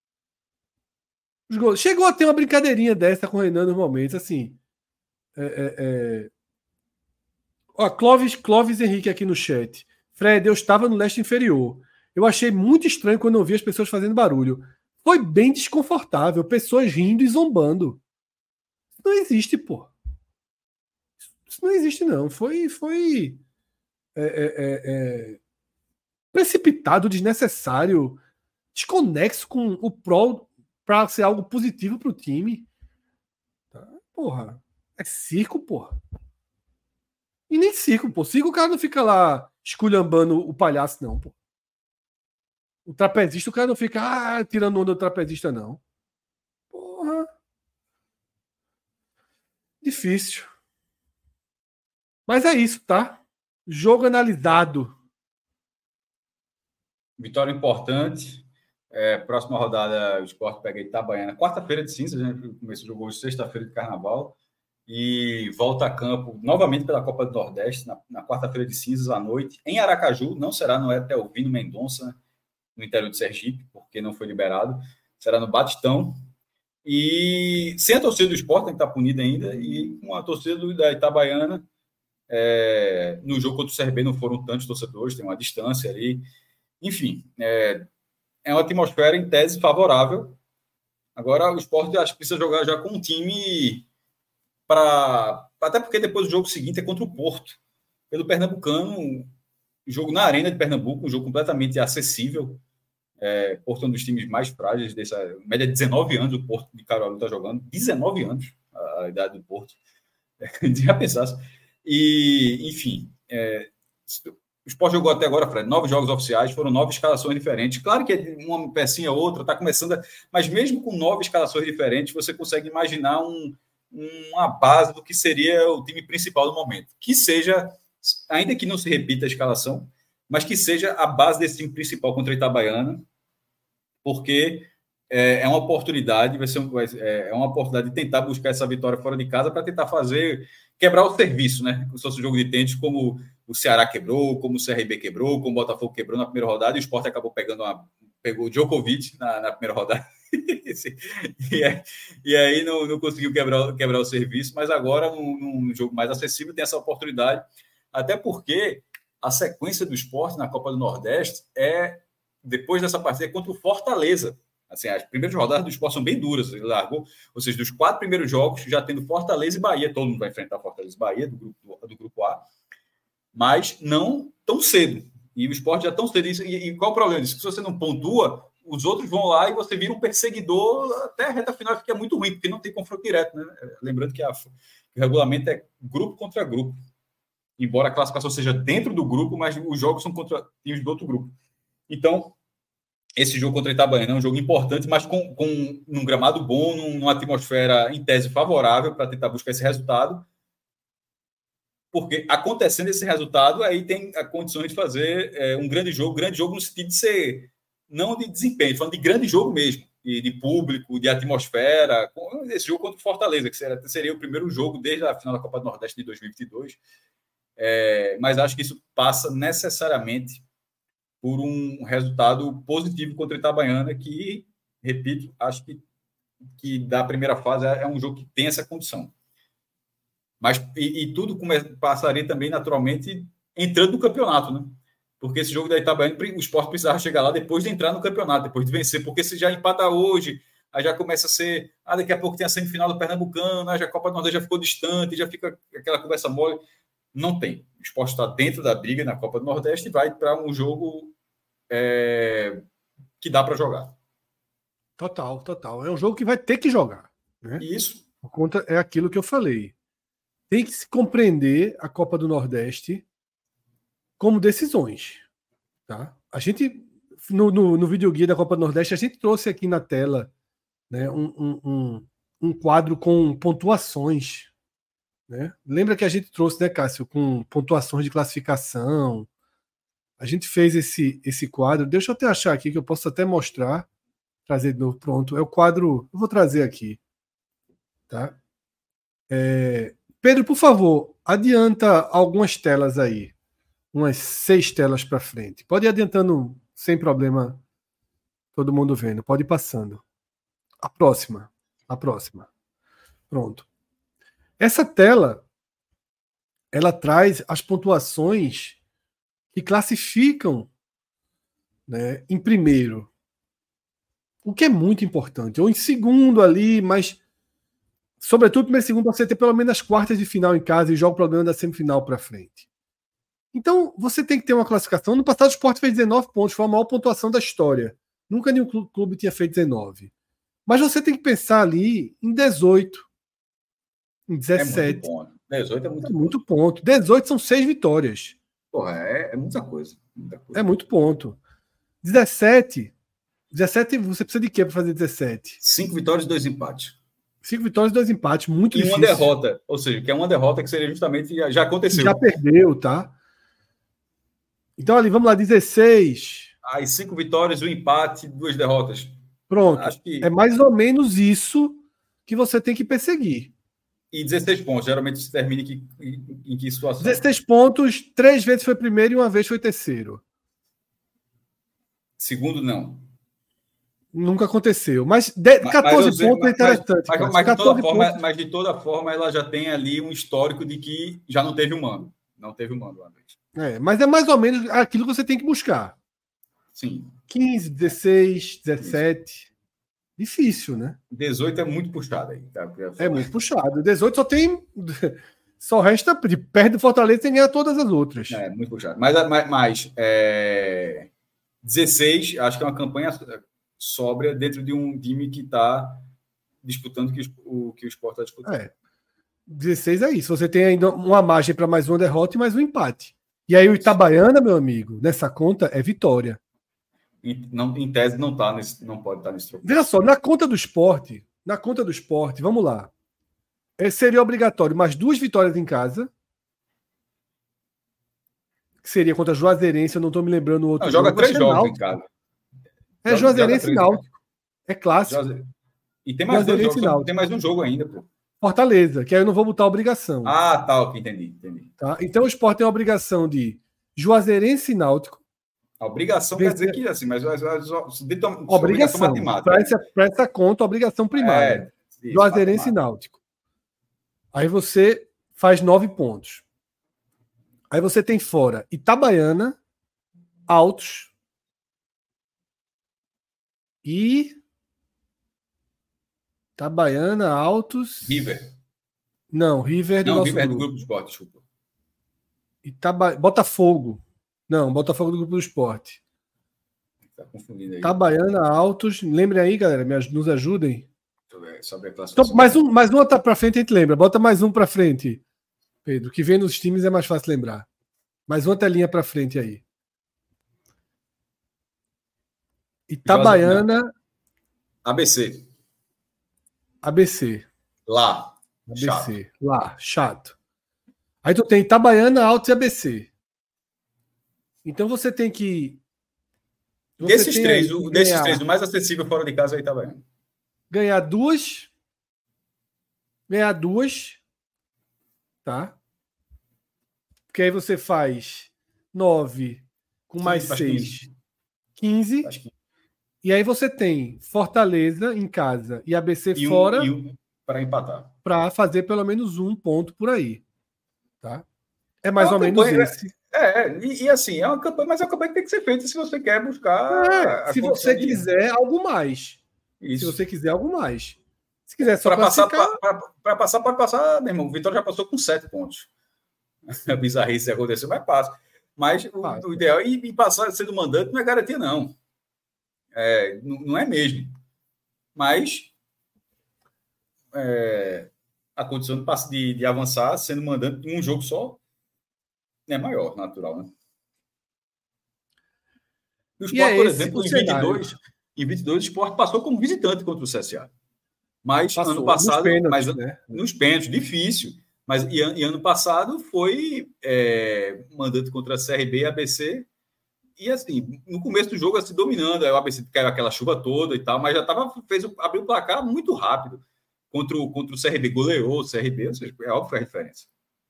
Os goleiros... Chegou a ter uma brincadeirinha dessa com o Renan nos momentos, assim. É, é, é... Ó, Clóvis, Clóvis Henrique aqui no chat. Fred, eu estava no leste inferior. Eu achei muito estranho quando eu vi as pessoas fazendo barulho. Foi bem desconfortável. Pessoas rindo e zombando. Isso não existe, pô. Isso não existe, não. Foi, foi é, é, é, precipitado, desnecessário, desconexo com o prol para ser algo positivo para o time. Tá? Porra. É circo, porra. E nem circo, pô. Circo o cara não fica lá esculhambando o palhaço, não, pô. O trapezista, o cara não fica ah, tirando onda do trapezista, não. Porra. Difícil. Mas é isso, tá? Jogo analisado. Vitória importante. É, próxima rodada, o Sport pega Itabaiana. Quarta-feira de cinza, a gente começou o jogo hoje, sexta-feira de carnaval. E volta a campo novamente pela Copa do Nordeste, na, na quarta-feira de cinzas à noite, em Aracaju. Não será no Etelvino Mendonça, no interior de Sergipe, porque não foi liberado. Será no Batistão. E sem a torcida do Sport, que está punida ainda, e com a torcida da Itabaiana. É, no jogo contra o C R B não foram tantos torcedores, tem uma distância ali. Enfim, é, é uma atmosfera em tese favorável. Agora o Sport acho que precisa jogar já com um time para... Até porque depois o jogo seguinte é contra o Porto. Pelo Pernambucano, jogo na Arena de Pernambuco, um jogo completamente acessível. É, Porto é um dos times mais frágeis dessa... Média de dezenove anos o Porto de Caruaru está jogando. dezenove anos a, a idade do Porto. É, já pensasse. E, enfim, é, o Sport jogou até agora, Fred, nove jogos oficiais, foram nove escalações diferentes. Claro que uma pecinha ou outra está começando, a, mas mesmo com nove escalações diferentes, você consegue imaginar um, uma base do que seria o time principal do momento. Que seja, ainda que não se repita a escalação, mas que seja a base desse time principal contra a Itabaiana, porque é, é uma oportunidade, vai ser um, vai, é, é uma oportunidade de tentar buscar essa vitória fora de casa para tentar fazer... quebrar o serviço, né? Se fosse um jogo de tênis, como o Ceará quebrou, como o C R B quebrou, como o Botafogo quebrou na primeira rodada, e o Sport acabou pegando uma... pegou o Djokovic na, na primeira rodada. e, aí, e aí não, não conseguiu quebrar, quebrar o serviço, mas agora, num, num jogo mais acessível, tem essa oportunidade, até porque a sequência do Sport na Copa do Nordeste é, depois dessa partida, contra o Fortaleza. Assim, as primeiras rodadas do Sport são bem duras. Ele largou, ou seja, dos quatro primeiros jogos, já tendo Fortaleza e Bahia. Todo mundo vai enfrentar Fortaleza e Bahia do grupo, do grupo A, mas não tão cedo. E o Sport já tão cedo. E, e qual o problema disso? Se você não pontua, os outros vão lá e você vira um perseguidor até a reta final, fica muito ruim, porque não tem confronto direto, né? Lembrando que a, o regulamento é grupo contra grupo. Embora a classificação seja dentro do grupo, mas os jogos são contra times do outro grupo. Então, esse jogo contra a Itabaiana é um jogo importante, mas com, com um gramado bom, numa atmosfera em tese favorável para tentar buscar esse resultado. Porque acontecendo esse resultado, aí tem a condição de fazer é, um grande jogo, grande jogo no sentido de ser, não de desempenho, falando de grande jogo mesmo, de, de público, de atmosfera. Esse jogo contra o Fortaleza, que seria, seria o primeiro jogo desde a final da Copa do Nordeste de dois mil e vinte e dois. É, mas acho que isso passa necessariamente por um resultado positivo contra a Itabaiana, que, repito, acho que, que da primeira fase é um jogo que tem essa condição. Mas, e, e tudo come, passaria também, naturalmente, entrando no campeonato, né? Porque esse jogo da Itabaiana, o Sport precisava chegar lá depois de entrar no campeonato, depois de vencer, porque se já empata hoje, aí já começa a ser, ah, daqui a pouco tem a semifinal do Pernambucano, aí já a Copa do Nordeste já ficou distante, já fica aquela conversa mole. Não tem. O Sport está dentro da briga na Copa do Nordeste e vai para um jogo é, que dá para jogar. Total, total. É um jogo que vai ter que jogar. Né? Isso. Por conta, é aquilo que eu falei. Tem que se compreender a Copa do Nordeste como decisões. Tá? A gente, no, no, no videoguia da Copa do Nordeste, a gente trouxe aqui na tela né, um, um, um, um quadro com pontuações. Né? Lembra que a gente trouxe, né, Cássio, com pontuações de classificação. A gente fez esse, esse quadro. Deixa eu até achar aqui que eu posso até mostrar. Trazer de novo. Pronto. É o quadro. Eu vou trazer aqui. Tá? É... Pedro, por favor, adianta algumas telas aí. Umas seis telas para frente. Pode ir adiantando sem problema. Todo mundo vendo. Pode ir passando. A próxima. A próxima. Pronto. Essa tela, ela traz as pontuações que classificam, né, em primeiro, o que é muito importante, ou em segundo ali, mas sobretudo primeiro e segundo, você ter pelo menos as quartas de final em casa e joga o programa da semifinal para frente. Então, você tem que ter uma classificação. No passado, o Sport fez dezenove pontos, foi a maior pontuação da história. Nunca nenhum clube tinha feito dezenove. Mas você tem que pensar ali em dezoito. Em dezessete. É muito ponto. dezoito é muito, é muito ponto. dezoito são seis vitórias. Porra, é, é muita coisa. Muita coisa. É muito ponto. dezessete. dezessete, você precisa de quê para fazer dezessete? Cinco vitórias e dois empates. Cinco vitórias e dois empates. Muito e difícil. E uma derrota. Ou seja, que é uma derrota que seria justamente... Já aconteceu. Já perdeu, tá? Então ali, vamos lá, dezesseis. Aí cinco vitórias, um empate, duas derrotas. Pronto. Acho que... É mais ou menos isso que você tem que perseguir. E dezesseis pontos, geralmente se termina em que, em, em que situação? dezesseis pontos, três vezes foi primeiro e uma vez foi terceiro. Segundo, não. Nunca aconteceu. Mas de, mas catorze mas, pontos mas, é interessante. Mas, mas, mas, de toda forma, pontos... mas de toda forma, ela já tem ali um histórico de que já não teve um mando. Não teve um mando uma vez. É, mas é mais ou menos aquilo que você tem que buscar. Sim. quinze, dezesseis, dezessete. Difícil, né? dezoito é muito puxado aí. Tá? É muito puxado. dezoito só tem. Só resta perto do Fortaleza sem ganhar todas as outras. É, muito puxado. Mas, mas, mas é... dezesseis, acho que é uma campanha sóbria dentro de um time que está disputando que o que o Sport está disputando. É. dezesseis é isso. Você tem ainda uma margem para mais uma derrota e mais um empate. E aí o Itabaiana, meu amigo, nessa conta é vitória. Em, não, em tese não tá nesse, não pode estar tá nesse troco. Veja só, na conta do Sport, na conta do Sport, vamos lá. É, seria obrigatório mais duas vitórias em casa. Que seria contra Juazeirense, eu não estou me lembrando o outro. Não, joga jogo, três jogos Náutico. em casa. É joga, Juazeirense e Náutico. É clássico. Juaze... E tem mais dois jogos, tem mais um jogo ainda, pô. Fortaleza, que aí eu não vou botar a obrigação. Ah, tá, ok, entendi, entendi. Tá? Então o Sport tem a obrigação de Juazeirense e Náutico. A obrigação vencer... quer dizer que, assim, mas a, a, a, a, obrigação, obrigação matemática. Para essa, para essa conta, a obrigação primária. É, Juazeirense e Náutico. Aí você faz nove pontos. Aí você tem fora Itabaiana, Altos e Itabaiana, Altos... River. Não, River é do Não, nosso River grupo. é do grupo do Sport, desculpa. Itaba... Botafogo. Não, Botafogo do grupo do Sport. Tá confundindo aí. Itabaiana, Altos. Lembrem aí, galera, nos ajudem. Deixa eu ver, sobre a classificação. Então, mais um, mais um tá para frente, a gente lembra. Bota mais um para frente, Pedro. Que vem nos times é mais fácil lembrar. Mais uma telinha para frente aí. Itabaiana. A B C. A B C. Lá. A B C. Chato. Lá. Chato. Aí tu tem Itabaiana, Altos e A B C. Então você tem que. Você desses tem três, o, desses ganhar, três, o mais acessível fora de casa é Itabaiana. Ganhar duas. Ganhar duas. Tá? Porque aí você faz nove com mais seis. quinze. E aí você tem Fortaleza em casa e A B C e fora. Um, e um para empatar. Para fazer pelo menos um ponto por aí. Tá? É mais é ou menos campanha, esse. É, e, e assim, é uma campanha, mas é uma campanha que tem que ser feita se você quer buscar. É, se você de... quiser algo mais. Isso. Se você quiser algo mais. Se quiser só para classificar... passar, para passar, pode passar, meu irmão. O Vitória já passou com sete pontos. A bizarrice aconteceu, mas passa. Mas o, ah, o ideal é e passar sendo mandante não é garantia, não. É, não, não é mesmo. Mas é, a condição de, de, de avançar sendo mandante em um jogo só é maior, natural, né? O Sport, é por exemplo, em vinte e dois, em vinte e dois, o Sport passou como visitante contra o C S A. Mas Passou, ano passado, nos pênaltis, mas, né? nos pênaltis, difícil. Mas e, e ano passado foi é, mandante contra a C R B e A B C. E assim, no começo do jogo, assim, dominando, aí o A B C caiu aquela chuva toda e tal, mas já tava, fez, abriu o placar muito rápido. Contra o, contra o C R B, goleou o C R B, ou seja, é óbvio a diferença.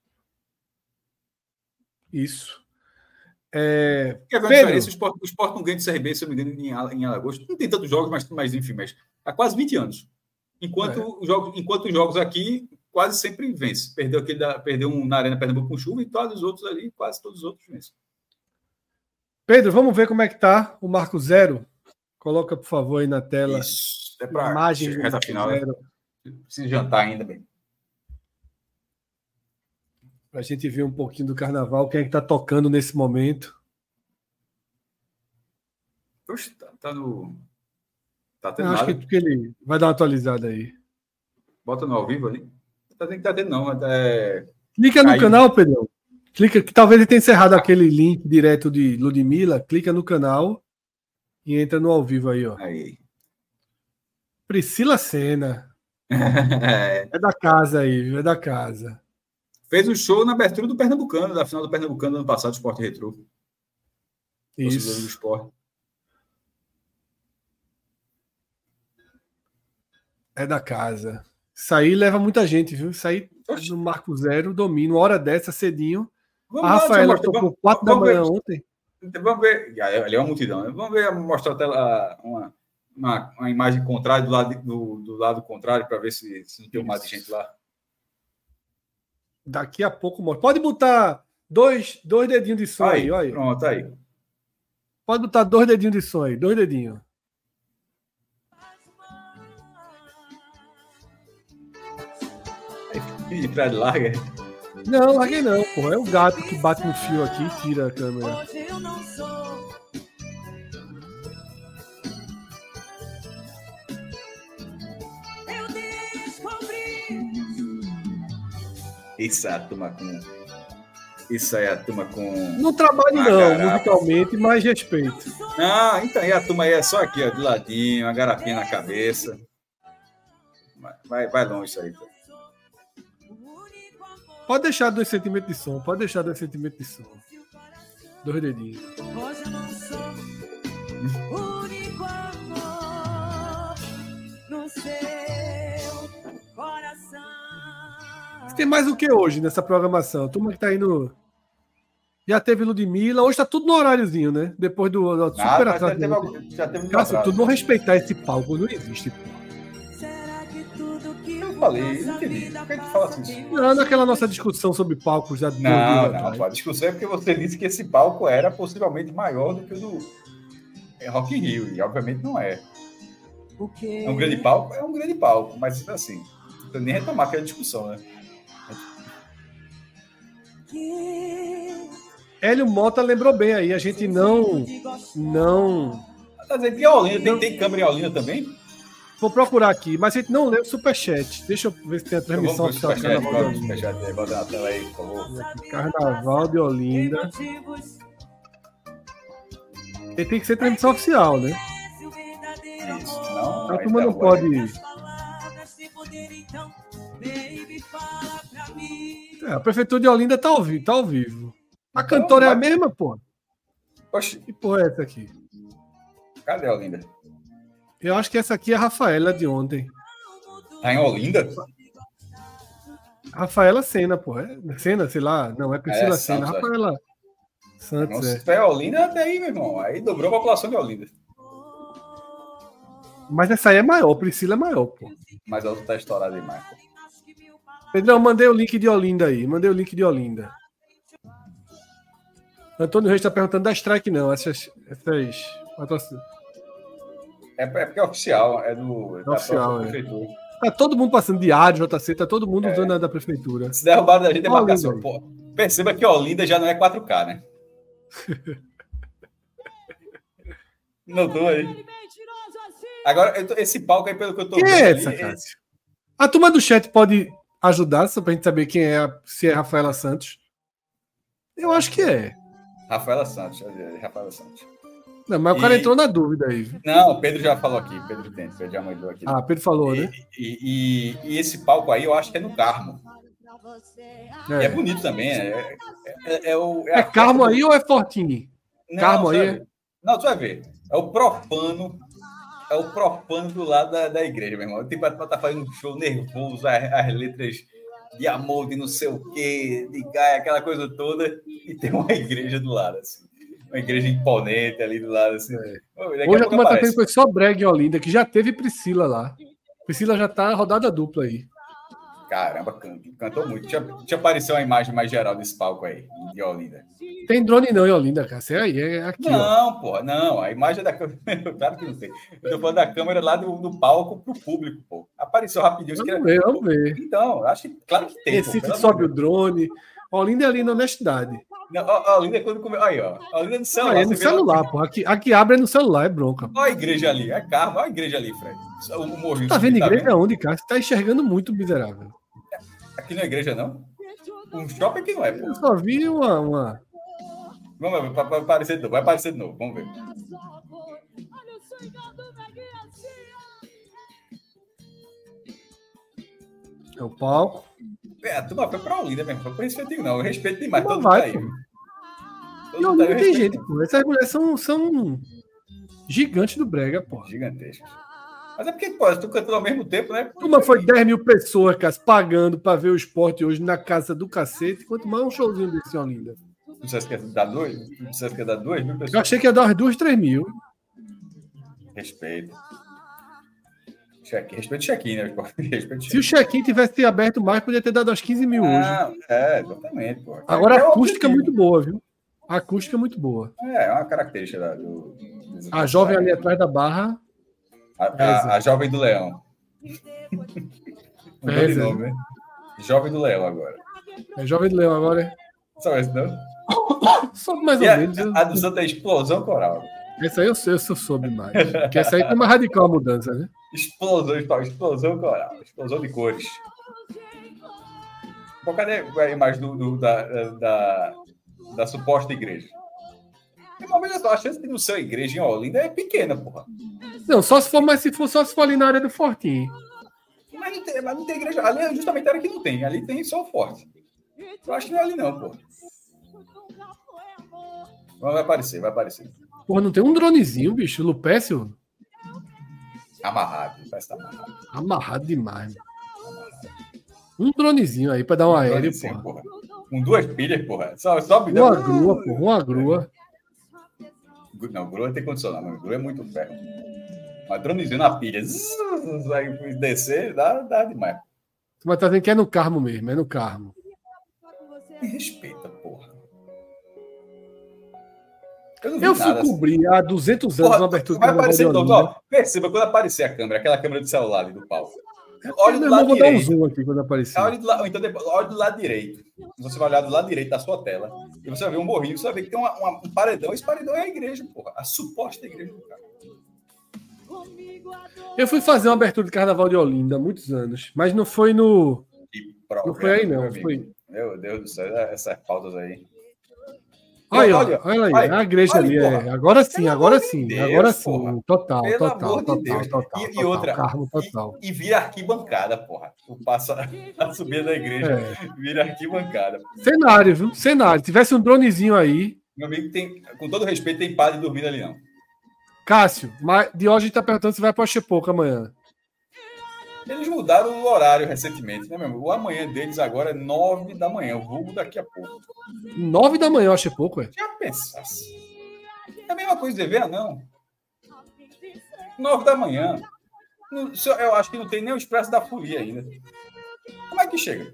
Isso. É... Quer ver a diferença? O Sport, o Sport não ganha do C R B, se eu me engano, em, em Alagoas. Não tem tantos jogos, mas, mas enfim, mas há quase vinte anos. Enquanto, é. os jogos, enquanto os jogos aqui quase sempre vence. Perdeu, aquele da, perdeu um na Arena Pernambuco com chuva e todos os outros ali, quase todos os outros vencem. Pedro, vamos ver como é que tá o Marco Zero. Coloca, por favor, aí na tela. Isso. É para imagem do reta final. Né? Preciso jantar ainda, bem. Para a gente ver um pouquinho do carnaval, quem é que tá tocando nesse momento. Oxe, tá, tá no. Tá tendo acho nada. Que ele vai dar uma atualizada aí. Bota no ao vivo ali. Tá tendo que tá tendo, não. É... Clica no aí. Canal, Pedro. Clica, que talvez ele tenha encerrado ah. aquele link direto de Ludmilla. Clica no canal e entra no ao vivo aí, ó. Aí. Priscila Senna. é. é da casa aí, viu? É da casa. Fez o um show na abertura do Pernambucano, da final do Pernambucano do ano passado, do Sport Retrô. Isso. Do esporte. É da casa. Isso aí leva muita gente, viu? Isso aí Oxi. No Marco Zero, domina. Uma hora dessa, cedinho. Vamos a Rafaela lá, tocou quatro da manhã ver. Ontem. Vamos ver. Ali é uma multidão, né? Vamos ver, mostrar até uma, uma, uma imagem contrária do lado, do, do lado contrário para ver se, se não tem mais de gente lá. Daqui a pouco mostra. Pode botar dois, dois dedinhos de som aí, aí olha aí. Pronto, aí. Pode botar dois dedinhos de som aí, dois dedinhos. De trás de larga? Não, larguei não, porra. É o gato que bate no fio aqui e tira a câmera. Hoje eu não sou. Eu descobri. Isso é a turma com. Isso aí é a turma com. Não trabalho não, musicalmente, mas respeito. Ah, então aí a turma aí é só aqui, ó, de ladinho, uma garapinha na cabeça. Vai, vai longe isso aí, pô. Pode deixar dois centímetros de som, pode deixar dois centímetros de som. Dois dedinhos. Hoje eu não sou o único amor no seu coração. Tem mais o que hoje nessa programação? A turma que tá indo. Já teve Ludmilla, hoje tá tudo no horáriozinho, né? Depois do, do super ah, atraso. Já teve, já teve Cara, tu não respeitar esse palco, não existe, pô. Eu falei, não entendi. Por que tu fala assim? Não, naquela nossa discussão sobre palcos já. Não, não, não. A discussão é porque você disse que esse palco era possivelmente maior do que o do Rock in Rio, e obviamente não é. É um grande palco? É um grande palco, mas assim, não tem nem retomar aquela discussão, né? Hélio Mota lembrou bem aí, a gente não. Não. Tá dizendo que em Olinda, tem, tem câmera em Olinda também? Vou procurar aqui, mas a gente não lê o superchat. Deixa eu ver se tem a transmissão oficial do Carnaval de Olinda. Bota na tela aí, por favor. Carnaval de Olinda. Ele tem que ser transmissão oficial, né? Isso, não. A turma não pode. É, a Prefeitura de Olinda tá ao vivo. Tá ao vivo. A então, cantora é a mesma, pô? Oxi. Que porra é essa aqui? Cadê a Olinda? Eu acho que essa aqui é a Rafaela de ontem. Tá em Olinda? Rafaela Senna, pô. É Senna, sei lá. Não, é Priscila é, Senna. Santos, Rafaela acho. Santos, Nossa, é. Se é Olinda, até aí, meu irmão. Aí dobrou a população de Olinda. Mas essa aí é maior. Priscila é maior, pô. Mas a outra tá estourada demais, pô. Pedrão, mandei o link de Olinda aí. Mandei o link de Olinda. Antônio Reis tá perguntando da Strike, não. Essas... essas... É porque é oficial, é do é da oficial, prefeitura. É. Tá todo mundo passando diário, J C, tá todo mundo é. usando a da prefeitura. Se derrubaram da gente, é marcação. Pô, perceba que Olinda já não é quatro K, né? Não tô aí. Agora, eu tô, esse palco aí, pelo que eu tô quem vendo. É ali, essa, é... A turma do chat pode ajudar, só pra gente saber quem é, se é Rafaela Santos. Eu acho que é. Rafaela Santos, Rafaela Santos. Não, mas o cara E- entrou na dúvida aí. viu? Não, o Pedro já falou aqui. Pedro tem, Pedro já mandou aqui. Ah, Pedro falou, e, né? e, e- e esse palco aí eu acho que é no Carmo. E é É, bonito também. É, é, é, é o, é a Carmo festa do- aí ou é Fortini? Não, Carmo você aí vai é- ver. Não, tu vai ver. É o Propano. É o Propano do lado da, da igreja, meu irmão. Tipo, a turma tá fazendo um show nervoso, as, as letras de amor, de não sei o quê, de Gaia, aquela coisa toda. E tem uma igreja do lado, assim. Uma igreja imponente ali do lado, assim. É. Pô, daqui Hoje a pouco turma tá aparece. tendo foi só brega em Olinda, que já teve Priscila lá. Priscila já tá rodada dupla aí. Caramba, can- cantou muito. Tinha, tinha aparecido uma imagem mais geral desse palco aí, de Olinda. Tem drone não em Olinda, cara. Isso aí é aqui, ó. Não, porra, não. A imagem é da câmera. Claro que não tem. Eu tô falando da câmera lá do, do palco pro público, pô. Apareceu rapidinho. os Vamos que- ver, vamos ver. Então, eu acho que, claro que tem. pô, Recife pelo sobe o amor de drone. Olinda é ali na honestidade. Deus. Não, ó, ó, Olinda é quando come... Aí, ó. Olinda é no celular. Ah, é você no vê lá- celular, pô. Aqui, aqui abre é no celular, é bronca. Olha a igreja ali. É carro. Olha a igreja ali, Fred. O, o morrinho. Tá vendo subindo, igreja onde, cara? Você tá enxergando muito miserável. Aqui não é igreja, não? Um shopping que não é, pô. Eu só vi uma. uma... Vamos ver, vai vai aparecer de novo. Vai aparecer de novo. Vamos ver. É o palco. É, a turma foi pra Olinda mesmo. Foi por respeito, não. Eu respeito demais. Mas Todo mundo vai, tá aí. pô. viu? Todo E mundo tá aí, Olinda eu tem respeito. gente, pô. Essas mulheres são, são gigantes do brega, pô. Gigantesco. Mas é porque, pô, tu cantando ao mesmo tempo, né? Uma foi dez mil pessoas, cara, pagando pra ver o esporte hoje na casa do cacete. Quanto mais um showzinho desse em Olinda. Tu disseste que ia dar dois? Tu disseste que ia dar duas mil pessoas? Eu achei que ia dar umas duas, três mil. Respeito. Check, respeito o check-in, né? Respeito o Se o check-in tivesse aberto mais, podia ter dado umas quinze mil hoje. Ah, é, exatamente, pô. Agora É a o acústica é objetivo. muito boa, viu? A acústica é muito boa. É, é uma característica da, do, do- A jovem ali atrás da barra. A, a, a jovem do leão. Mudou É, de Zé. nome, né? Jovem do leão agora. É jovem do Leão agora. é? Sabe esse não? Só mais E ou a, menos. eu- a do Santa é explosão coral. Essa aí eu, sei, eu sou soube mais. Porque essa aí tem uma radical a mudança, né? Explosão, explosão coral. Explosão de cores. Pô, cadê a imagem do, do- da, da, da suposta igreja? Mas olha só, a chance de não ser uma igreja em Olinda é pequena, porra. Não, só se for, mas se for só se for ali na área do Fortinho. Mas não tem, mas não tem igreja. Ali é justamente a área que não tem. Ali tem só o forte. Eu acho que não é ali, não, porra. Mas vai aparecer, vai aparecer. Porra, não tem um dronezinho, bicho. Lupécio? Amarrado, parece que tá amarrado. Amarrado demais. Um dronezinho aí pra dar um aéreo, Sim, porra. porra. Com duas pilhas, porra. Só, só me Uma grua, porra. Uma grua. Não, grua tem condição, não. Grua é muito ferro. Mas dronezinho na pilha. Zzz, vai descer, dá, dá demais. Mas tá dizendo que é no Carmo mesmo, é no Carmo. Me respeita, porra. Eu, não vi Eu fui nada, assim. cobrir há duzentos anos Porra, uma abertura vai do Carnaval aparecer de de novo, Olinda. ó. Perceba, quando aparecer a câmera, aquela câmera do celular ali do palco. Olha, Olha do meu irmão, lado vou dar um direito. zoom aqui quando aparecer. Olha do, lado, ou então depois, olha do lado direito. Você vai olhar do lado direito da sua tela e você vai ver um morrinho, você vai ver que tem uma, uma- um paredão. Esse paredão é a igreja, porra. A suposta igreja do cara. Eu fui fazer uma abertura de Carnaval de Olinda há muitos anos, mas não foi no. Que problema, Não foi aí, não. meu amigo. Foi. Meu Deus do céu, essas pautas aí. Aí, ó, Olha, olha aí, olha, a igreja olha, ali. porra. É. Agora sim, Pelo agora amor de sim, Deus, agora sim. porra. Total, Pelo total, amor de total, Deus. total, E- e total, outra, Carmo total. E vira arquibancada, porra. O passa a subir da igreja, É. vira arquibancada. Cenário, viu? Cenário. Tivesse um dronezinho aí. Meu amigo tem, com todo respeito, tem padre dormindo ali, não. Cássio, mas Diógenes tá perguntando se vai para Oxepoca amanhã. Eles mudaram o horário recentemente, né, meu amigo? O amanhã deles agora é nove da manhã, o vulgo daqui a pouco. Nove da manhã, Oxepoca, é? Já pensasse. É a mesma coisa de ver, ah, não. Nove da manhã. Não, só- eu acho que não tem nem o Expresso da Folia ainda. Como é que chega?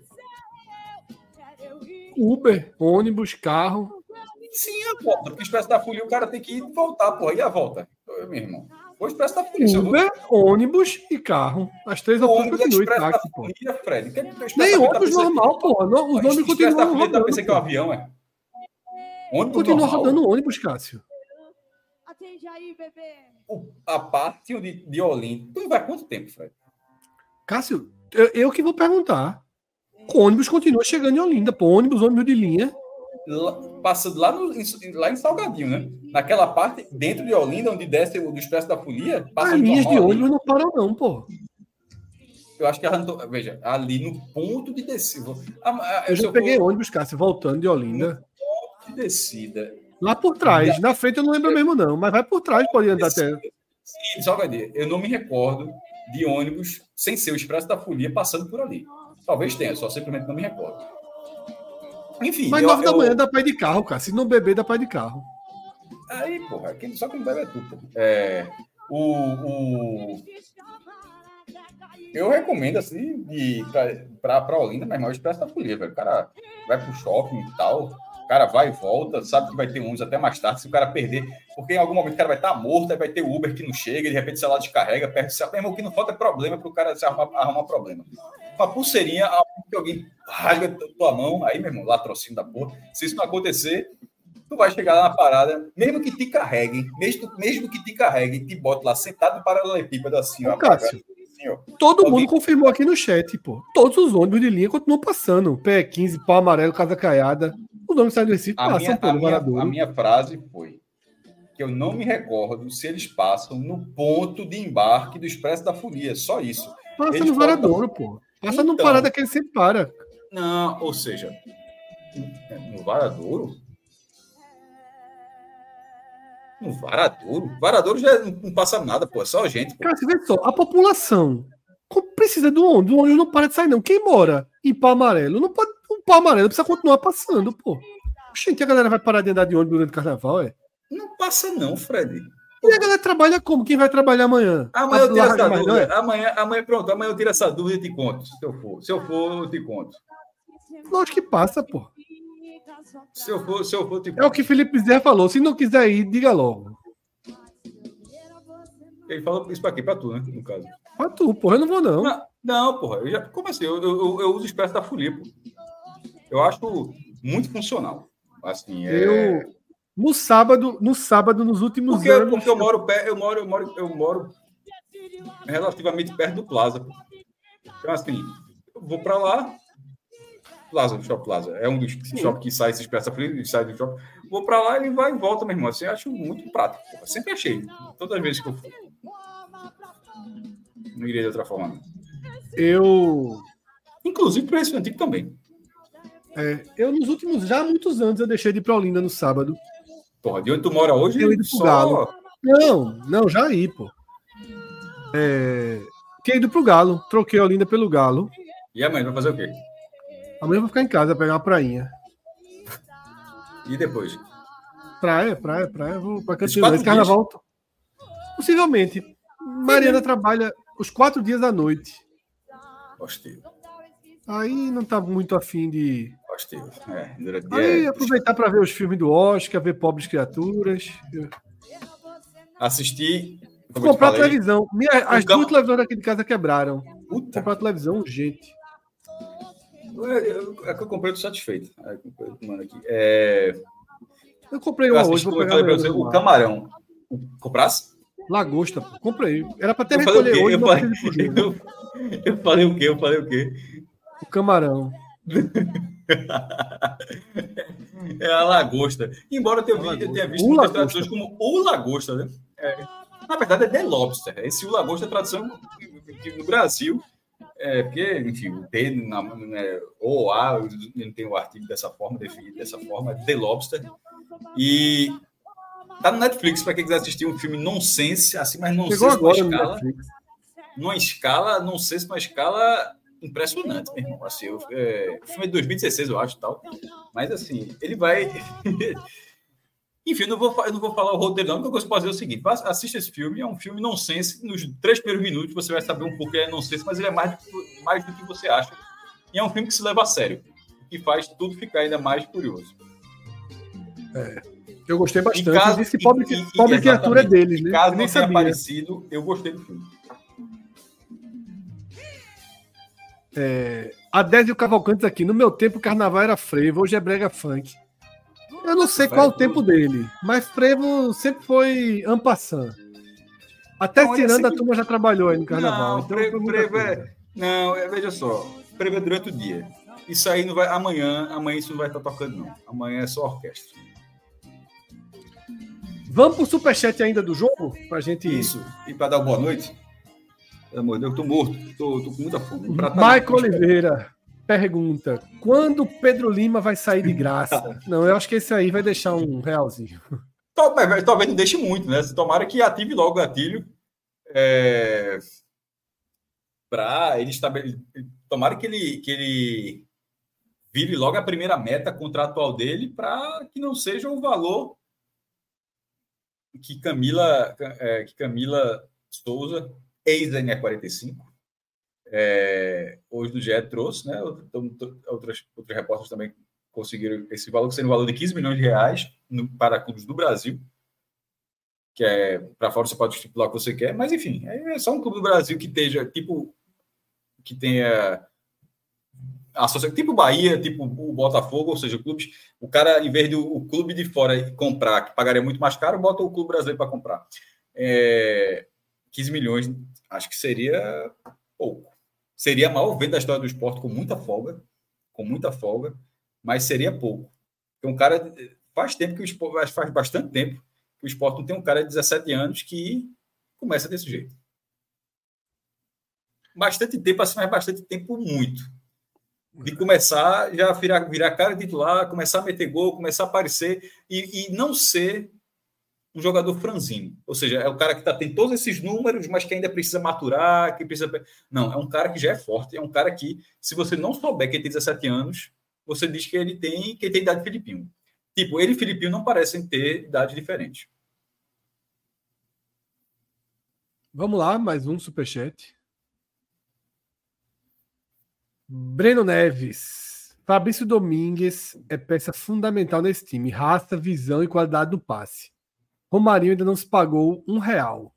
Uber, ônibus, carro. Sim, a volta. Porque o Expresso da Folia o cara tem que ir e voltar, porra. E a volta? Eu, meu irmão. O Expresso da Folia. se eu vou- Uber, ônibus e carro. As três O opções ônibus é continuam Expresso da táxi, pô. Folia, Fred. Que é que o Expresso Nem da Folia tá ônibus pensando- normal, pô. No- Os O nomes Expresso da continuam Folia tá rodando. pensando que é um pô. avião, é? Ônibus Continua normal. rodando ônibus, Cássio. Atende aí, bebê. O- a parte de, de Olinda. Tu vai quanto tempo, Fred? Cássio, eu, eu que vou perguntar. O ônibus continua chegando em Olinda, pô. Ônibus, ônibus de linha. lá, passando lá, no, em, lá em Salgadinho, né? Naquela parte, dentro de Olinda, onde desce o do Expresso da Folia, passa As linhas de normal ônibus ali. não param, não, pô. Eu acho que ela não tô, veja, ali no ponto de descida. A, a, Eu se já peguei for ônibus, Cássio, voltando de Olinda. de descida. Lá por trás. Na frente eu não lembro mesmo, não. Mas vai por trás, pode andar até. Sim, Salgadinho. Eu não me recordo de ônibus sem ser o Expresso da Folia passando por ali. Talvez tenha, só simplesmente não me recordo. Enfim. Mas eu, nove da eu... manhã dá pra ir de carro, cara. Se não beber, dá pra ir de carro. Aí, porra, quem só que não bebe é tudo. É, o, o... Eu recomendo, assim, de, pra, pra, pra Olinda, mas não, o Expresso da Folia, velho. O cara vai pro shopping e tal, o cara vai e volta, sabe que vai ter ônibus até mais tarde, se o cara perder, porque em algum momento o cara vai estar morto, aí vai ter Uber que não chega, de repente o celular descarrega, perde o celular. Mesmo, o que não falta é problema pro cara se arrumar, arrumar problema. Uma pulseirinha, que alguém rasga tua mão, aí, meu irmão, latrocínio da porra. Se isso não acontecer, tu vai chegar lá na parada, mesmo que te carreguem, mesmo, mesmo que te carreguem, te bote lá sentado no paralelepípedo assim, ó. Cássio, assim, ó. todo Alguém... mundo confirmou aqui no chat, pô. Todos os ônibus de linha continuam passando. P quinze, Pau Amarelo, Casa Caiada. Os ônibus saem do Recife a passam, minha, pô, a, no minha, Varadouro. a minha frase foi que eu não me recordo se eles passam no ponto de embarque do Expresso da Folia, só isso. Passa Eles no Varadouro, pô. Passa Então, no parada que ele sempre para. Não, ou seja, no Varadouro? No Varadouro? Varadouro já não passa nada, pô, é só a gente. Pô. Cara, você vê só, a população precisa do ônibus. O ônibus não para de sair, não. Quem mora em Pau Amarelo, não pode. O Pau Amarelo precisa continuar passando, pô. Gente, a galera vai parar de andar de ônibus durante o carnaval, é? Não passa, não, Fred. E a galera trabalha como? Quem vai trabalhar amanhã? Amanhã eu tiro Larga essa mais, dúvida. não é? Amanhã, amanhã, pronto, amanhã eu tiro essa dúvida e te conto, se eu for. Se eu for, eu te conto. Lógico que passa, pô. Se eu for, se eu for, te conto. É o que Felipe Zé falou. Se não quiser ir, diga logo. Ele falou isso pra quê? Pra tu, né? No caso. Pra tu, porra, eu não vou, não. Não, não porra. Eu já, como assim? Eu, eu, eu uso o Expresso da Folia, pô. Eu acho muito funcional. Assim, é... Eu. No sábado, no sábado, nos últimos porque, anos. Porque eu moro, pé, eu moro, eu moro, eu moro relativamente perto do Plaza. Pô. Então, assim, eu vou pra lá. Plaza, do Shopping Plaza. É um dos shoppings que sai, se expressa frio, sai do shopping. Vou pra lá, ele vai e volta, meu irmão. Assim, eu acho muito prático. Pô. Sempre achei. Todas as vezes que eu fui. Não iria de outra forma. Eu. Inclusive para esse antigo também. É, eu, nos últimos, já há muitos anos, eu deixei de ir pra Olinda no sábado. Porra, de onde tu mora hoje? Eu ido pro só... Galo. Não, não, já aí, pô. É, tinha ido pro Galo. Troquei a Olinda pelo Galo. E amanhã vai fazer o quê? Amanhã eu vou ficar em casa, pegar uma prainha. E depois? Praia, praia, praia. Vou pra Esses Campina. quatro Esse carnaval. Possivelmente. Mariana trabalha os quatro dias da noite. Gostei. Aí não tá muito afim de. Gostei. É, durante Aí é... aproveitar para ver os filmes do Oscar, ver Pobres Criaturas. Assistir. Comprar a televisão. Minha, as cam... duas televisões daqui de casa quebraram. Puta. Comprar a televisão urgente. É que eu comprei, tô satisfeito. É, mano, aqui. É... Eu comprei uma hoje, vou pegar você, o camarão. Comprasse? Lagosta, pô. Comprei. Era para ter eu recolher hoje. Eu falei, eu, eu falei o quê? Eu falei o quê? O camarão. É a lagosta. Embora eu tenha, vi, eu tenha visto muitas traduções como o lagosta, né? É, na verdade é The Lobster. Esse o lagosta é a tradução no Brasil. É, porque, enfim, o T, na, né, ou A, não tem o artigo dessa forma, definido dessa forma, é The Lobster. E tá no Netflix para quem quiser assistir um filme nonsense, assim, mas nonsense numa escala. Numa escala, nonsense numa escala impressionante, meu irmão. Assim, eu, é, o filme é de dois mil e dezesseis, eu acho, tal. Mas, assim, ele vai... Enfim, eu não, vou, eu não vou falar o roteiro, não. A única coisa que eu posso dizer é o seguinte: assista esse filme, é um filme nonsense. Nos três primeiros minutos você vai saber um pouco que é nonsense, mas ele é mais do, que, mais do que você acha. E é um filme que se leva a sério, que faz tudo ficar ainda mais curioso. É, eu gostei bastante. E caso, disse que pobre, e, e, pobre criatura é deles, e né? Caso eu nem não tenha sabia. aparecido, eu gostei do filme. É, Adésio Cavalcantes aqui. No meu tempo, o carnaval era frevo, hoje é brega funk. Eu não sei qual o tempo dele, mas frevo sempre foi en passant. Até não, tirando sempre... a turma já trabalhou aí no carnaval. Não, então frevo, frevo é... Não, é, veja só. Frevo é durante o dia. Isso aí não vai. Amanhã, amanhã isso não vai estar tocando, não. Amanhã é só orquestra. Vamos pro superchat ainda do jogo? Pra gente. Isso. E para dar uma boa noite? Pelo amor de Deus, eu tô morto. Tô, tô com muita fome. Michael Oliveira pergunta: quando Pedro Lima vai sair de graça? Não, eu acho que esse aí vai deixar um realzinho. Talvez, talvez não deixe muito, né? Tomara que ative logo o gatilho. É... Para ele estabelecer. Tomara que ele, que ele vire logo a primeira meta contratual dele para que não seja o valor que Camila, é, que Camila Souza, ex-N E quarenta e cinco, é, hoje do G E trouxe, né? Outras, outros repórteres também conseguiram esse valor, que seria um valor de quinze milhões de reais no, para clubes do Brasil, que é para fora você pode estipular o que você quer, mas enfim, é só um clube do Brasil que esteja, tipo, que tenha associação, tipo Bahia, tipo o Botafogo, ou seja, clubes, o cara, em vez do o clube de fora comprar, que pagaria muito mais caro, bota o clube brasileiro para comprar. É, quinze milhões, acho que seria pouco. Seria a maior venda da história do esporte, com muita folga, com muita folga, mas seria pouco. Porque um cara, faz tempo que o esporte, faz bastante tempo que o esporte não tem um cara de dezessete anos que começa desse jeito. Bastante tempo, assim, mas bastante tempo muito. De começar, já virar, virar cara titular, começar a meter gol, começar a aparecer e, e não ser um jogador franzino. Ou seja, é o cara que tá, tem todos esses números, mas que ainda precisa maturar, que precisa... Não, é um cara que já é forte, é um cara que, se você não souber que ele tem dezessete anos, você diz que ele tem, que ele tem idade de Filipinho. Tipo, ele e Filipinho não parecem ter idade diferente. Vamos lá, mais um superchat. Breno Neves. Fabrício Domingues é peça fundamental nesse time. Raça, visão e qualidade do passe. Romarinho ainda não se pagou um real.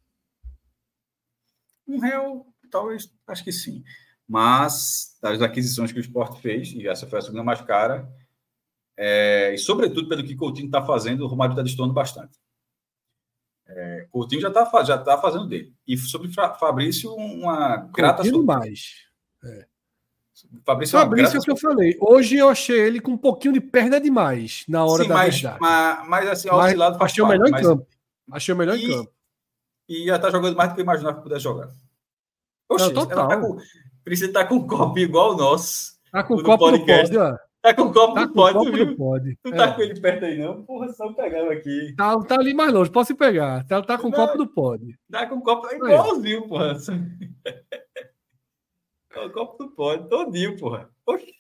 Um real, talvez, acho que sim. Mas, das aquisições que o Sport fez, e essa foi a segunda mais cara, é, e sobretudo pelo que o Coutinho está fazendo, o Romarinho está destoando bastante. É, Coutinho já está já tá fazendo dele. E sobre Fabrício, uma grata surpresa. mais. É. Fabrício, Fabrício é o que eu falei. Hoje eu achei ele com um pouquinho de perna demais na hora Sim, da mas, verdade. Mas, mas assim, oscilado faz Achei parte, o melhor mas... em campo. Achei o melhor e, em campo. E já está jogando mais do que eu imaginava que pudesse jogar. Oxe, Não, total. Tá com, precisa estar tá com um copo igual o nosso. Tá com o copo podcast. do pod, ó. Tá com o copo tá do pod, copo viu? Do pod. Tu é. tá com ele perto aí, não? Porra, só pegava aqui. Tá, tá ali mais longe, posso pegar. Tá, tá com o copo do pod. Tá com o copo igualzinho, porra. O copo do pod, todinho, porra. Oxe.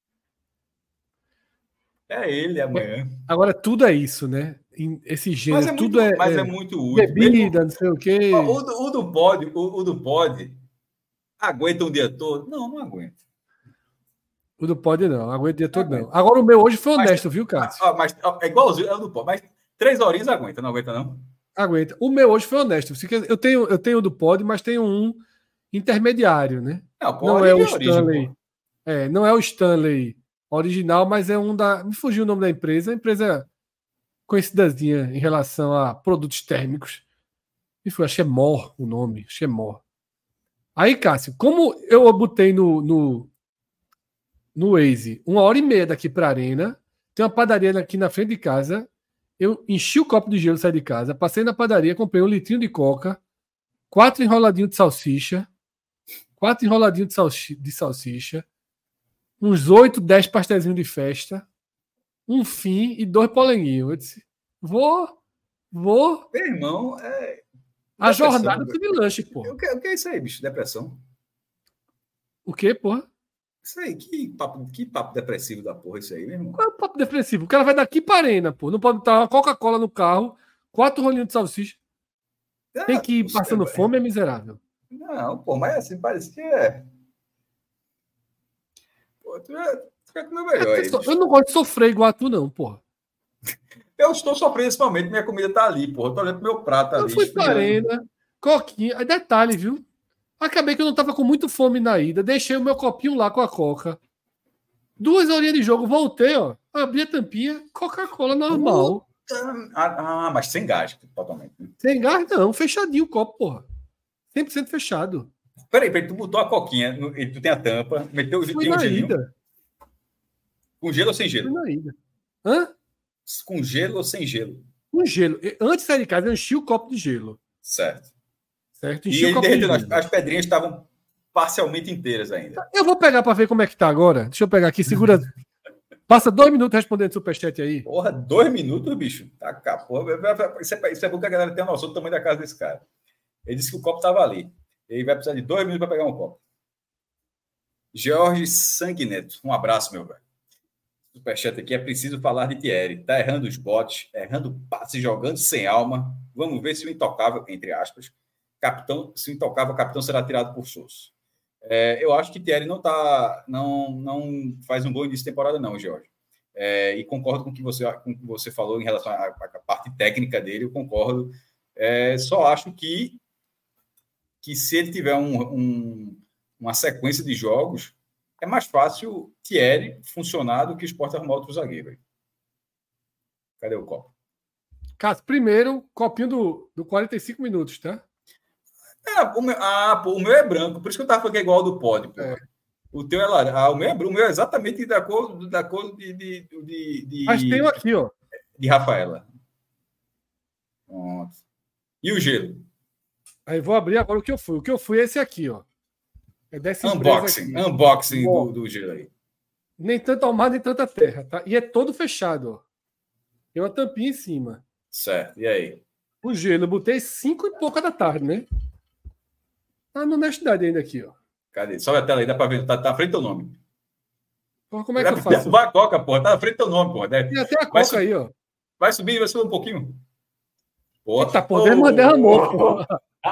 É ele amanhã. Agora tudo é isso, né? Esse gênero, mas é tudo muito, é. Mas é, é muito útil. Bebida, não sei o quê. O, do, o do pod, o, o do pod, aguenta um dia todo? Não, não aguenta. O do pod não, aguenta o dia todo não. Agora o meu hoje foi honesto, mas, viu, Cássio? Mas, mas é igualzinho, é o do pod. Mas três horinhas aguenta, não aguenta não? Aguenta. O meu hoje foi honesto. Eu tenho, eu tenho o do pod, mas tenho um intermediário, né? Não, não é o Stanley. Origem, é, não é o Stanley original, mas é um da. Me fugiu o nome da empresa. A empresa conhecidazinha em relação a produtos térmicos. E foi, acho que é Mor o nome. Acho que é Mor. Aí, Cássio, como eu botei no, no, no Waze uma hora e meia daqui para a Arena, tem uma padaria aqui na frente de casa. Eu enchi o copo de gelo, saí de casa, passei na padaria, comprei um litrinho de coca, quatro enroladinhos de salsicha, quatro enroladinhos de, salsi de salsicha, uns oito, dez pastelzinhos de festa, um fim e dois polenguinhos. Eu disse, vou, vou. Meu irmão, é... A jornada de lanche, pô. O que, o que é isso aí, bicho? Depressão? O quê, porra? Isso aí, que papo, que papo depressivo da porra isso aí, meu irmão? Qual é o papo depressivo? O cara vai daqui para Arena, pô. Não pode botar uma Coca-Cola no carro, quatro rolinhos de salsicha. Ah, tem que ir passando sei, fome, é miserável. Não, pô, mas assim, parece que é... Pô, tu é, tu é comer melhor aí. Eu não gosto de sofrer igual a tu, não, porra. Eu estou sofrendo nesse momento, minha comida tá ali, porra. Eu tô olhando pro meu prato ali. Eu fui para Arena, coquinha. Aí, detalhe, viu? Acabei que eu não tava com muito fome na ida. Deixei o meu copinho lá com a Coca. Duas horinhas de jogo, voltei, ó. Abri a tampinha, Coca-Cola normal. Ah, ah, mas sem gás, totalmente. Sem gás, não. Fechadinho o copo, porra. cem por cento fechado. Peraí, peraí, tu botou a coquinha no, e tu tem a tampa, meteu o Fui na ida. Com gelo ou sem gelo? Na ida. Hã? Com gelo ou sem gelo? Com gelo. Antes de sair de casa, eu enchi o copo de gelo. Certo. Certo? E Enchi o ele copo de derreteu, as, gelo. as pedrinhas estavam parcialmente inteiras ainda. Eu vou pegar para ver como é que tá agora. Deixa eu pegar aqui, segura. Passa dois minutos respondendo superchat aí. Porra, dois minutos, bicho. Tá cá, porra. Isso é, isso é bom que a galera tenha noção do tamanho da casa desse cara. Ele disse que o copo estava ali. Ele vai precisar de dois minutos para pegar um copo. Jorge Sanguineto. Um abraço, meu velho. Superchat aqui. É preciso falar de Thierry. Tá errando os botes, errando passe, jogando sem alma. Vamos ver se o intocável, entre aspas, capitão, se o intocável capitão será tirado por Sousa. É, eu acho que Thierry não tá, não, não faz um bom início de temporada, não, Jorge. É, e concordo com o que você, com o que você falou em relação à, à parte técnica dele, eu concordo. É, só acho que, que se ele tiver um, um, uma sequência de jogos, é mais fácil Thierry funcionar do que o Sport arrumar outro zagueiro. Aí. Cadê o copo? Cássio, primeiro, copinho do, do quarenta e cinco minutos, tá? É, o meu, ah, pô, o meu é branco, por isso que eu tava falando que é igual ao do pódio. É. O teu é laranja. Ah, o meu é branco, o meu é exatamente da cor, da cor de, de, de, de. Mas tem um aqui, ó. De Rafaela. Pronto. E o gelo? Aí vou abrir agora o que eu fui. O que eu fui é esse aqui, ó. É dessa unboxing. Aqui. Unboxing do, do gelo aí. Nem tanto ao mar, nem tanta terra, tá? E é todo fechado, ó. Tem uma tampinha em cima. Certo. E aí? O gelo, eu botei cinco e pouca da tarde, né? Tá na honestidade ainda aqui, ó. Cadê? Sobe a tela aí, dá pra ver. Tá, tá à frente do teu nome. Porra, como é que eu faço? Vai a coca, porra. Tá à frente do teu nome, porra. Tem até a coca aí, ó. Vai subir, vai subir um pouquinho. Porra. Eita, porra, oh, derramou, porra.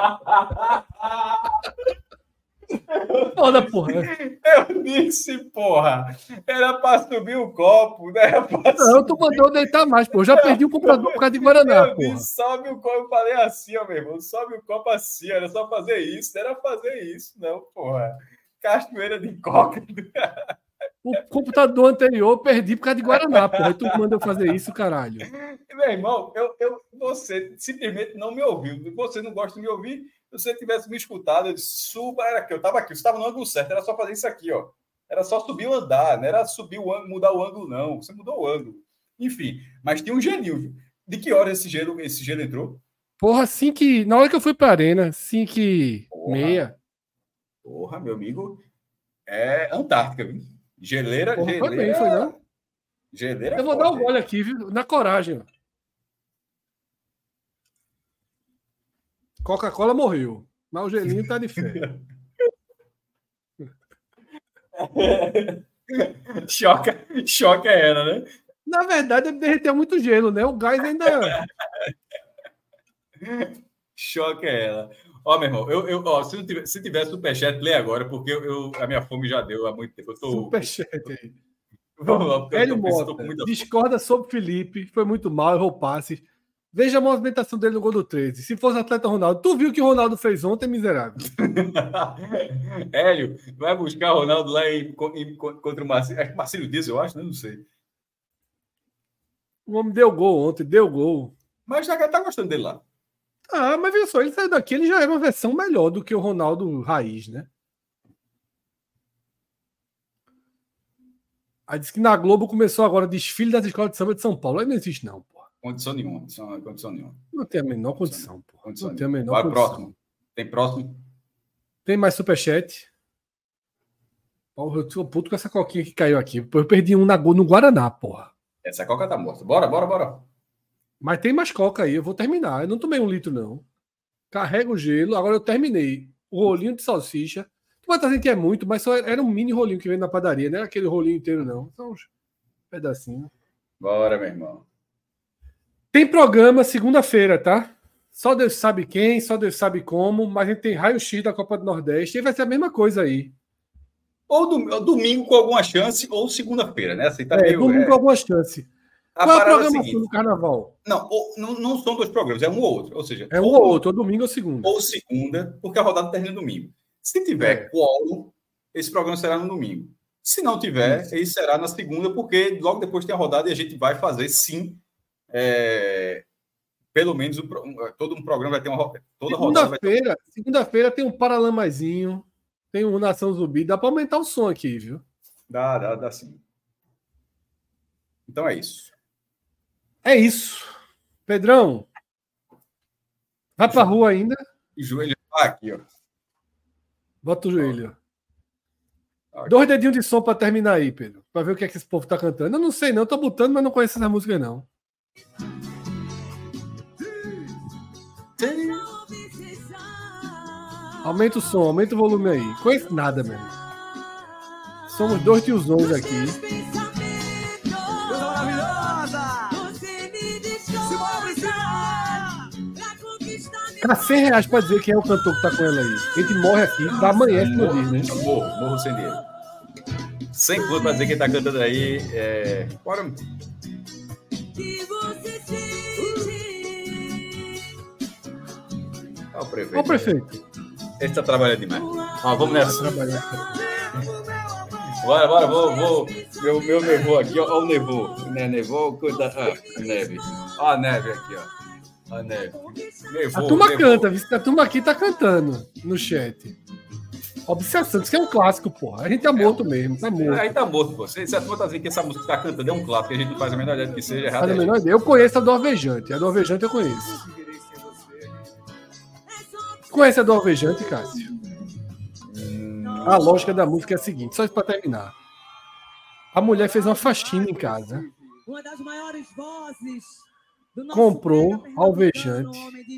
Foda, porra. Eu disse, porra. Era pra subir o copo, né? Era pra não, eu tô mandando deitar mais, porra. Eu já perdi o comprador por causa de Guaraná, eu porra. Disse, sobe o copo, eu falei assim, ó, meu irmão. Sobe o copo assim, era só fazer isso. Não era fazer isso, não, porra. Cachoeira de coca. O computador anterior eu perdi por causa de Guaraná, porra. E tu manda eu fazer isso, caralho. Meu irmão, eu, eu, você simplesmente não me ouviu. Você não gosta de me ouvir. Se você tivesse me escutado, eu disse, suba, era aqui, eu estava aqui, você estava no ângulo certo, era só fazer isso aqui, ó. Era só subir o andar, não era subir o ângulo, mudar o ângulo, não. Você mudou o ângulo. Enfim, mas tinha um gelinho, viu? De que hora esse gelo, esse gelo entrou? Porra, assim que. Na hora que eu fui pra arena, cinco e meia. Porra, meu amigo, é Antártica, viu? Geleira, Porra, geleira. Foi bem, foi não? Geleira. Eu vou forte, dar um gole aqui, viu? Na coragem, ó. Coca-Cola morreu, mas o gelinho tá de fé. choca, choca ela, né? Na verdade, ele derreteu muito gelo, né? O gás ainda. Choca ela. Ó, meu irmão, eu, eu, ó, se, não tiver, se tiver superchat, lê agora, porque eu, eu, a minha fome já deu há muito tempo. Eu tô... Superchat aí. Vamos lá, porque Hélio eu tô, Mota, tô com muita discorda sobre Felipe, foi muito mal, errou passes. Veja a movimentação dele no gol do treze. Se fosse atleta Ronaldo, tu viu o que o Ronaldo fez ontem, miserável? Hélio, vai buscar o Ronaldo lá em, em, contra o Marcílio. Acho que Marcílio Dias, eu acho, né? Não sei. O homem deu gol ontem, deu gol. Mas já tá gostando dele lá. Ah, mas veja só, ele saiu daqui, ele já era uma versão melhor do que o Ronaldo raiz, né? Aí disse que na Globo começou agora o desfile das escolas de samba de São Paulo. Aí não existe, não, pô. Condição nenhuma, condição, condição nenhuma. Não tem a menor condição, pô. Condição não tem a menor Vai, condição. Próximo. Tem próximo? Tem mais superchat? Porra, eu tô puto com essa coquinha que caiu aqui. Eu perdi um na, no Guaraná, porra. Essa coca tá morta. Bora, bora, bora. Mas tem mais coca aí, eu vou terminar. Eu não tomei um litro, não. Carrega o gelo. Agora eu terminei o rolinho de salsicha. Tu vai trazer que é muito, mas só era um mini rolinho que vem na padaria. Não era aquele rolinho inteiro, não. São uns pedacinhos. Bora, meu irmão. Tem programa segunda-feira, tá? Só Deus sabe quem, só Deus sabe como, mas a gente tem raio-x da Copa do Nordeste e vai ser a mesma coisa aí. Ou, do, ou domingo com alguma chance, ou segunda-feira, né? Assim, tá é, meio, domingo é... com alguma chance. A Qual é a programação é seguinte, do Carnaval? Não, ou, não, não são dois programas, é um ou outro. Ou seja, é um ou, ou outro, ou domingo ou segunda. Ou segunda, porque a rodada termina domingo. Se tiver é. quórum, esse programa será no domingo. Se não tiver, Isso. ele será na segunda, porque logo depois tem a rodada e a gente vai fazer, sim, é... pelo menos o, todo um programa vai ter uma toda segunda-feira, ter... segunda-feira tem um Paralamazinho, tem um Nação Zumbi, dá para aumentar o som aqui, viu? Dá, dá, dá sim. Então é isso. É isso. Pedrão, vai pra rua ainda? E joelho tá aqui, ó. Bota o joelho. Aqui. Dois dedinhos de som pra terminar aí, Pedro. Pra ver o que é que esse povo tá cantando. Eu não sei, não. Eu tô botando, mas não conheço essa música, não. Aumenta o som, aumenta o volume aí. Conheço nada mesmo. Somos dois tiozões aqui. Tá cem reais pra dizer quem é o cantor que tá com ela aí. A gente morre aqui, pra amanhã que não diz, né? Morro, morro sem dinheiro. Sem conto pra dizer quem tá cantando aí. É... Bora. Olha o prefeito. Olha o prefeito. Ele tá trabalhando demais. Ah, vamos nessa. Bora, bora, vou, vou. Meu, meu nevô aqui, ó, ó o nevô. Né, nevô, cuida. Ah, neve. Ó a neve aqui, ó. A neve. Nevô, a turma nevô. canta, viu? A turma aqui tá cantando no chat. Obsessão, isso que é um clássico, porra. A gente tá morto mesmo, tá morto. Aí tá morto, pô. Se, se a turma tá dizendo que essa música que tá cantando é um clássico, que a gente não faz a menor ideia do que seja errado. Faz a menor ideia. Eu conheço a do Alvejante. A do Alvejante eu conheço. Conhece a do Alvejante, Cássio? Hum... A lógica da música é a seguinte, só pra terminar. A mulher fez uma faxina em casa. Uma das maiores vozes do nosso comprou alvejante,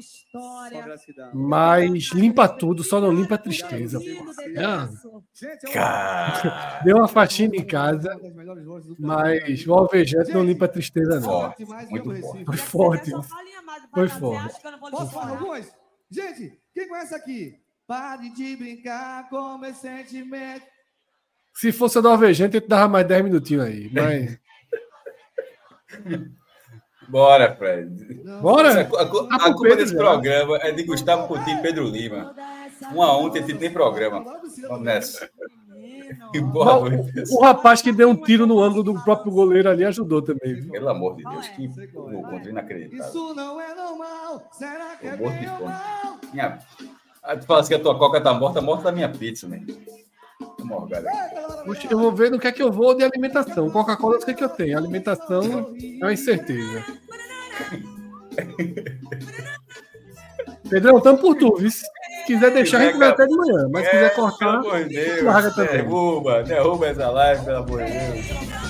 mas limpa tudo, só não limpa a tristeza. É. Cara... Deu uma faxina em casa, mas o alvejante não limpa a tristeza, não. Forte, muito forte. Foi forte. Foi forte. Posso falar algumas? Gente, quem conhece aqui? Pare de brincar com meus sentimentos. Se fosse a do alvejante, eu dava mais dez minutinhos aí, mas... Bora, Fred. Bora? A, a, a, a culpa desse programa é de Gustavo Coutinho e Pedro Lima. Um a um, tem, tem programa. Vamos nessa. Boa, o, o rapaz que deu um tiro no ângulo do próprio goleiro ali ajudou também. Viu? Pelo amor de Deus, que gol contra inacreditável. Isso não é normal. Será que é morto de fome. Minha... Ah, tu fala assim que a tua coca tá morta, morta da minha pizza, né? Poxa, eu vou ver no que é que eu vou de alimentação. Coca-Cola, o que é que eu tenho? Alimentação é uma incerteza. Pedrão, tamo por tu, viu? Se quiser deixar, a gente vai até de manhã. Mas se quiser cortar, pelo amor de Deus, larga também. Derruba, derruba essa live, pelo amor de Deus.